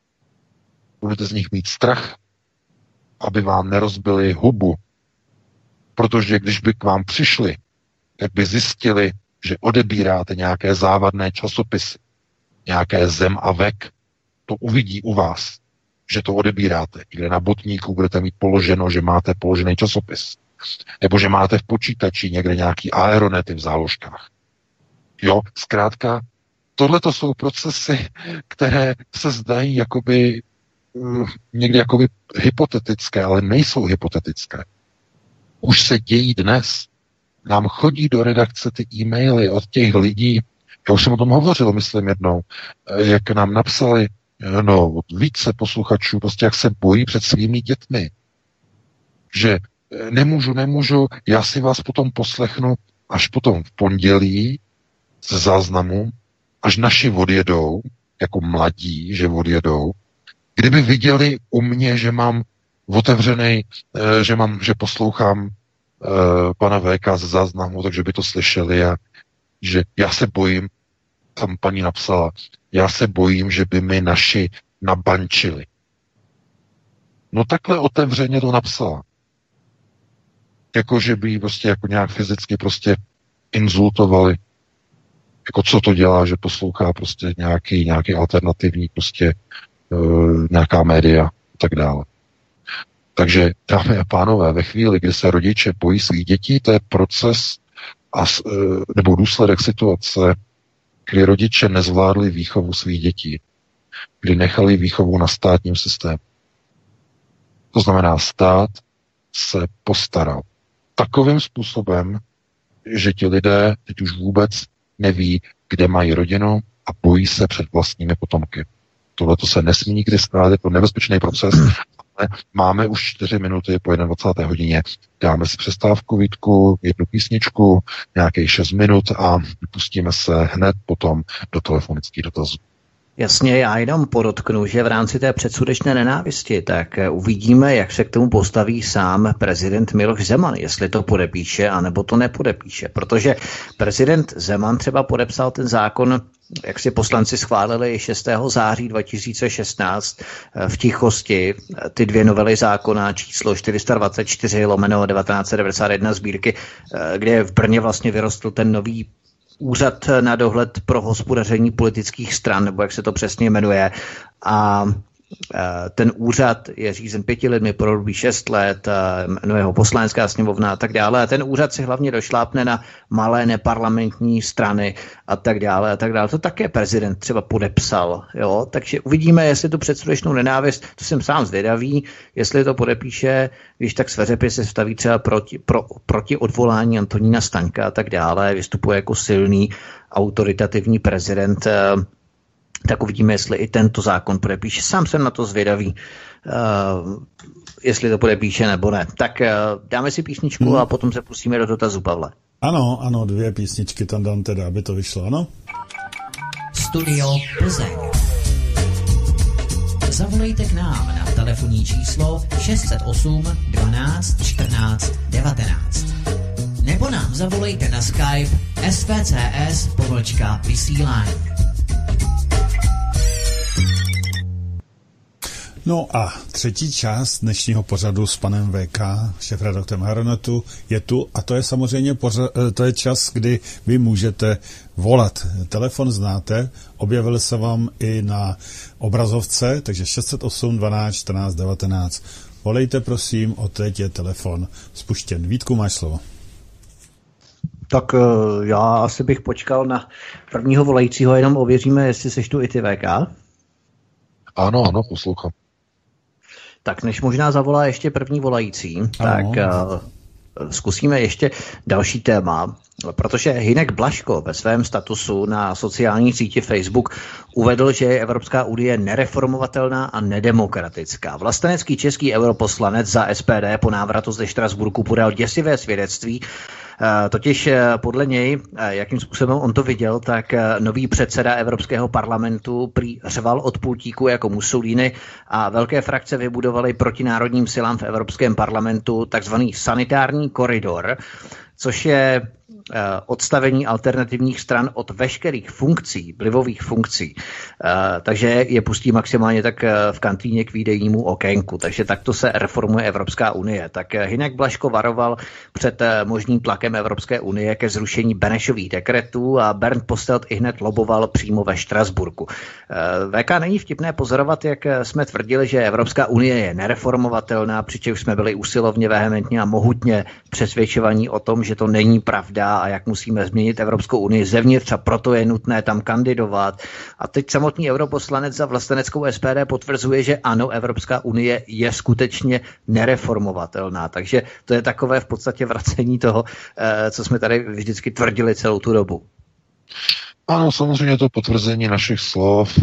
Budete z nich mít strach, aby vám nerozbili hubu. Protože když by k vám přišli, tak by zjistili, že odebíráte nějaké závadné časopisy, nějaké Zem a Vek. To uvidí u vás, že to odebíráte. Kde na botníku budete mít položeno, že máte položený časopis. Nebo že máte v počítači někde nějaký aeronety v záložkách. Jo, zkrátka, tohle to jsou procesy, které se zdají jakoby někdy jakoby hypotetické, ale nejsou hypotetické. Už se dějí dnes. Nám chodí do redakce ty e-maily od těch lidí, já už jsem o tom hovořil, myslím jednou, jak nám napsali, no, od více posluchačů, prostě jak se bojí před svými dětmi. Že nemůžu, nemůžu, já si vás potom poslechnu až potom v pondělí ze záznamu, až naši odjedou, jako mladí, že odjedou, kdyby viděli u mě, že mám otevřený, že mám, že poslouchám uh, pana V K ze záznamu, takže by to slyšeli a že já se bojím, tam paní napsala, já se bojím, že by mi naši nabančili. No takhle otevřeně to napsala. Jako, že by prostě jako nějak fyzicky prostě insultovali. Jako co to dělá, že poslouchá prostě nějaký, nějaký alternativní prostě uh, nějaká média a tak dále. Takže, dámy a pánové, ve chvíli, kdy se rodiče bojí svých dětí, to je proces a, uh, nebo důsledek situace, kdy rodiče nezvládli výchovu svých dětí, kdy nechali výchovu na státním systému. To znamená, stát se postaral takovým způsobem, že ti lidé teď už vůbec neví, kde mají rodinu a bojí se před vlastními potomky. Tohle to se nesmí nikdy stát, je to nebezpečný proces, ale máme už čtyři minuty po dvacáté jedné hodině. Dáme si přestávku, Vítku, jednu písničku, nějakých šest minut a pustíme se hned potom do telefonických dotazů. Jasně, já jenom podotknu, že v rámci té předsudečné nenávisti, tak uvidíme, jak se k tomu postaví sám prezident Miloš Zeman, jestli to podepíše, anebo to nepodepíše. Protože prezident Zeman třeba podepsal ten zákon, jak si poslanci schválili šestého září dva tisíce šestnáct v tichosti, ty dvě novely zákona číslo čtyři sta dvacet čtyři lomeno devatenáct set devadesát jedna sbírky, kde v Brně vlastně vyrostl ten nový úřad na dohled pro hospodaření politických stran, nebo jak se to přesně jmenuje. A ten úřad je řízen pěti lidmi, probí šest let, jmenuje ho poslanecká sněmovna a tak dále. A ten úřad si hlavně došlápne na malé neparlamentní strany a tak dále a tak dále. To také prezident třeba podepsal. Jo? Takže uvidíme, jestli tu předsudečnou nenávist, to jsem sám zvědavý, jestli to podepíše, když tak sveřepě se staví třeba proti, pro, proti odvolání Antonína Staňka a tak dále, vystupuje jako silný autoritativní prezident, tak uvidíme, jestli i tento zákon podepíše. Sám jsem na to zvědavý, uh, jestli to podepíše nebo ne. Tak uh, dáme si písničku hmm. a potom se pustíme do dotazu, Pavle. Ano, ano, dvě písničky tam dám teda, aby to vyšlo, ano? Studio Plzeň. Zavolejte k nám na telefonní číslo šest set osm dvanáct čtrnáct devatenáct. Nebo nám zavolejte na Skype S V C S pomlčka vysílání. No a třetí část dnešního pořadu s panem V K, šéfredaktorem Aeronetu, je tu a to je samozřejmě pořad, to je čas, kdy vy můžete volat. Telefon znáte, objevil se vám i na obrazovce, takže šest set osm dvanáct čtrnáct devatenáct. Volejte prosím, odteď je telefon spuštěn. Vítku, máš slovo. Tak já asi bych počkal na prvního volajícího, jenom ověříme, jestli seš tu i ty V K. Ano, ano, poslouchám. Tak než možná zavolá ještě první volající, ano. tak uh, zkusíme ještě další téma, protože Hynek Blažko ve svém statusu na sociální síti Facebook uvedl, že je Evropská unie nereformovatelná a nedemokratická. Vlastenecký český europoslanec za S P D po návratu ze Štrasburku podal děsivé svědectví. Totiž podle něj, jakým způsobem on to viděl, tak nový předseda Evropského parlamentu prý řval od pultíku jako Mussolini a velké frakce vybudovaly proti národním silám v Evropském parlamentu takzvaný sanitární koridor, což je odstavení alternativních stran od veškerých funkcí, vlivových funkcí. Takže je pustí maximálně tak v kantýně k výdejnímu okénku. Takže takto se reformuje Evropská unie. Tak Hynek Blažko varoval před možným tlakem Evropské unie ke zrušení Benešových dekretů a Bernd Posselt i hned loboval přímo ve Štrasburku. V K není vtipné pozorovat, jak jsme tvrdili, že Evropská unie je nereformovatelná, přičemž jsme byli usilovně, vehementně a mohutně přesvědčovaní o tom, že to není pravda a jak musíme změnit Evropskou unii zevnitř a proto je nutné tam kandidovat. A teď samotný europoslanec za vlasteneckou S P D potvrzuje, že ano, Evropská unie je skutečně nereformovatelná. Takže to je takové v podstatě vracení toho, co jsme tady vždycky tvrdili celou tu dobu. Ano, samozřejmě to potvrzení našich slov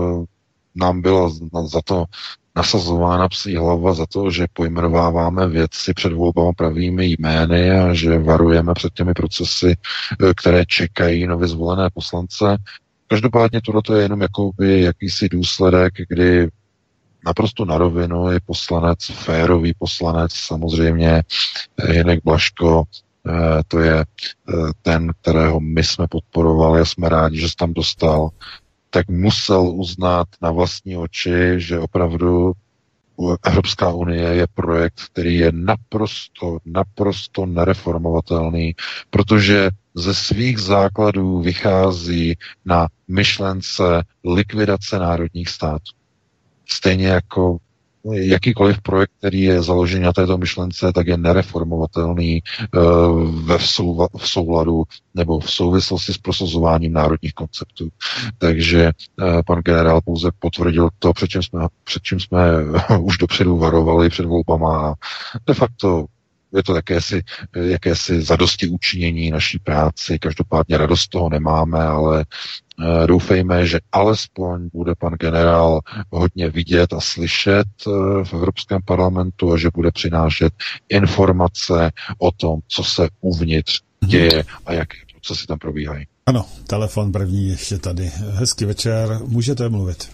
nám bylo za to nasazována psí hlava za to, že pojmenováváme věci před volbama pravými jmény a že varujeme před těmi procesy, které čekají nově zvolené poslance. Každopádně tohle je jenom jakoby jakýsi důsledek, kdy naprosto na rovinu je poslanec, férový poslanec, samozřejmě Hynek Blažko, to je ten, kterého my jsme podporovali a jsme rádi, že se tam dostal, tak musel uznat na vlastní oči, že opravdu Evropská unie je projekt, který je naprosto, naprosto nereformovatelný, protože ze svých základů vychází na myšlence likvidace národních států. Stejně jako jakýkoliv projekt, který je založený na této myšlence, tak je nereformovatelný ve v souladu nebo v souvislosti s prosazováním národních konceptů. Takže pan generál pouze potvrdil to, před čím jsme, před čím jsme už dopředu varovali před volbama a de facto je to jakési, jakési zadosti učinění naší práci. Každopádně radost toho nemáme, ale uh, doufejme, že alespoň bude pan generál hodně vidět a slyšet uh, v Evropském parlamentu a že bude přinášet informace o tom, co se uvnitř děje a jaké procesy tam probíhají. Ano, telefon první ještě tady. Hezký večer, můžete mluvit.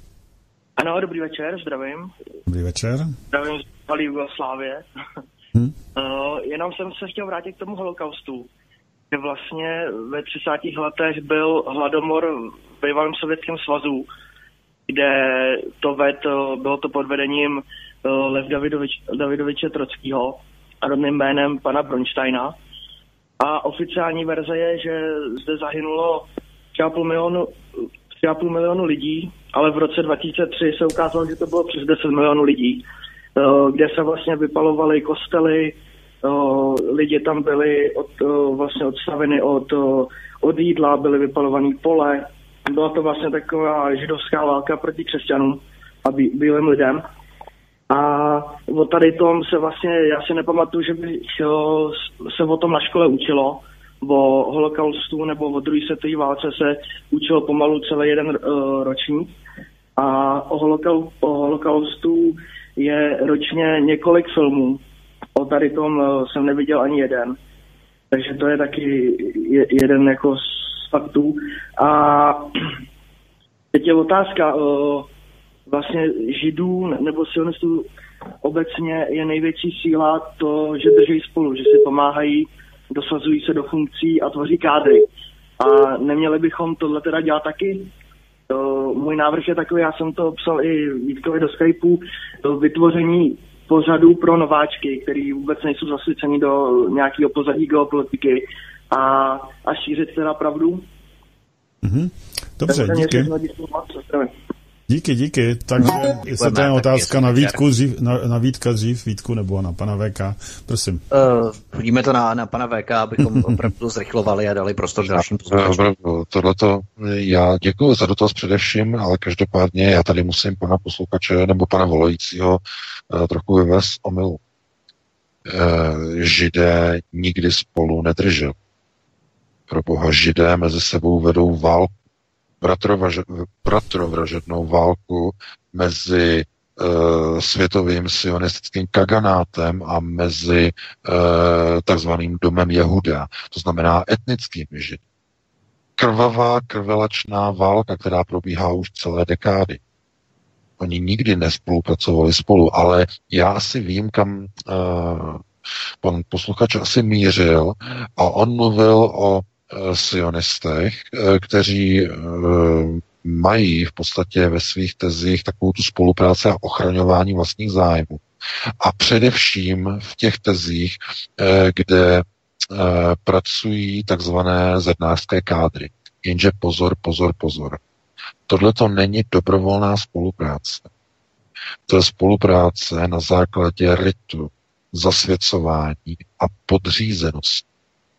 Ano, dobrý večer, zdravím. Dobrý večer. Zdravím z Palí Jugoslávie. Hmm. Uh, jenom jsem se chtěl vrátit k tomu holokaustu, že vlastně ve třicátých letech byl hladomor v bývalém Sovětském svazu, kde to ved, bylo to pod vedením uh, Lev Davidovič, Davidoviče Trockýho a rodným jménem pana Bronsteina. A oficiální verze je, že zde zahynulo tři a půl milionu, tři a půl milionu lidí ale v roce dva tisíce tři se ukázalo, že to bylo přes deset milionů lidí, kde se vlastně vypalovaly kostely, lidi tam byli od, vlastně odstaveny od, od jídla, byly vypalované pole. Byla to vlastně taková židovská válka proti křesťanům a bí, bílým lidem. A o tady tom se vlastně, já si nepamatuju, že by se o tom na škole učilo, o holokaustu nebo o druhé světové válce se učilo pomalu celý jeden uh, ročník. A o, holokau, o holokaustu je ročně několik filmů. O tady tom uh, jsem neviděl ani jeden. Takže to je taky je, jeden jako z faktů. A teď je otázka, uh, vlastně židů nebo sionistů obecně je největší síla to, že drží spolu, že si pomáhají, dosazují se do funkcí a tvoří kádry. A neměli bychom tohle teda dělat taky? To, můj návrh je takový, já jsem to psal i Vítkovi do Skypeu, to vytvoření pořadů pro nováčky, který vůbec nejsou zasvěcení do nějakého pozadí geopolitiky a, a šířit teda pravdu. Mm-hmm. Dobře, díky. Díky, díky. Takže jestli to je otázka na Vítku dřív, na, na Vítka dřív, Vítku, nebo na pana V K, prosím. Uh, hodíme to na, na pana V K, abychom opravdu zrychlovali a dali prostor dalším posluchačům. Tohleto, já děkuji za dotaz především, ale každopádně já tady musím pana posluchače nebo pana volajícího uh, trochu vyvést omylu. Uh, židé nikdy spolu nedrželi. Pro boha, židé mezi sebou vedou válku. bratrovražednou válku mezi uh, světovým sionistickým kaganátem a mezi uh, takzvaným domem Jehuda, to znamená etnickými židy. Krvavá, krvelačná válka, která probíhá už celé dekády. Oni nikdy nespolupracovali spolu, ale já asi vím, kam uh, pan posluchač asi mířil a on mluvil o sionistech, kteří mají v podstatě ve svých tezích takovou tu spolupráci a ochraňování vlastních zájmů. A především v těch tezích, kde pracují takzvané zednářské kádry. Jenže pozor, pozor, pozor. Tohle to není dobrovolná spolupráce. To je spolupráce na základě ritu, zasvěcování a podřízenosti.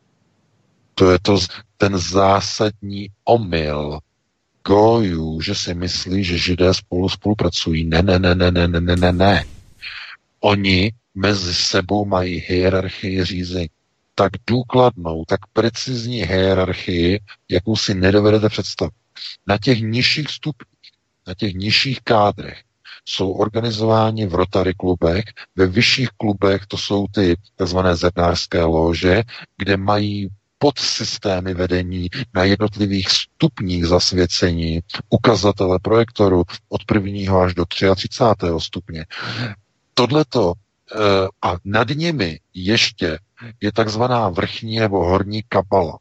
To je to, ten zásadní omyl gojů, že si myslí, že židé spolu spolupracují. Ne, ne, ne, ne, ne, ne, ne, ne. Oni mezi sebou mají hierarchii řízení. Tak důkladnou, tak precizní hierarchii, jakou si nedovedete představit. Na těch nižších stupních, na těch nižších kádrech jsou organizováni v Rotary klubech, ve vyšších klubech to jsou ty tzv. Zednářské lože, kde mají podsystémy vedení na jednotlivých stupních zasvěcení, ukazatele projektoru od prvního až do třicátého třetího stupně. Tohleto a nad nimi ještě je takzvaná vrchní nebo horní kabala.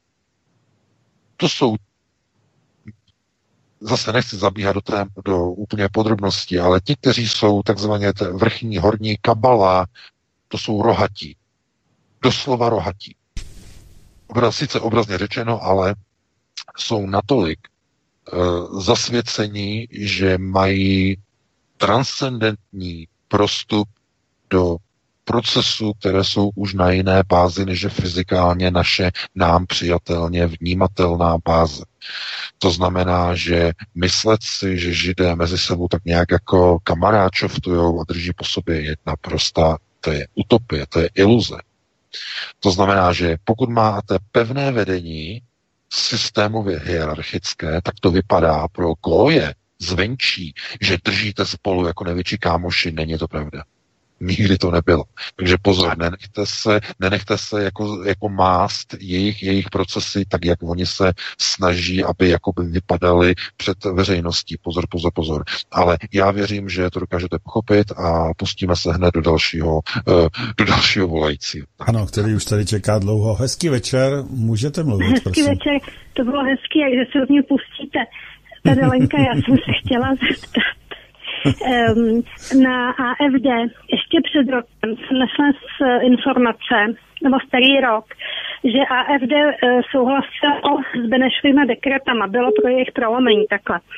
To jsou, zase nechci zabíhat do, té, do úplně podrobností, ale ti, kteří jsou takzvaně vrchní, horní kabala, to jsou rohatí. Doslova rohatí. Obraz, sice obrazně řečeno, ale jsou natolik uh, zasvěcení, že mají transcendentní prostup do procesů, které jsou už na jiné bázi, než je fyzikálně naše nám přijatelně vnímatelná báze. To znamená, že myslet si, že židé mezi sebou tak nějak jako kamaráčoftujou a drží po sobě, je naprostá, to je utopie, to je iluze. To znamená, že pokud máte pevné vedení systémově hierarchické, tak to vypadá pro goje zvenčí, že držíte spolu jako největší kámoši, není to pravda. Nikdy to nebylo. Takže pozor, nenechte se, nenechte se jako, jako mást jejich, jejich procesy, tak jak oni se snaží, aby jakoby vypadali před veřejností. Pozor, pozor, pozor. Ale já věřím, že to dokážete pochopit a pustíme se hned do dalšího, do dalšího volajícího. Ano, který už tady čeká dlouho. Hezký večer, můžete mluvit, Hezký prosím. večer, to bylo hezký, jak že se od mě pustíte. Tady Lenka, já jsem se chtěla zeptat. Um, na A F D ještě před rokem jsem našla informace, nebo starý rok, že A F D uh, souhlasilo s Benešovými dekretama, bylo pro jejich prolomení takhle.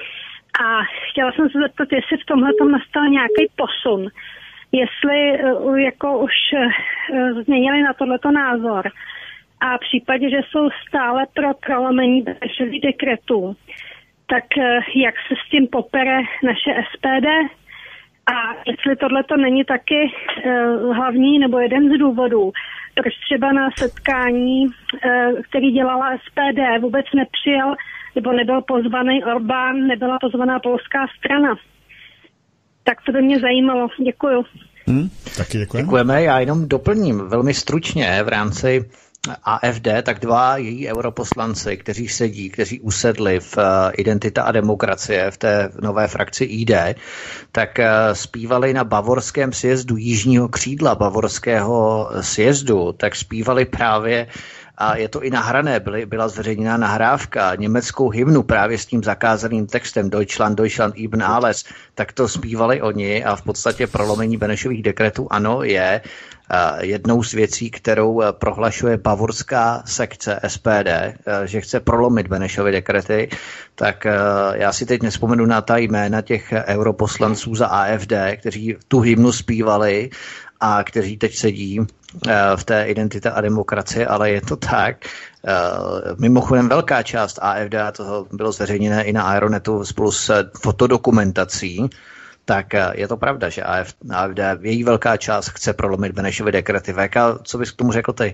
A chtěla jsem se zeptat, jestli v tomhle tom nastal nějaký posun, jestli uh, jako už uh, změnili na tohleto názor a v případě, že jsou stále pro prolomení Benešových dekretů, tak uh, jak se s tím popere naše S P D a jestli tohleto není taky uh, hlavní nebo jeden z důvodů, proč třeba na setkání, uh, který dělala S P D, vůbec nepřijel nebo nebyl pozvaný Orbán, nebyla pozvaná polská strana. Tak to by mě zajímalo. Děkuju. Hmm, taky děkujeme. Děkujeme. Já jenom doplním velmi stručně v rámci A F D, tak dva její europoslanci, kteří sedí, kteří usedli v Identita a demokracie, v té nové frakci I D, tak zpívali na bavorském sjezdu jižního křídla bavorského sjezdu, tak zpívali právě, a je to i nahrané, byly, byla zveřejněná nahrávka, německou hymnu právě s tím zakázaným textem Deutschland, Deutschland ibn alles, tak to zpívali oni a v podstatě prolomení Benešových dekretů, ano, je jednou z věcí, kterou prohlašuje bavorská sekce S P D, že chce prolomit Benešovy dekrety, tak já si teď nespomenu na ta jména těch europoslanců za A F D, kteří tu hymnu zpívali a kteří teď sedí v té Identita a demokracie, ale je to tak. Mimochodem velká část A F D, to bylo zveřejněné i na Aeronetu spolu s fotodokumentací, tak je to pravda, že A F D, její velká část chce prolomit Benešovy dekrety. V K, co bys k tomu řekl ty?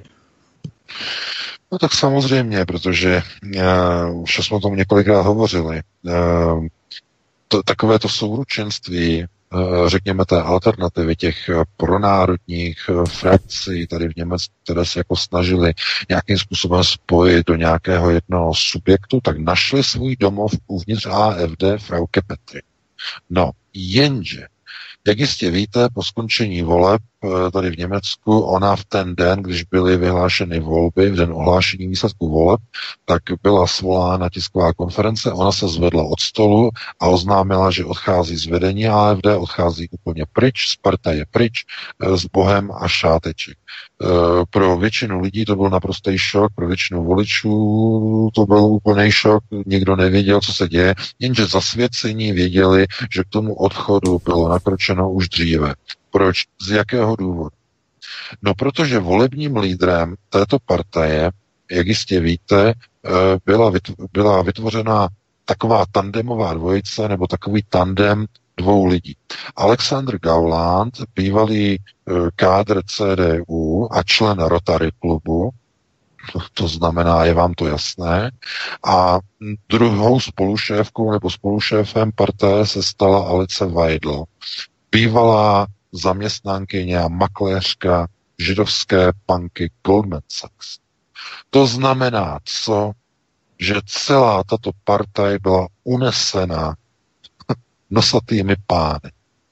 No tak samozřejmě, protože uh, už jsme o tom několikrát hovořili. Uh, to, takové to souručenství, uh, řekněme té alternativy těch pronárodních uh, frakcí tady v Německu, které se jako snažili nějakým způsobem spojit do nějakého jednoho subjektu, tak našli svůj domov uvnitř A F D Frauke Petry. No, jenže, jak jistě víte, po skončení voleb tady v Německu, ona v ten den, když byly vyhlášeny volby, v den ohlášení výsledku voleb, tak byla svolána tisková konference, ona se zvedla od stolu a oznámila, že odchází z vedení A F D, odchází úplně pryč, Sparta je pryč, s Bohem a šáteček. Pro většinu lidí to byl naprostý šok, pro většinu voličů to byl úplný šok, nikdo nevěděl, co se děje, jenže zasvěcení věděli, že k tomu odchodu bylo nakročeno už dříve. Proč? Z jakého důvodu? No, protože volebním lídrem této partaje, jak jistě víte, byla, byla vytvořena taková tandemová dvojice, nebo takový tandem dvou lidí. Alexander Gauland, bývalý kádr C D U a člen Rotary klubu, to znamená, je vám to jasné, a druhou spolušéfkou nebo spolušéfem partaje se stala Alice Weidl, bývalá zaměstnankyně a makléřka židovské banky Goldman Sachs. To znamená co? Že celá tato partaj byla unesena nosatými pány.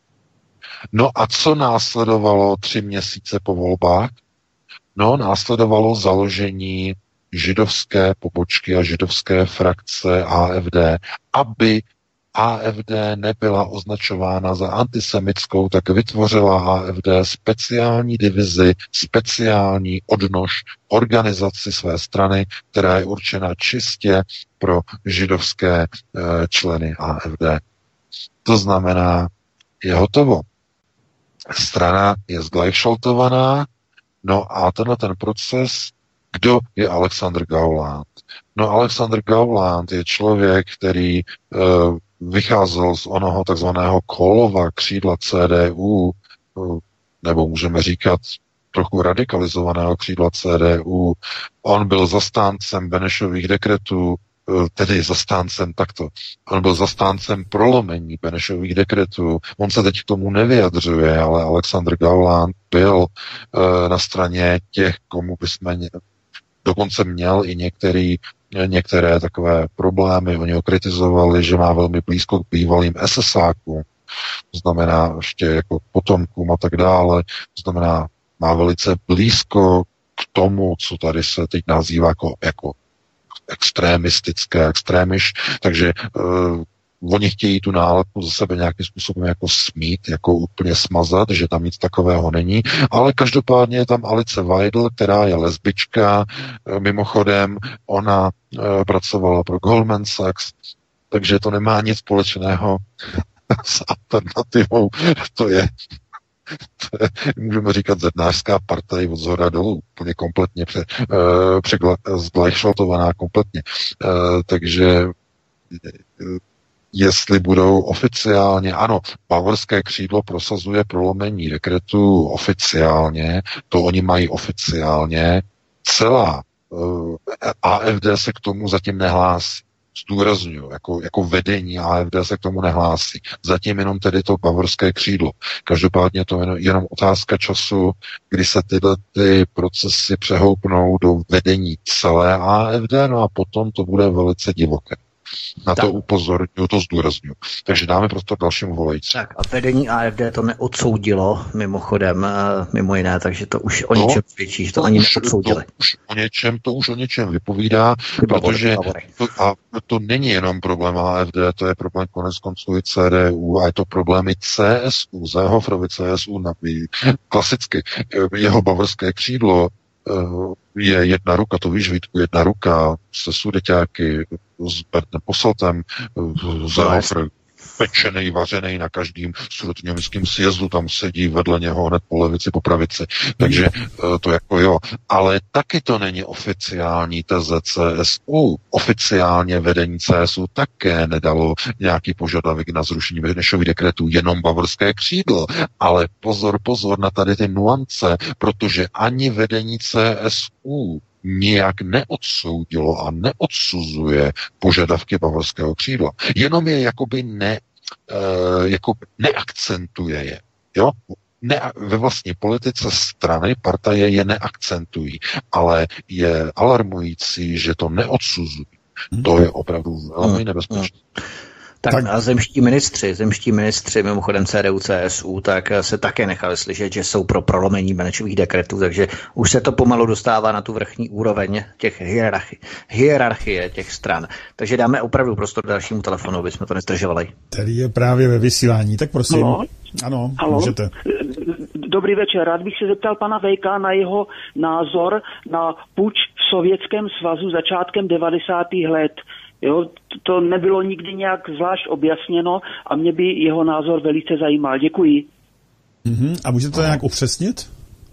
No a co následovalo tři měsíce po volbách? No, následovalo založení židovské pobočky a židovské frakce A F D, aby A F D nebyla označována za antisemitskou, tak vytvořila A F D speciální divizi, speciální odnož, organizaci své strany, která je určena čistě pro židovské e, členy A F D. To znamená, je hotovo. Strana je zglajšaltovaná, no a tenhle ten proces, kdo je Alexander Gauland? No, Alexander Gauland je člověk, který e, vycházel z onoho takzvaného Kohlova křídla C D U, nebo můžeme říkat trochu radikalizovaného křídla C D U. On byl zastáncem Benešových dekretů, tedy zastáncem takto. On byl zastáncem prolomení Benešových dekretů. On se teď k tomu nevyjadřuje, ale Alexander Gauland byl uh, na straně těch, komu bychom dokonce měl i některý některé takové problémy. Oni ho kritizovali, že má velmi blízko k bývalým esesákům, to znamená ještě jako potomkům a tak dále, to znamená má velice blízko k tomu, co tady se teď nazývá jako, jako extremistické, extrémiš, takže uh, oni chtějí tu nálepku za sebe nějakým způsobem jako smít, jako úplně smazat, že tam nic takového není, ale každopádně je tam Alice Weidl, která je lesbička, mimochodem ona e, pracovala pro Goldman Sachs, Takže to nemá nic společného s alternativou. To je, to je můžeme říkat, zednářská partaj od zhora dolů, úplně kompletně pře, uh, zglajšaltovaná kompletně. Uh, takže uh, jestli budou oficiálně, ano, bavorské křídlo prosazuje prolomení dekretu oficiálně, to oni mají oficiálně, celá uh, A F D se k tomu zatím nehlásí. Zdůrazňuji, jako, jako vedení A F D se k tomu nehlásí. Zatím jenom tedy to bavorské křídlo. Každopádně to je jenom otázka času, kdy se tyhle ty procesy přehoupnou do vedení celé A F D, no a potom to bude velice divoké. Na tak. To upozorňuji, to zdůrazňuji. Takže dáme prostor dalšímu volající. Tak a vedení A F D to neodsoudilo mimochodem, mimo jiné, takže to už o něčem svědčí, že to, to ani už, neodsoudili. To už o něčem, to už o něčem vypovídá, protože to, a to není jenom problém A F D, to je problém konec konců i C D U a je to problém i C S U, Seehoferovi C S U, klasicky jeho bavorské křídlo je jedna ruka, to víš, Vítku, jedna ruka se sudeťáky, s Bertem Posseltem, Seehofer pečenej, vařenej na každým sudetoněmeckém sjezdu, tam sedí vedle něho hned po levici, po pravici. Takže to jako jo. Ale taky to není oficiální teze C S U. Oficiálně vedení C S U také nedalo nějaký požadavek na zrušení Benešových dekretů, jenom bavorské křídlo. Ale pozor, pozor na tady ty nuance, protože ani vedení C S U nijak neodsoudilo a neodsuzuje požadavky bavorského křídla. Jenom je jakoby ne, uh, jako neakcentuje je. Jo? Ne, ve vlastní politice strany partaje je neakcentují, ale je alarmující, že to neodsuzují. To je opravdu velmi nebezpečné. Tak, tak a zemští ministři, zemští ministři, mimochodem C D U, C S U, tak se také nechali slyšet, že jsou pro prolomení Benešových dekretů, takže už se to pomalu dostává na tu vrchní úroveň těch hierarchie, hierarchie těch stran. Takže dáme opravdu prostor dalšímu telefonu, aby jsme to nezdržovali. Který je právě ve vysílání, tak prosím. Halo? Ano, Halo? můžete. Dobrý večer, rád bych se zeptal pana Vejka na jeho názor na puč v Sovětském svazu začátkem devadesátých let. Jo, to nebylo nikdy nějak zvlášť objasněno a mě by jeho názor velice zajímal. Děkuji. Mm-hmm. A můžete to nějak upřesnit?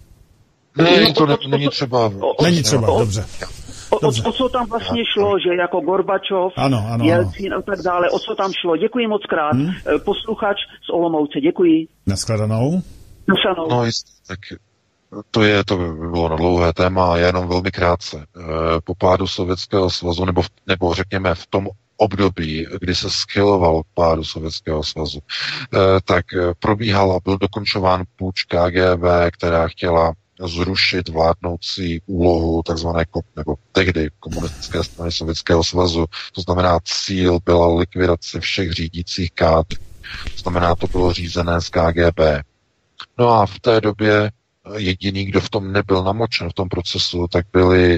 Ne, to ne, není třeba. Není třeba, dobře. O, o, o co tam vlastně šlo, že jako Gorbačov, ano, ano, Jelcin a tak dále, o co tam šlo? Děkuji moc krát. Hmm? Posluchač z Olomouce, děkuji. Naskladanou. Naskladanou. No jistě, tak to je, to by bylo na dlouhé téma, jenom velmi krátce. Po pádu Sovětského svazu, nebo, nebo řekněme v tom období, kdy se schyloval k pádu Sovětského svazu, tak probíhal a byl dokončován půjč K G B, která chtěla zrušit vládnoucí úlohu takzvané, nebo tehdy komunistické strany Sovětského svazu. To znamená, cíl byla likvidace všech řídících kádr. To znamená, to bylo řízené z K G B. No a v té době jediný, kdo v tom nebyl namočen v tom procesu, tak byli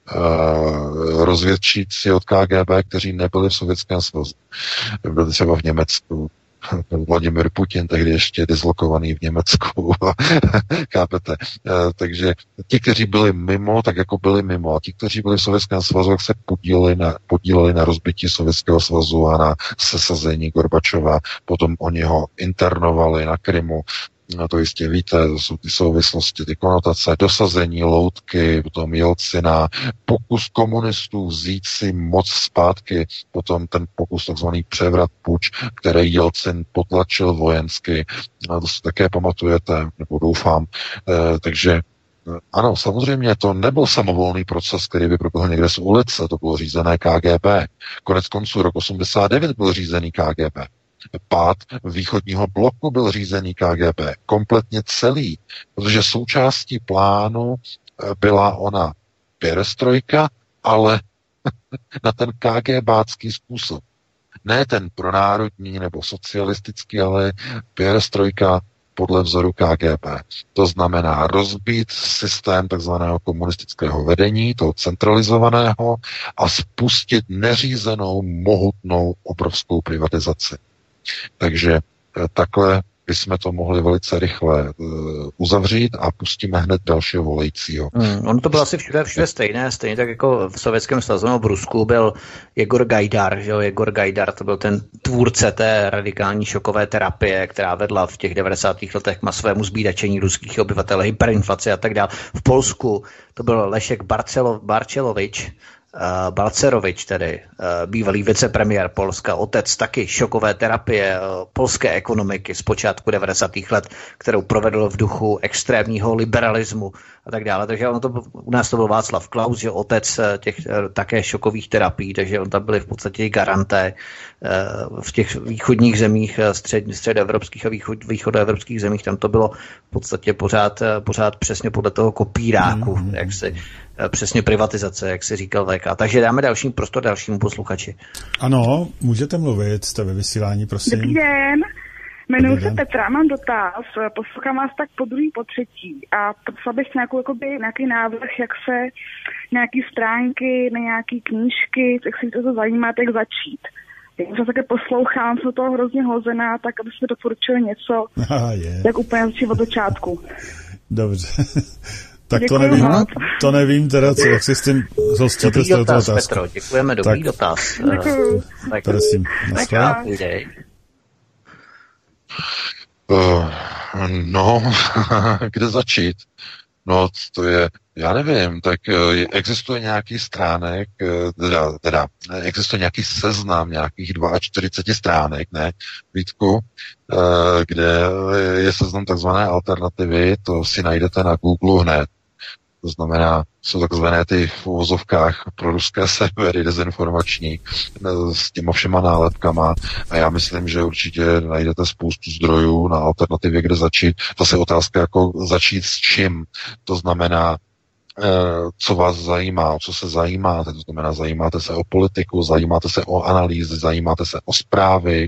uh, rozvědčíci od K G B, kteří nebyli v Sovětském svazu. Byli třeba v Německu. Vladimir Putin, tehdy ještě dislokovaný v Německu. Chápete? Takže ti, kteří byli mimo, tak jako byli mimo. A ti, kteří byli v Sovětském svazu, tak se podíleli na, podíleli na rozbití Sovětského svazu a na sesazení Gorbačova. Potom oni ho internovali na Krymu. No to jistě víte, to jsou ty souvislosti, ty konotace, dosazení loutky, potom Jelcina, pokus komunistů vzít si moc zpátky, potom ten pokus takzvaný převrat puč, který Jelcin potlačil vojensky, a to si také pamatujete, nebo doufám, e, takže ano, samozřejmě to nebyl samovolný proces, který by proběhl někde z ulice, to bylo řízené K G B. Konec konců rok osmdesát devět byl řízený K G B. Pád východního bloku byl řízený K G B. Kompletně celý, protože součástí plánu byla ona perestrojka, ale na ten KGBácký způsob. Ne ten pronárodní nebo socialistický, ale perestrojka podle vzoru K G B. To znamená rozbít systém takzvaného komunistického vedení, toho centralizovaného, a spustit neřízenou, mohutnou, obrovskou privatizaci. Takže takhle bychom to mohli velice rychle uh, uzavřít a pustíme hned dalšího volajícího. Hmm, ono to bylo asi všude, všude stejné, stejně tak jako v Sovětském svazu nebo v Rusku byl Jegor Gajdar, že jo, Jegor Gajdar, to byl ten tvůrce té radikální šokové terapie, která vedla v těch devadesátých letech k masovému zbídačení ruských obyvatel, hyperinflaci a tak dále. V Polsku to byl Lešek Barcelo, Barčelovič, Uh, Balcerovič, tedy uh, bývalý vicepremiér Polska, otec taky šokové terapie uh, polské ekonomiky z počátku devadesátých let, kterou provedl v duchu extrémního liberalismu a tak dále. Takže ono to, u nás to byl Václav Klaus, že otec uh, těch uh, také šokových terapií, takže on tam byli v podstatě garanté uh, v těch východních zemích, uh, střed, středoevropských a východ, východoevropských zemích, tam to bylo v podstatě pořád, uh, pořád přesně podle toho kopíráku, mm-hmm. jak si přesně privatizace, jak si říkal V K. Takže dáme další prostor dalšímu posluchači. Ano, můžete mluvit, jste ve vysílání, prosím. Dobrý den, jmenuji se Petra, mám dotaz, poslouchám vás tak po druhý, po třetí a prosila bych nějakou, jakoby, nějaký návrh, jak se nějaký stránky, na nějaký knížky, jak se to zajímá, jak začít. Jak se také poslouchám, jsou toho hrozně hozená, tak aby se doporučili něco, Aha, jak úplně začít od začátku. Dobře. Tak to nevím, moc. to nevím teda, co, jak si s tím zhostíte. Dobrý dotaz, Petro, děkujeme, dobrý tak, dotaz. Děkuju. Tak, prosím, uh, no, kde začít? No, to je, já nevím, tak uh, existuje nějaký stránek, uh, teda, teda, existuje nějaký seznam nějakých čtyřicet dva stránek, ne, Vítku, uh, kde je seznam takzvané alternativy, to si najdete na Google hned. To znamená, jsou takzvané ty v uvozovkách pro ruské servery dezinformační s těma všema nálepkama a já myslím, že určitě najdete spoustu zdrojů na alternativě, kde začít. Zase otázka, jako začít s čím. To znamená, co vás zajímá, co se zajímáte, to znamená, zajímáte se o politiku, zajímáte se o analýzy, zajímáte se o zprávy,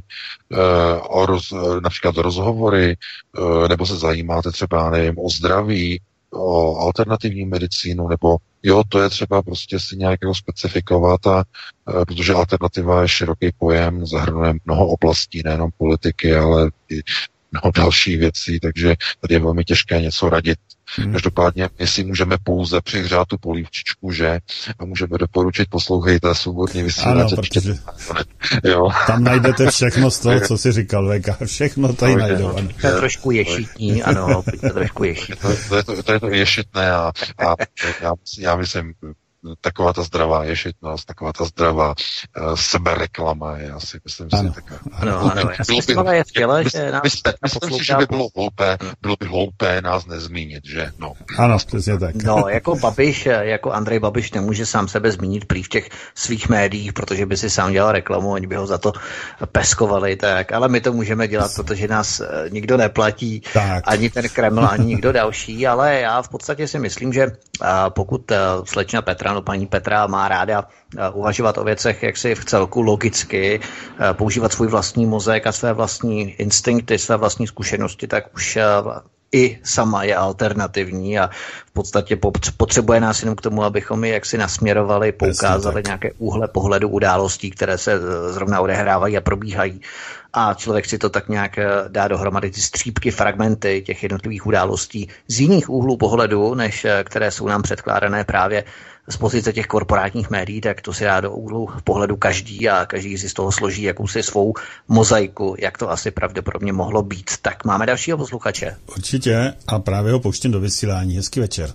o roz, například rozhovory, nebo se zajímáte třeba, nevím, o zdraví, o alternativní medicínu, nebo jo, to je třeba prostě si nějak jako specifikovat, a, protože alternativa je široký pojem, zahrnuje mnoho oblastí, nejenom politiky, ale i mnoho dalších věcí, takže tady je velmi těžké něco radit. Hmm. Každopádně, jestli můžeme pouze přihřát tu polívčičku, že a můžeme doporučit, poslouchejte svobodně vysílače. Ano, protože jo. Tam najdete všechno z toho, co si říkal V K, všechno tady no, najdou. No, to je trošku ješitní, ano, to je trošku ješitní. To, to, je to, to je to ješitné a, a já, já myslím, taková ta zdravá ješitnost, taková ta zdravá uh, sebereklama je asi, myslím ano. si, taková. Ano, ano, ano. Je skvělé, že nás myslím si, že by bylo hloupé, bylo by hloupé nás nezmínit, že? No. Ano, přesně tak. No, jako Babiš, jako Andrej Babiš nemůže sám sebe zmínit prý v těch svých médiích, protože by si sám dělal reklamu, oni by ho za to peskovali, tak, ale my to můžeme dělat, protože nás nikdo neplatí, tak. Ani ten Kreml, ani nikdo další, ale já v podstatě si myslím, že pokud slečna Petra, no paní Petra má ráda uvažovat o věcech jaksi v celku logicky, používat svůj vlastní mozek a své vlastní instinkty, své vlastní zkušenosti, tak už i sama je alternativní a v podstatě potřebuje nás jenom k tomu, abychom ji jaksi nasměrovali, poukázali nějaké úhle pohledu událostí, které se zrovna odehrávají a probíhají. A člověk si to tak nějak dá dohromady ty střípky, fragmenty těch jednotlivých událostí z jiných úhlů pohledu, než které jsou nám předkládané právě z pozice těch korporátních médií, tak to si dá do úhlu pohledu každý a každý si z toho složí jakousi svou mozaiku, jak to asi pravděpodobně mohlo být. Tak máme dalšího posluchače. Určitě a právě ho pouštím do vysílání. Hezký večer.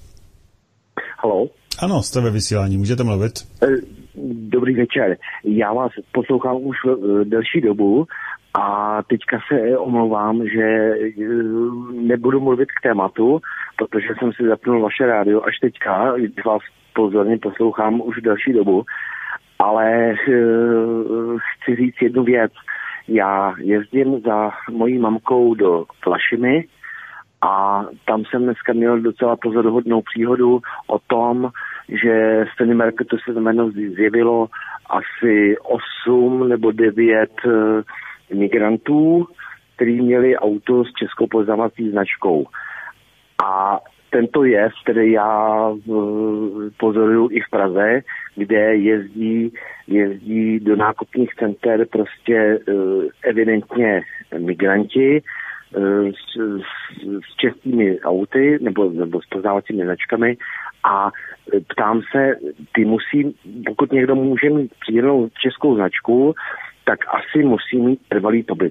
Haló? Ano, jste ve vysílání, můžete mluvit. Dobrý večer. Já vás poslouchám už delší dobu a teďka se omlouvám, že nebudu mluvit k tématu, protože jsem si zapnul vaše rádio až teďka, když vás pozorně poslouchám už delší dobu, ale chci říct jednu věc. Já jezdím za mojí mamkou do Vlašimi a tam jsem dneska měl docela pozoruhodnou příhodu o tom, že v Stejnmarketu se jméno zjevilo asi osm nebo devět migrantů, kteří měli auto s českou poznávací značkou. A tento jev, který já pozoruju i v Praze, kde jezdí, jezdí do nákupních center prostě evidentně migranti s, s českými auty nebo, nebo s poznávacími značkami a ptám se, ty musí, pokud někdo může mít příjemnou českou značku, tak asi musí mít trvalý pobyt.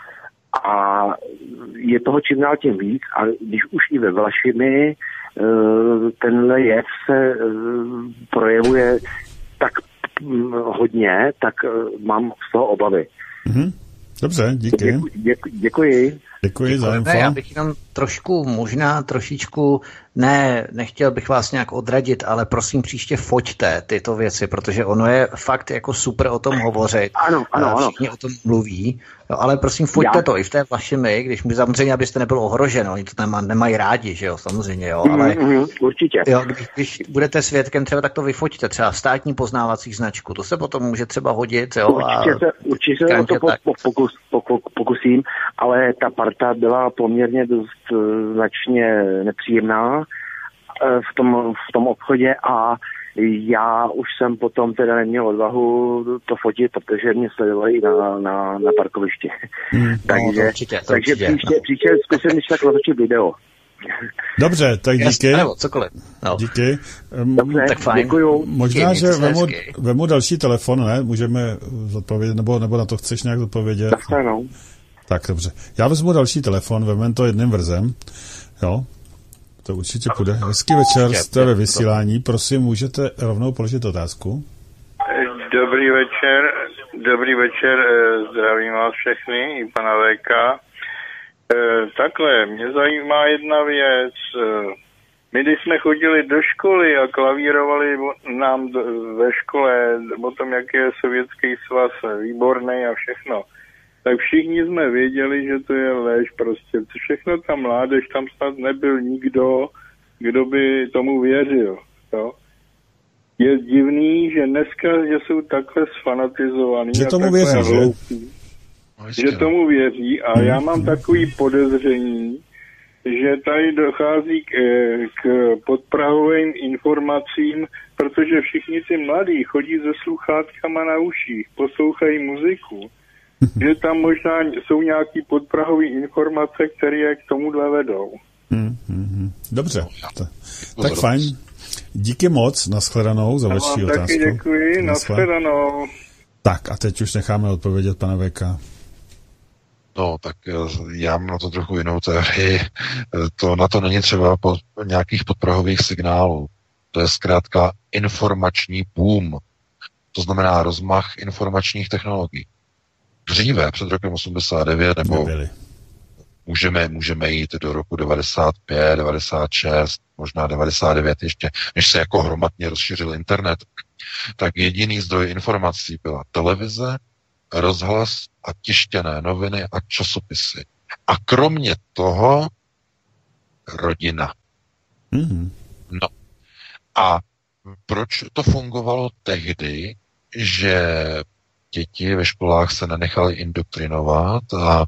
A je toho čím dál tím víc a když už i ve Vlašimi tenhle jev se projevuje tak hodně, tak mám z toho obavy. Mm-hmm. Dobře, díky. Děkuji. Děkuji, děkuji. Děkuji za info. Já bych jenom trošku, možná trošičku, ne, nechtěl bych vás nějak odradit, ale prosím příště foťte tyto věci, protože ono je fakt jako super o tom hovořit. Ano, ano, ano. Všichni o tom mluví, jo, ale prosím foťte Já. to i v té vašimi, když mi samozřejmě, abyste nebyl ohrožen, oni to nema, nemají rádi, že jo, samozřejmě, jo, ale mm-hmm, určitě. Jo, když, když budete svědkem, třeba tak to vyfoťte, třeba státní poznávací značku, to se potom může třeba hodit, jo. Určitě se, určitě se o to po, pokus, pokus, pokusím, ale ta parta byla poměrně dost značně nepříjemná v tom, v tom obchodě a já už jsem potom teda neměl odvahu to fotit, protože mě sledovali i na, na, na parkovišti. Hmm, takže no, to určitě, to takže určitě, příště, no. příště zkusím když tak natočit video. Dobře, tak díky. Jasně, nebo cokoliv. No. Díky. Dobře, tak fajn. Děkuju. Možná, díky, že vemu, hezky. vemu další telefon, ne? Můžeme zodpovědět, nebo, nebo na to chceš nějak zodpovědět? Tak, no. Tak, dobře. Já vezmu další telefon, vezmeme to jedním vrzem. Jo? To určitě půjde. Hezký večer, jste ve vysílání. Prosím, můžete rovnou položit otázku? Dobrý večer, dobrý večer, zdravím vás všechny, i pana V K. Takhle, mě zajímá jedna věc. My, když jsme chodili do školy a klavírovali nám ve škole o tom, jak je Sovětský svaz výborný a všechno, tak všichni jsme věděli, že to je lež prostě. Všechno ta mládež, tam snad nebyl nikdo, kdo by tomu věřil. Jo? Je divný, že dneska, že jsou takhle sfanatizovaný že a tomu takhle věří, hloupí, že? že tomu věří a já mám takový podezření, že tady dochází k, k podprahovým informacím, protože všichni ty mladí chodí se sluchátkama na uších, poslouchají muziku, že tam možná jsou nějaký podprahové informace, které je k tomuhle vedou. Hmm, hmm, dobře, tak, tak fajn. Díky moc, nashledanou za vaši otázku. Taky děkuji, nashledanou. Tak a teď už necháme odpovědět pana V K. No, tak já mám na to trochu jinou teorii. To, na to není třeba po nějakých podprahových signálů. To je zkrátka informační boom. To znamená rozmach informačních technologií. Dříve, před rokem osmdesát devět, nebo Nebyli. můžeme, můžeme jít do roku devadesát pět, devadesát šest, možná devadesát devět ještě, než se jako hromadně rozšířil internet, tak jediný zdroj informací byla televize, rozhlas a tištěné noviny a časopisy. A kromě toho rodina. Mm-hmm. No. A proč to fungovalo tehdy, že děti ve školách se nenechaly indoktrinovat a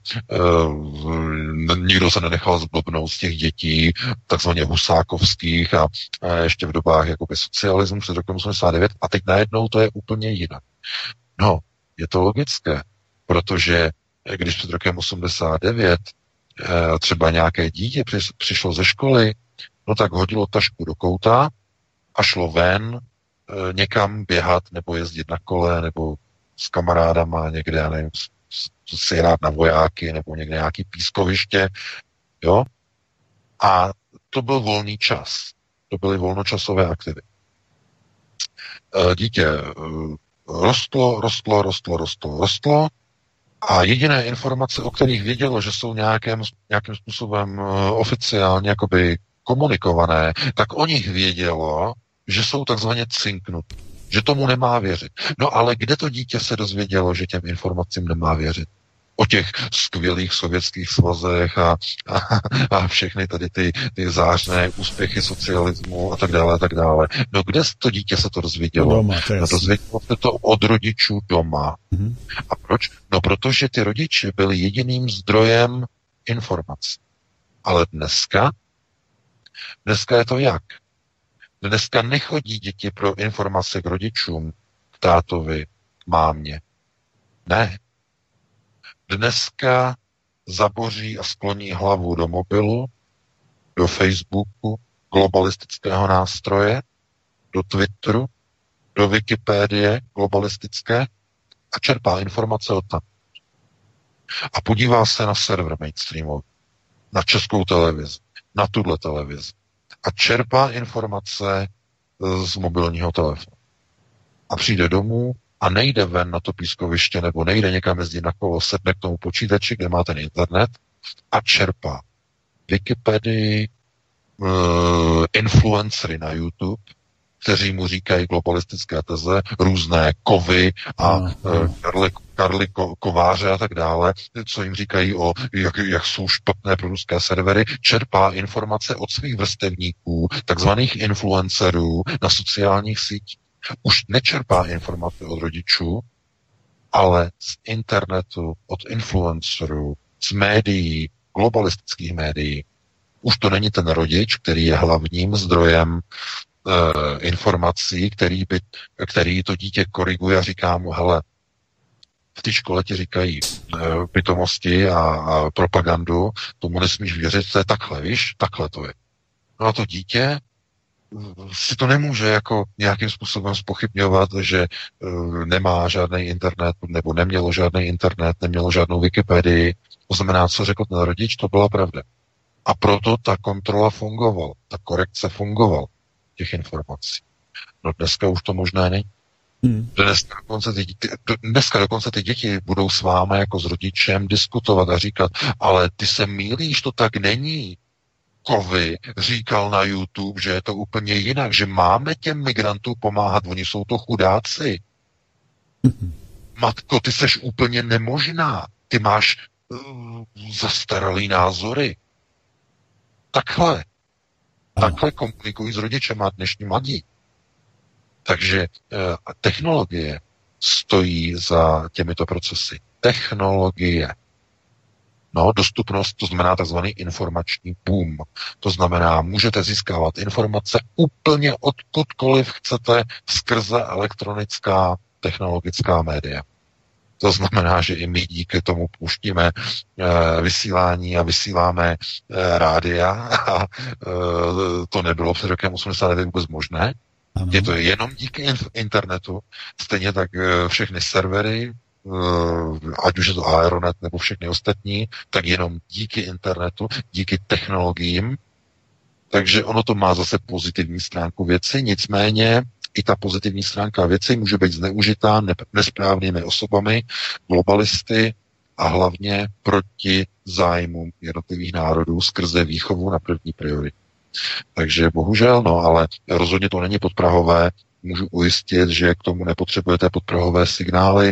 e, nikdo se nenechal zblbnout z těch dětí, takzvaně husákovských a e, ještě v dobách jakoby socialismu před rokem osmdesát devět a teď najednou to je úplně jinak. No, je to logické, protože když před rokem osmdesát devět e, třeba nějaké dítě při, přišlo ze školy, no tak hodilo tašku do kouta a šlo ven e, někam běhat nebo jezdit na kole nebo s kamarádama někde, já nevím, si hrát na vojáky nebo někde nějaký pískoviště, jo. A to byl volný čas. To byly volnočasové aktivity. Dítě rostlo, rostlo, rostlo, rostlo, rostlo a jediné informace, o kterých vědělo, že jsou nějakým, nějakým způsobem oficiálně jakoby komunikované, tak o nich vědělo, že jsou takzvaně cinknutí. Že tomu nemá věřit. No ale kde to dítě se dozvědělo, že těm informacím nemá věřit? O těch skvělých sovětských svazech a, a, a všechny tady ty, ty zářné úspěchy socialismu a tak dále a tak dále. No kde to dítě se to dozvědělo? No doma, to no, dozvědělo se to od rodičů doma. Mm-hmm. A proč? No protože ty rodiče byli jediným zdrojem informací. Ale dneska, dneska je to jak? Dneska nechodí děti pro informace k rodičům, k tátovi, k mámě. Ne. Dneska zaboří a skloní hlavu do mobilu, do Facebooku, globalistického nástroje, do Twitteru, do Wikipedie globalistické a čerpá informace od tam. A podívá se na server mainstreamový, na Českou televizi, na tuhle televizi a čerpá informace z mobilního telefonu. A přijde domů a nejde ven na to pískoviště nebo nejde někam jezdit na kolo, sedne k tomu počítači, kde má ten internet a čerpá Wikipedii, uh, influencery na YouTube, kteří mu říkají globalistické teze, různé kovy a uh, Karly, Karly ko, kováře a tak dále, co jim říkají o, jak, jak jsou špatné pro ruské servery, čerpá informace od svých vrstevníků, takzvaných influencerů na sociálních sítích. Už nečerpá informace od rodičů, ale z internetu, od influencerů, z médií, globalistických médií. Už to není ten rodič, který je hlavním zdrojem e, informací, který, by, který to dítě koriguje a říká mu, hele, v té škole ti říkají e, pitomosti a, a propagandu, tomu nesmíš věřit, to je takhle, víš, takhle to je. No a to dítě si to nemůže jako nějakým způsobem zpochybňovat, že uh, nemá žádný internet, nebo nemělo žádný internet, nemělo žádnou Wikipedii. To znamená, co řekl ten rodič, to byla pravda. A proto ta kontrola fungovala, ta korekce fungovala těch informací. No dneska už to možná není. Hmm. Dneska, dokonce ty, ty, dneska dokonce ty děti budou s vámi jako s rodičem diskutovat a říkat, ale ty se mýlíš, to tak není. Kovy říkal na YouTube, že je to úplně jinak, že máme těm migrantům pomáhat, oni jsou to chudáci. Matko, ty seš úplně nemožná, ty máš uh, zastaralý názory. Takhle. Takhle komunikují s rodičema dnešní mladí. Takže uh, technologie stojí za těmito procesy. Technologie. No, dostupnost, to znamená takzvaný informační boom. To znamená, můžete získávat informace úplně odkudkoliv chcete skrze elektronická technologická média. To znamená, že i my díky tomu pouštíme e, vysílání a vysíláme e, rádia a e, to nebylo před rokem osmdesát devět vůbec možné. Ano. Je to jenom díky internetu. Stejně tak e, všechny servery, ať už je to Aeronet nebo všechny ostatní, tak jenom díky internetu, díky technologiím. Takže ono to má zase pozitivní stránku věci, nicméně i ta pozitivní stránka věci může být zneužitá nesprávnými osobami, globalisty a hlavně proti zájmům jednotlivých národů skrze výchovu na první priority. Takže bohužel, no, ale rozhodně to není podprahové. Můžu ujistit, že k tomu nepotřebujete podprahové signály.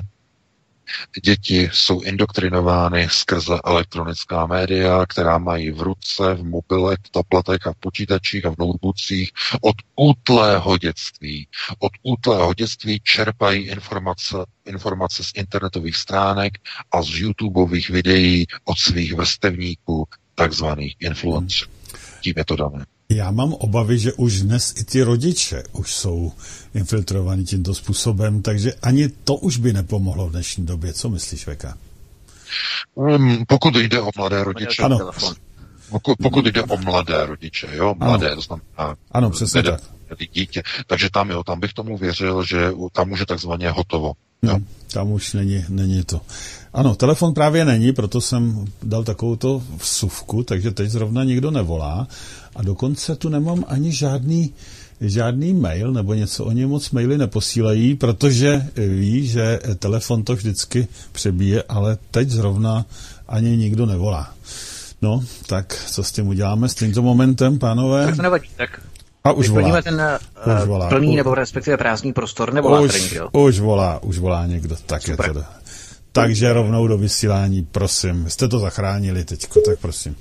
Děti jsou indoktrinovány skrze elektronická média, která mají v ruce, v mobilech, v tabletech a v počítačích a v notebookcích od útlého dětství. Od útlého dětství čerpají informace, informace z internetových stránek a z YouTubeových videí od svých vrstevníků, takzvaných influencerů. Tím je to dané. Já mám obavy, že už dnes i ty rodiče už jsou infiltrovaní tímto způsobem, takže ani to už by nepomohlo v dnešní době. Co myslíš, Veka? Um, pokud jde o mladé rodiče, ano. Pokud, pokud jde o mladé rodiče, jo, mladé, ano. to znamená ano, přesně tak. Dítě, takže tam, jo, tam bych tomu věřil, že tam už je takzvaně hotovo. Jo. Hmm, tam už není, není to. Ano, telefon právě není, proto jsem dal takovouto vsuvku, takže teď zrovna nikdo nevolá a dokonce tu nemám ani žádný, žádný mail, nebo něco, oni moc maily neposílají, protože ví, že telefon to vždycky přebíje, ale teď zrovna ani nikdo nevolá. No, tak co s tím uděláme s tímto momentem, pánové? Tak to nevadí, tak a už volá. ten uh, už volá. plný nebo respektive prázdný prostor, nevolá už, tady někdo. Už volá, už volá někdo, tak Super. Je to. Takže rovnou do vysílání, prosím. Jste to zachránili teďko, tak prosím.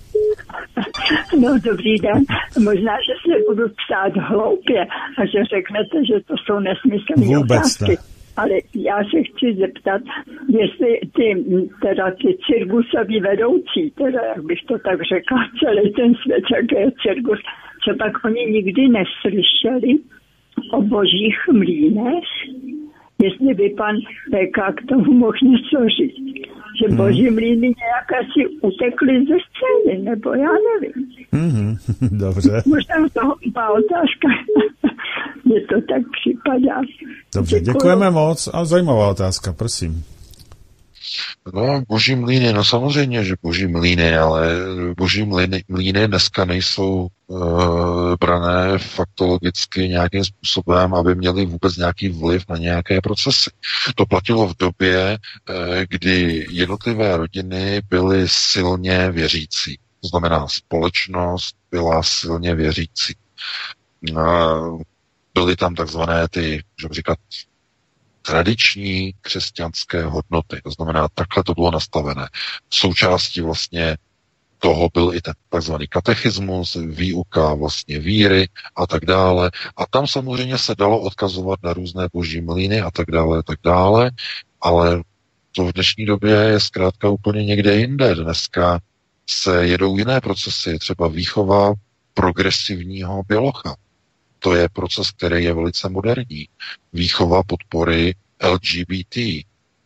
No, dobrý den. Možná, že si budu psát hloupě a že řeknete, že to jsou nesmyslné otázky. Ne. Ale já se chci zeptat, jestli ty, teda ty cirkusoví vedoucí, teda jak bych to tak řekla, celý ten svět, jak je cirkus, co tak oni nikdy neslyšeli o božích mlýnech, jestli by pan P K k tomu mohl něco říct. že hmm. boží mlýny nějak asi utekly ze scény, nebo já nevím. Hmm. Dobře. Možná to má otázka. Mně to tak připadá. Dobře, děkuji. Děkujeme moc a zajímavá otázka, prosím. No, boží mlýny, no samozřejmě, že boží mlýny, ale boží mlýny, mlýny dneska nejsou uh, brané faktologicky nějakým způsobem, aby měly vůbec nějaký vliv na nějaké procesy. To platilo v době, uh, kdy jednotlivé rodiny byly silně věřící. To znamená, společnost byla silně věřící. Uh, byly tam takzvané ty, můžeme říkat, tradiční křesťanské hodnoty. To znamená, takhle to bylo nastavené. Součástí vlastně toho byl i ten takzvaný katechismus, výuka vlastně víry a tak dále. A tam samozřejmě se dalo odkazovat na různé boží mlýny a tak dále, a tak dále, ale to v dnešní době je zkrátka úplně někde jinde. Dneska se jedou jiné procesy, třeba výchova progresivního bělocha. To je proces, který je velice moderní. Výchova podpory L G B T,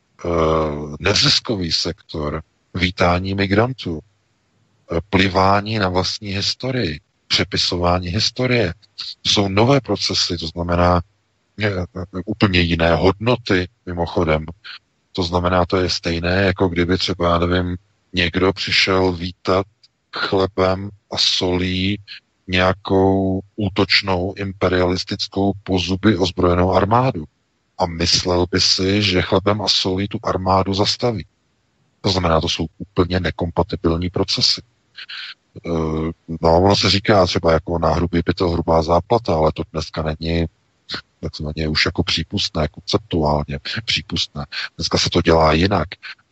neziskový sektor, vítání migrantů, plivání na vlastní historii, přepisování historie. To jsou nové procesy, to znamená úplně jiné hodnoty, mimochodem. To znamená, to je stejné, jako kdyby třeba, já nevím, někdo přišel vítat chlebem a solí nějakou útočnou imperialistickou po zuby ozbrojenou armádu. A myslel by si, že chlebem a solí tu armádu zastaví. To znamená, to jsou úplně nekompatibilní procesy. No, ono se říká třeba jako na hrubý pytel hrubá záplata, ale to dneska není takzvaně už jako přípustné, konceptuálně přípustné. Dneska se to dělá jinak.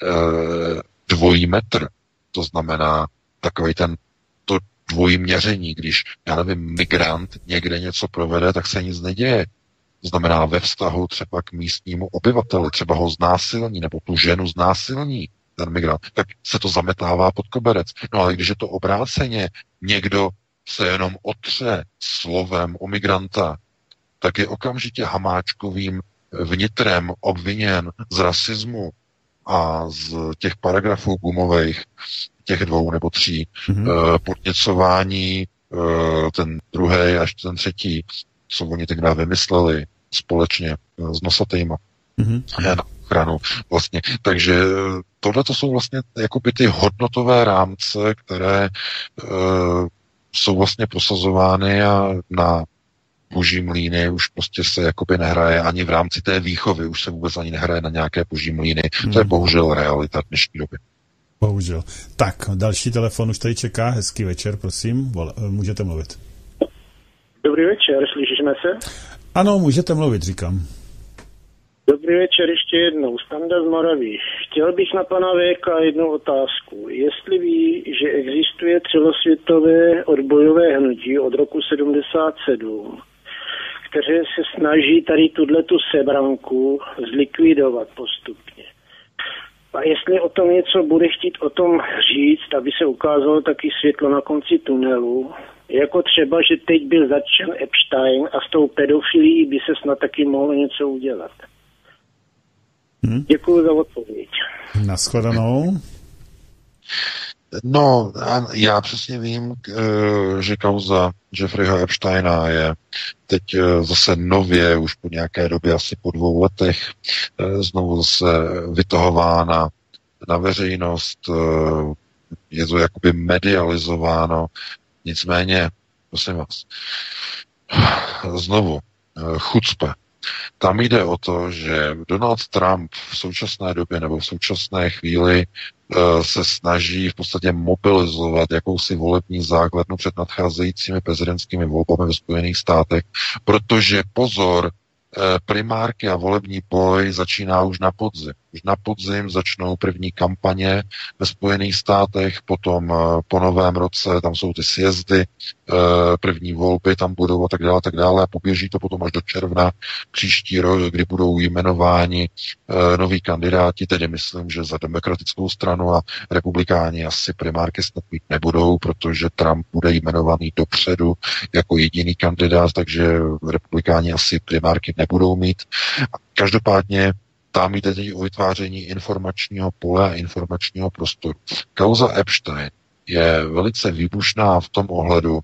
Dvojí metr, to znamená takový ten to dvojí měření, když, já nevím, migrant někde něco provede, tak se nic neděje. To znamená ve vztahu třeba k místnímu obyvateli, třeba ho znásilní, nebo tu ženu znásilní, ten migrant, tak se to zametává pod koberec. No ale když je to obráceně, někdo se jenom otře slovem o migranta, tak je okamžitě Hamáčkovým vnitrem obviněn z rasismu a z těch paragrafů gumových, těch dvou nebo tří, mm-hmm. podněcování, ten druhý až ten třetí, co oni tenkrát vymysleli společně s nosatejma mm-hmm. na ochranu vlastně. Takže tohle to jsou vlastně jakoby ty hodnotové rámce, které uh, jsou vlastně prosazovány a na boží mlýny už prostě se jakoby nehraje ani v rámci té výchovy, už se vůbec ani nehraje na nějaké boží mlýny. Mm. To je bohužel realita dnešní doby. Bohužel. Tak, další telefon už tady čeká. Hezký večer, prosím. Vole, můžete mluvit. Dobrý večer, slyšíme se? Ano, můžete mluvit, říkám. Dobrý večer ještě jednou. Standa z Moraví. Chtěl bych na pana V K jednu otázku. Jestli ví, že existuje celosvětové odbojové hnutí od roku sedmdesát sedm, které se snaží tady tuhletu sebranku zlikvidovat postupně. A jestli o tom něco bude chtít o tom říct, aby se ukázalo taky světlo na konci tunelu, jako třeba, že teď byl zatčen Epstein a s tou pedofilií by se snad taky mohlo něco udělat. Hmm. Děkuji za odpověď. Nashledanou. No, já přesně vím, že kauza Jeffreyho Epsteina je teď zase nově, už po nějaké době, asi po dvou letech, znovu zase vytahována na veřejnost. Je to jakoby medializováno. Nicméně, prosím vás, znovu, chucpe. Tam jde o to, že Donald Trump v současné době nebo v současné chvíli uh, se snaží v podstatě mobilizovat jakousi volební základnu před nadcházejícími prezidentskými volbami ve Spojených státech, protože pozor, primárky a volební boj začíná už na podzim. Už na podzim začnou první kampaně ve Spojených státech, potom po novém roce tam jsou ty sjezdy, první volby tam budou a tak dále, tak dále a poběží to potom až do června příští rok, kdy budou jmenováni noví kandidáti, tedy myslím, že za demokratickou stranu a republikáni asi primárky snad mít nebudou, protože Trump bude jmenovaný dopředu jako jediný kandidát, takže republikáni asi primárky nebudou mít. Každopádně Tam jde teď o vytváření informačního pole a informačního prostoru. Kauza Epstein je velice výbušná v tom ohledu,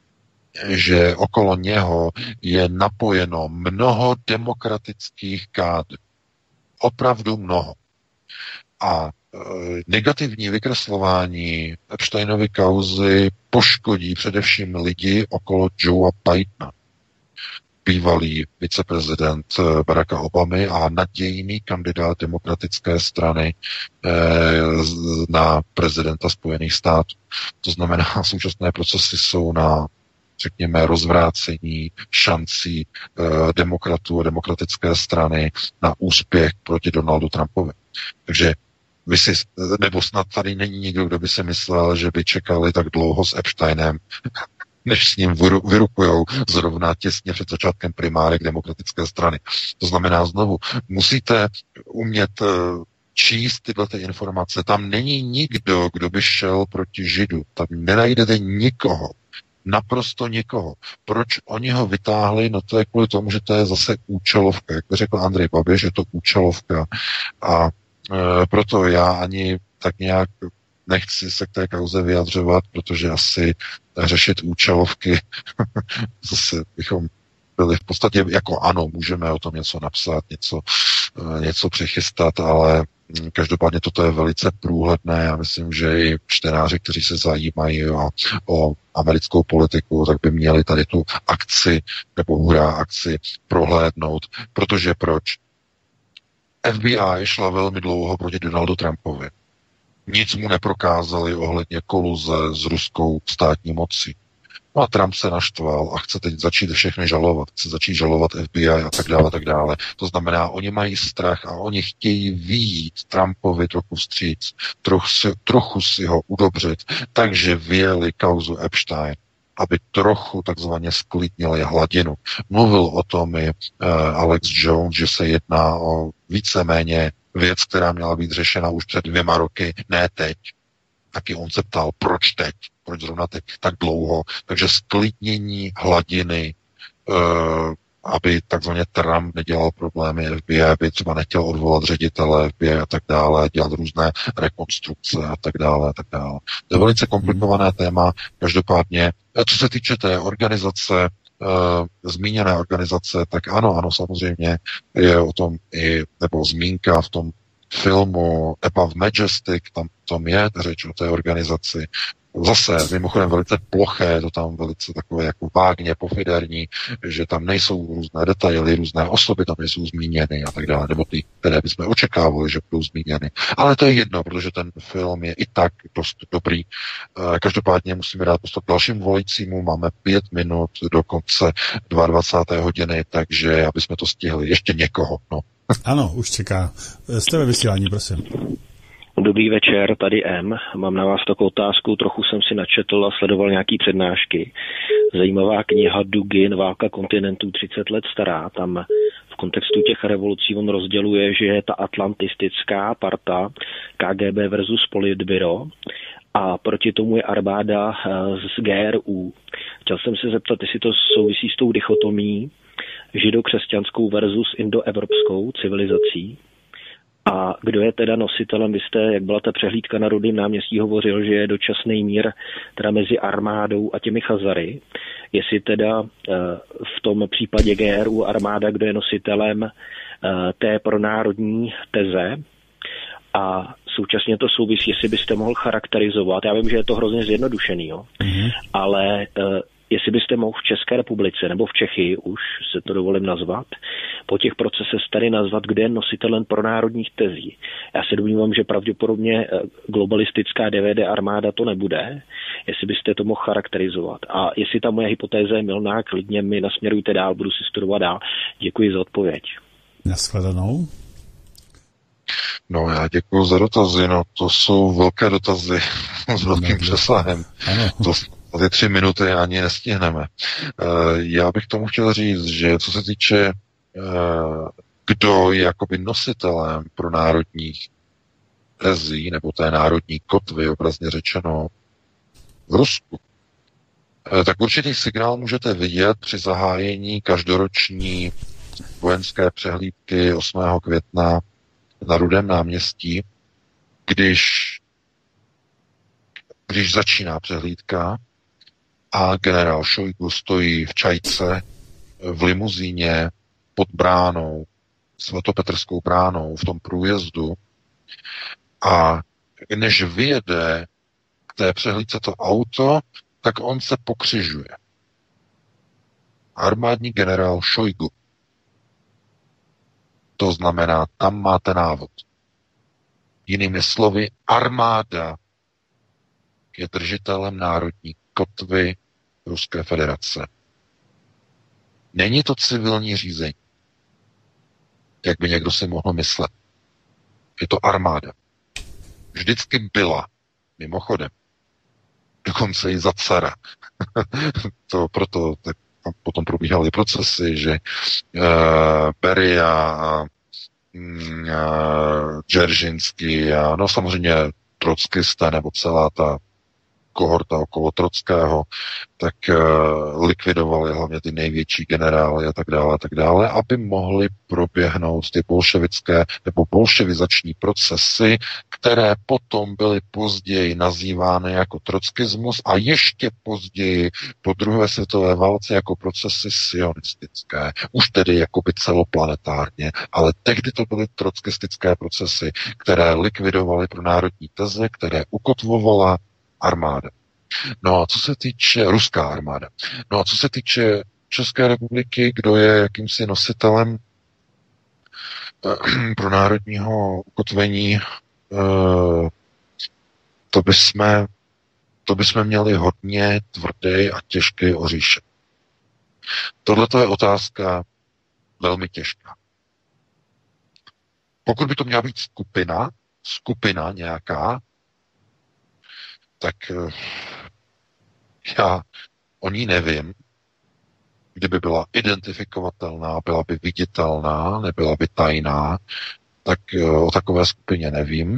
že okolo něho je napojeno mnoho demokratických kádr. Opravdu mnoho. A e, negativní vykreslování Epsteinovy kauzy poškodí především lidi okolo Joea Bidena, bývalý viceprezident Baracka Obamy a nadějný kandidát demokratické strany e, na prezidenta Spojených států. To znamená, současné procesy jsou na, řekněme, rozvrácení šancí e, demokratů a demokratické strany na úspěch proti Donaldu Trumpovi. Takže vy si, nebo snad tady není nikdo, kdo by si myslel, že by čekali tak dlouho s Epsteinem, než s ním vyrukujou zrovna těsně před začátkem primárek demokratické strany. To znamená znovu, musíte umět číst tyhle ty informace. Tam není nikdo, kdo by šel proti Židu. Tam nenajdete nikoho. Naprosto nikoho. Proč oni ho vytáhli? No to je kvůli tomu, že to je zase účelovka. Jak by řekl Andrej Babiš, je to účelovka. A e, proto já ani tak nějak nechci se k té kauze vyjadřovat, protože asi řešit účelovky zase bychom byli v podstatě jako ano, můžeme o tom něco napsat, něco, něco přichystat, ale každopádně toto je velice průhledné. Já myslím, že i čtenáři, kteří se zajímají o, o americkou politiku, tak by měli tady tu akci nebo hurá akci prohlédnout, protože proč? F B I šla velmi dlouho proti Donaldu Trumpovi. Nic mu neprokázali ohledně koluze s ruskou státní mocí. No a Trump se naštval a chce teď začít všechny žalovat. Chce začít žalovat F B I a tak dále, tak dále. To znamená, oni mají strach a oni chtějí vyjít Trumpovi trochu vstříc, trochu si, trochu si ho udobřit, takže vyjeli kauzu Epstein, aby trochu takzvaně sklidnili hladinu. Mluvil o tom i uh, Alex Jones, že se jedná o víceméně věc, která měla být řešena už před dvěma roky, ne teď. Taky on se ptal, proč teď, proč zrovna teď tak dlouho. Takže sklidnění hladiny, uh, aby takzvaně Trump nedělal problémy F B I, aby třeba nechtěl odvolat ředitele F B I a tak dále, dělat různé rekonstrukce a tak dále a tak dále. To je velice komplikované téma. Každopádně, co se týče té organizace, Uh, zmíněné organizace, tak ano, ano, samozřejmě je o tom i, nebo zmínka v tom filmu Above Majestic, tam tom je řeč o té organizaci. Zase, mimochodem, velice ploché, to tam velice takové jako vágně, pofiderní, že tam nejsou různé detaily, různé osoby tam nejsou zmíněny a tak dále, nebo ty, které bychom očekávali, že budou zmíněny. Ale to je jedno, protože ten film je i tak dost dobrý. Každopádně musíme dát prostor dalším volajícímu, máme pět minut do konce dvacáté druhé hodiny, takže aby jsme to stihli. Ještě někoho, no. Ano, už čeká. Jste ve vysílání, prosím. Dobrý večer, tady M. Mám na vás takovou otázku, trochu jsem si načetl a sledoval nějaký přednášky. Zajímavá kniha Dugin, Válka kontinentů, třicet let stará. Tam v kontextu těch revolucí on rozděluje, že je ta atlantistická parta K G B versus Politbyro a proti tomu je armáda z G R U. Chtěl jsem se zeptat, jestli to souvisí s tou dichotomí židokřesťanskou versus indoevropskou civilizací. A kdo je teda nositelem, vy jste, jak byla ta přehlídka na Rudném náměstí, hovořil, že je dočasný mír teda mezi armádou a těmi Chazary. Jestli teda v tom případě G R U armáda, kdo je nositelem té pronárodní teze a současně to souvisí, jestli byste mohl charakterizovat, já vím, že je to hrozně zjednodušený, jo? Mm-hmm. ale jestli byste mohl v České republice nebo v Čechy, už se to dovolím nazvat, po těch procesech tady nazvat, kde je nositelem pronárodních tezí. Já se domnívám, že pravděpodobně globalistická D V D armáda to nebude, jestli byste to mohl charakterizovat. A jestli ta moje hypotéza je mylná, klidně mi nasměrujte dál, budu si studovat dál. Děkuji za odpověď. Nashledanou. No, já děkuji za dotazy, no to jsou velké dotazy s velkým přesahem. To ty tři minuty ani nestihneme. Já bych tomu chtěl říct, že co se týče, kdo je jakoby nositelem pro národních tezí, nebo té národní kotvy, obrazně řečeno, v Rusku, tak určitý signál můžete vidět při zahájení každoroční vojenské přehlídky osmého května na Rudém náměstí, když, když začíná přehlídka a generál Šojgu stojí v čajce v limuzíně pod bránou, svatopetrskou bránou v tom průjezdu a než vyjede k té přehlídce to auto, tak on se pokřižuje. Armádní generál Šojgu. To znamená, tam máte návod. Jinými slovy, armáda je držitelem národní kotvy Ruské federace. Není to civilní řízení, jak by někdo si mohl myslet. Je to armáda. Vždycky byla, mimochodem. Dokonce i za cara. To proto tak potom probíhaly procesy, že uh, Beria a uh, Dzeržinský a no samozřejmě trockisté nebo celá ta kohorta okolo Trockého, tak uh, likvidovali hlavně ty největší generály a tak dále, a tak dále, aby mohly proběhnout ty bolševické nebo bolševizační procesy, které potom byly později nazývány jako trockismus a ještě později po druhé světové válce jako procesy sionistické. Už tedy jakoby celoplanetárně, ale tehdy to byly trockistické procesy, které likvidovaly pro národní teze, které ukotvovala armáda. No a co se týče ruská armáda. No a co se týče České republiky, kdo je jakýmsi nositelem eh, pro národního ukotvení, eh, to bychom, to bychom měli hodně tvrdý a těžký oříšek. Tohle je otázka velmi těžká. Pokud by to měla být skupina, skupina nějaká, tak já o ní nevím, kdyby byla identifikovatelná, byla by viditelná, nebyla by tajná, tak o takové skupině nevím.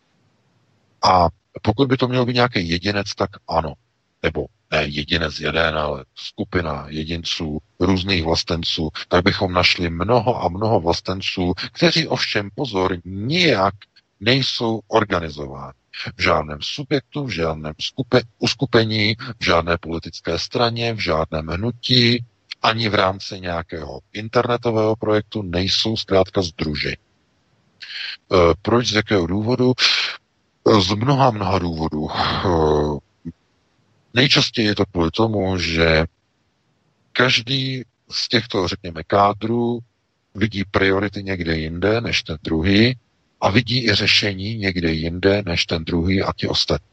A pokud by to měl být nějaký jedinec, tak ano. Nebo ne jedinec jeden, ale skupina jedinců, různých vlastenců, tak bychom našli mnoho a mnoho vlastenců, kteří ovšem pozor nijak nejsou organizováni. V žádném subjektu, v žádném skupe, uskupení, v žádné politické straně, v žádném hnutí, ani v rámci nějakého internetového projektu nejsou zkrátka sdruženi. E, proč, z jakého důvodu? Z mnoha, mnoha důvodů. E, nejčastěji je to kvůli tomu, že každý z těchto, řekněme, kádrů vidí priority někde jinde než ten druhý, a vidí i řešení někde jinde než ten druhý a ti ostatní.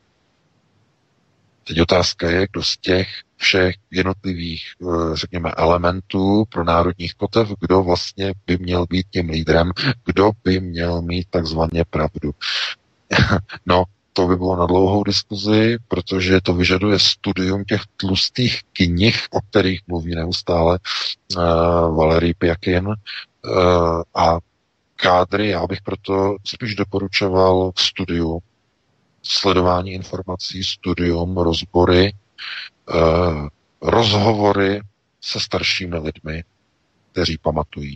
Teď otázka je, kdo z těch všech jednotlivých, řekněme, elementů pro národních kotev, kdo vlastně by měl být tím lídrem, kdo by měl mít takzvaně pravdu. No, to by bylo na dlouhou diskuzi, protože to vyžaduje studium těch tlustých knih, o kterých mluví neustále uh, Valerij Pjakin uh, a kádry, já bych proto spíš doporučoval studium, sledování informací, studium, rozbory, eh, rozhovory se staršími lidmi, kteří pamatují,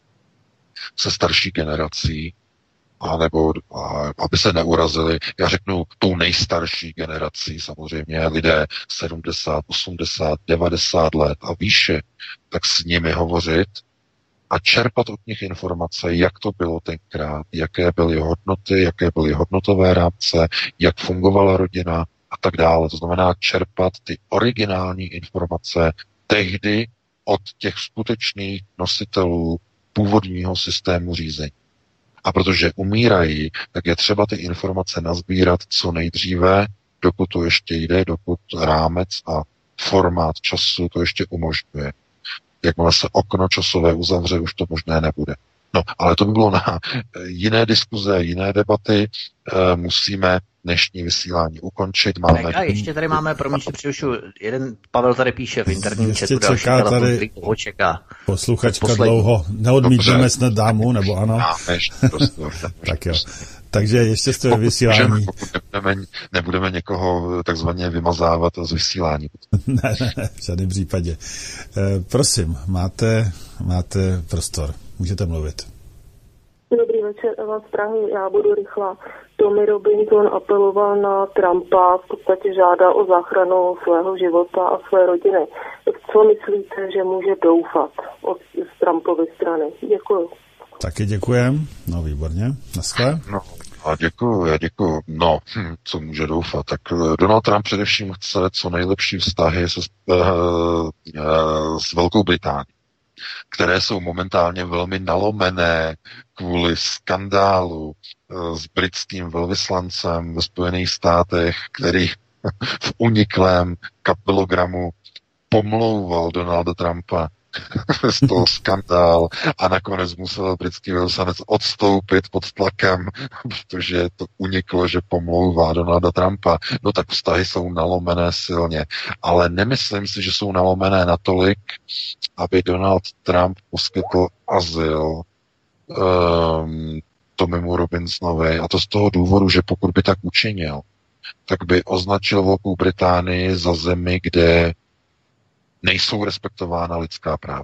se starší generací, anebo a, aby se neurazili, já řeknu tou nejstarší generací, samozřejmě lidé sedmdesát, osmdesát, devadesát let a výše, tak s nimi hovořit a čerpat od nich informace, jak to bylo tenkrát, jaké byly hodnoty, jaké byly hodnotové rámce, jak fungovala rodina a tak dále. To znamená čerpat ty originální informace tehdy od těch skutečných nositelů původního systému řízení. A protože umírají, tak je třeba ty informace nazbírat co nejdříve, dokud to ještě jde, dokud rámec a formát času to ještě umožňuje. Jakmile se okno časové uzavře, už to možné nebude. No, ale to by bylo na jiné diskuze, jiné debaty. E, musíme dnešní vysílání ukončit. Máme... A ještě tady máme, promiň, že přerušu, jeden Pavel tady píše v interním ještě chatu, další čeká telefon, tady který čeká. Posluchačka dlouho. Neodmítneme snad dámu, nebo ano? Tak jo. Takže ještě jste ve vysílání. Pokud nebudeme, nebudeme někoho takzvaně vymazávat z vysílání. ne, ne, ne, v žádném případě. E, prosím, máte, máte prostor. Můžete mluvit. Dobrý večer, Eva z Prahy, já budu rychlá. Tommy Robinson apeloval na Trumpa, v podstatě žádal o záchranu svého života a své rodiny. Co myslíte, že může doufat od z Trumpovy strany? Děkuju. Taky děkujem. No výborně. Naschle. No, a děkuju, já děkuju. No, hm, co může doufat? Tak Donald Trump především chce co nejlepší vztahy se, uh, uh, s Velkou Británií, které jsou momentálně velmi nalomené kvůli skandálu s britským velvyslancem ve Spojených státech, který v uniklém kapilogramu pomlouval Donalda Trumpa z toho skandál a nakonec musel britský velvyslanec odstoupit pod tlakem, protože to uniklo, že pomlouvá Donalda Trumpa. No tak vztahy jsou nalomené silně, ale nemyslím si, že jsou nalomené natolik, aby Donald Trump poskytl azyl um, Tommymu Robinsonovi, a to z toho důvodu, že pokud by tak učinil, tak by označil Velkou Británii za zemi, kde nejsou respektována lidská práva.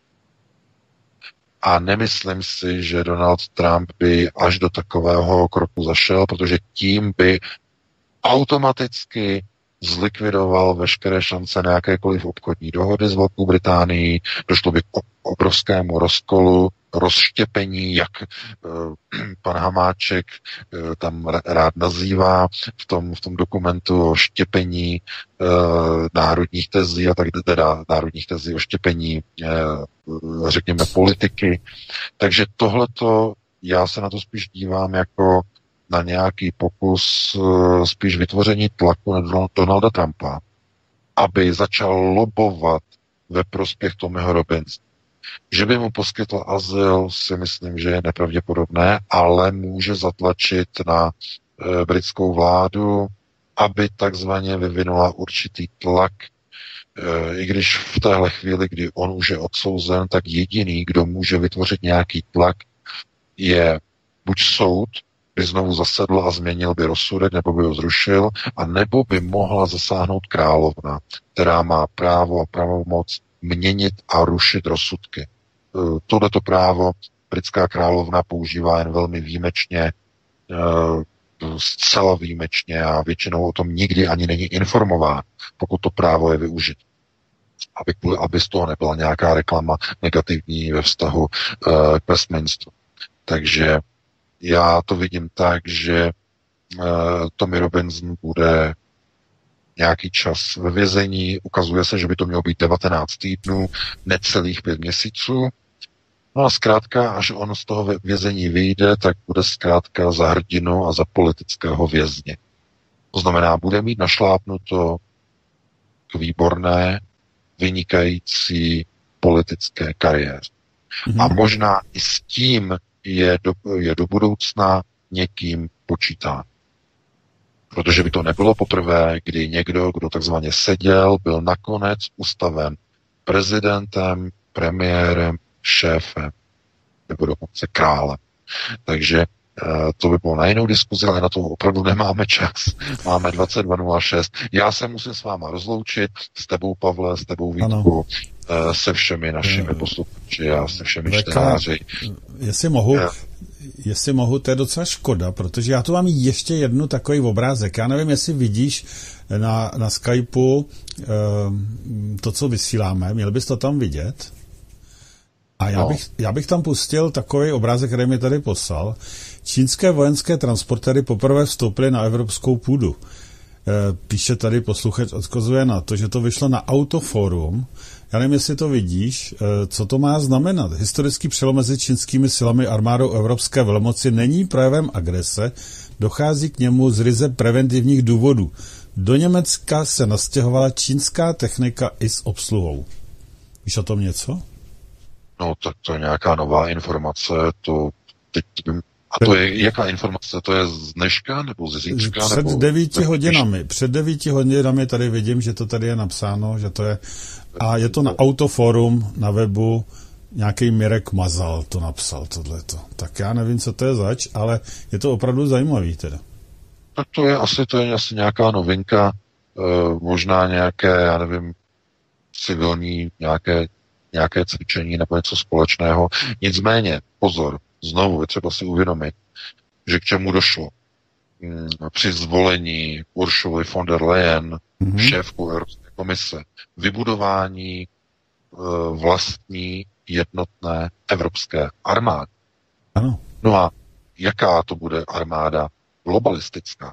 A nemyslím si, že Donald Trump by až do takového kroku zašel, protože tím by automaticky zlikvidoval veškeré šance na jakékoliv obchodní dohody s Velkou Británií, došlo by k obrovskému rozkolu, rozštěpení, jak uh, pan Hamáček uh, tam rád nazývá v tom, v tom dokumentu o štěpení uh, národních tezí a tak teda národních tezí o štěpení uh, řekněme politiky. Takže tohleto já se na to spíš dívám jako na nějaký pokus uh, spíš vytvoření tlaku na Donalda Trumpa, aby začal lobovat ve prospěch Tommyho Robinsona. Že by mu poskytl azyl, si myslím, že je nepravděpodobné, ale může zatlačit na e, britskou vládu, aby takzvaně vyvinula určitý tlak, e, i když v téhle chvíli, kdy on už je odsouzen, tak jediný, kdo může vytvořit nějaký tlak, je buď soud, by znovu zasedl a změnil by rozsudek, nebo by ho zrušil, a nebo by mohla zasáhnout královna, která má právo a pravomoc měnit a rušit rozsudky. Tohleto právo britská královna používá jen velmi výjimečně, zcela výjimečně, a většinou o tom nikdy ani není informován, pokud to právo je využit. Aby, aby z toho nebyla nějaká reklama negativní ve vztahu k Westminsteru. Takže já to vidím tak, že Tommy Robinson bude nějaký čas ve vězení, ukazuje se, že by to mělo být devatenáct týdnů, necelých pět měsíců. No a zkrátka, až on z toho vězení vyjde, tak bude zkrátka za hrdinu a za politického vězně. To znamená, bude mít našlápnuto k výborné, vynikající politické kariéře. Mm-hmm. A možná i s tím je do, je do budoucna někým počítán. Protože by to nebylo poprvé, kdy někdo, kdo takzvaně seděl, byl nakonec ustaven prezidentem, premiérem, šéfem nebo dokonce králem. Takže to by bylo na jinou diskuzi, ale na to opravdu nemáme čas. Máme dvacet dva nula šest. Já se musím s váma rozloučit, s tebou, Pavle, s tebou, Vítku, ano. Se všemi našimi posluchači a se všemi čtenáři. Jestli mohu, jestli mohu, to je docela škoda, protože já tu mám ještě jednu takový obrázek. Já nevím, jestli vidíš na, na Skypeu to, co vysíláme. Měl bys to tam vidět? A já, no. bych, já bych tam pustil takový obrázek, který mi tady poslal. Čínské vojenské transportéry poprvé vstoupily na evropskou půdu. Píše tady posluchač, odkazuje na to, že to vyšlo na Autoforum. Já nevím, jestli to vidíš, co to má znamenat. Historický přelom mezi čínskými silami armádou evropské velmoci není projevem agrese, dochází k němu z ryze preventivních důvodů. Do Německa se nastěhovala čínská technika i s obsluhou. Víš o tom něco? No, tak to je nějaká nová informace, to teď a to je, jaká informace, to je z dneška, nebo z zítřka? Před nebo devíti hodinami, před devíti hodinami tady vidím, že to tady je napsáno, že to je, a je to na Autoforum, na webu, nějaký Mirek Mazal to napsal, tohleto. Tak já nevím, co to je zač, ale je to opravdu zajímavý teda. Tak to je asi, to je asi nějaká novinka, e, možná nějaké, já nevím, civilní, nějaké nějaké cvičení nebo něco společného. Nicméně, pozor, znovu je třeba si uvědomit, že k čemu došlo při zvolení Ursuly von der Leyen, mm-hmm. šéfku Evropské komise, vybudování uh, vlastní jednotné evropské armády. Ano. No a jaká to bude armáda globalistická?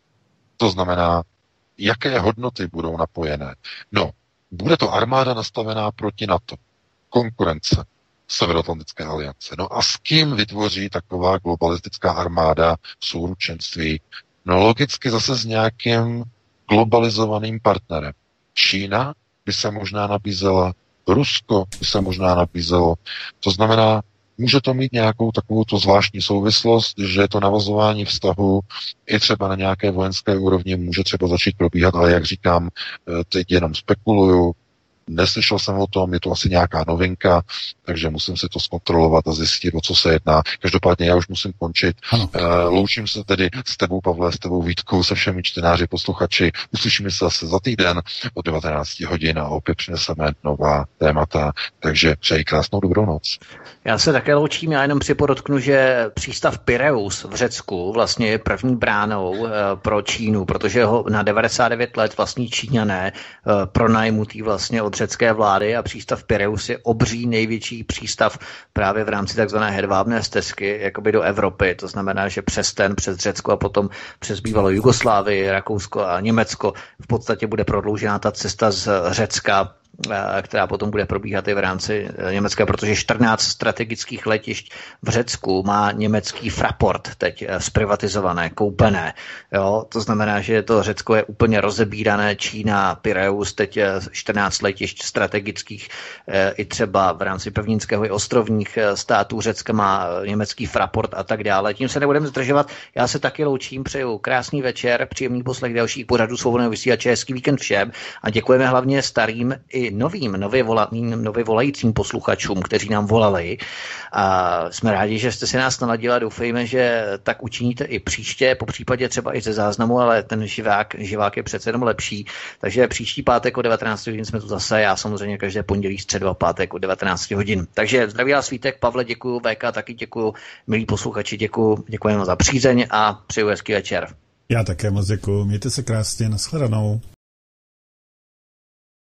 To znamená, jaké hodnoty budou napojené? No, bude to armáda nastavená proti NATO, konkurence Severoatlantické aliance. No a s kým vytvoří taková globalistická armáda souručenství? No logicky zase s nějakým globalizovaným partnerem. Čína by se možná nabízela, Rusko by se možná nabízelo. To znamená, může to mít nějakou takovou to zvláštní souvislost, že to navazování vztahu i třeba na nějaké vojenské úrovni může třeba začít probíhat, ale jak říkám, teď jenom spekuluju, neslyšel jsem o tom, je to asi nějaká novinka, takže musím si to zkontrolovat a zjistit, o co se jedná. Každopádně já už musím končit. Ano. Loučím se tedy s tebou, Pavle, s tebou, Vítkou, se všemi čtenáři, posluchači. Uslyšíme se zase za týden od devatenáct hodin a opět přineseme nová témata. Takže přeji krásnou dobrou noc. Já se také loučím, já jenom připodotknu, že přístav Pireus v Řecku vlastně je první bránou pro Čínu, protože ho na devadesát devět let vlastní Číňané pronajmutý vlastně od řecké vlády a přístav Pireus je obří největší přístav právě v rámci takzvané hedvábné stezky jakoby do Evropy. To znamená, že přes ten, přes Řecko a potom přes bývalou Jugoslávii, Rakousko a Německo v podstatě bude prodloužená ta cesta z Řecka, která potom bude probíhat i v rámci Německa, protože čtrnáct strategických letišť v Řecku má německý Fraport teď zprivatizované, koupené. Jo? To znamená, že to Řecko je úplně rozebírané, Čína, Pireus, teď čtrnáct letišť strategických, i třeba v rámci pevninského i ostrovních států Řecka má německý Fraport a tak dále. Tím se nebudeme zdržovat. Já se taky loučím, přeju krásný večer, příjemný poslech dalších pořadů Svobodného vysílače, hezký víkend všem a děkujeme hlavně starým i novým, nově, vola, nově volajícím posluchačům, kteří nám volali. A jsme rádi, že jste si nás naladili a doufejme, že tak učiníte i příště, po případě třeba i ze záznamu, ale ten živák, živák je přece jenom lepší. Takže příští pátek o devatenáct hodin jsme tu zase, já samozřejmě každé pondělí, středu a pátek o devatenáct hodin. Takže zdraví vás Vítek, Pavle, děkuju, V K taky děkuju, milí posluchači, děkuju, děkujeme za přízeň a přeju hezký večer. Já také moc děkuju, mějte se krásně, nashledanou.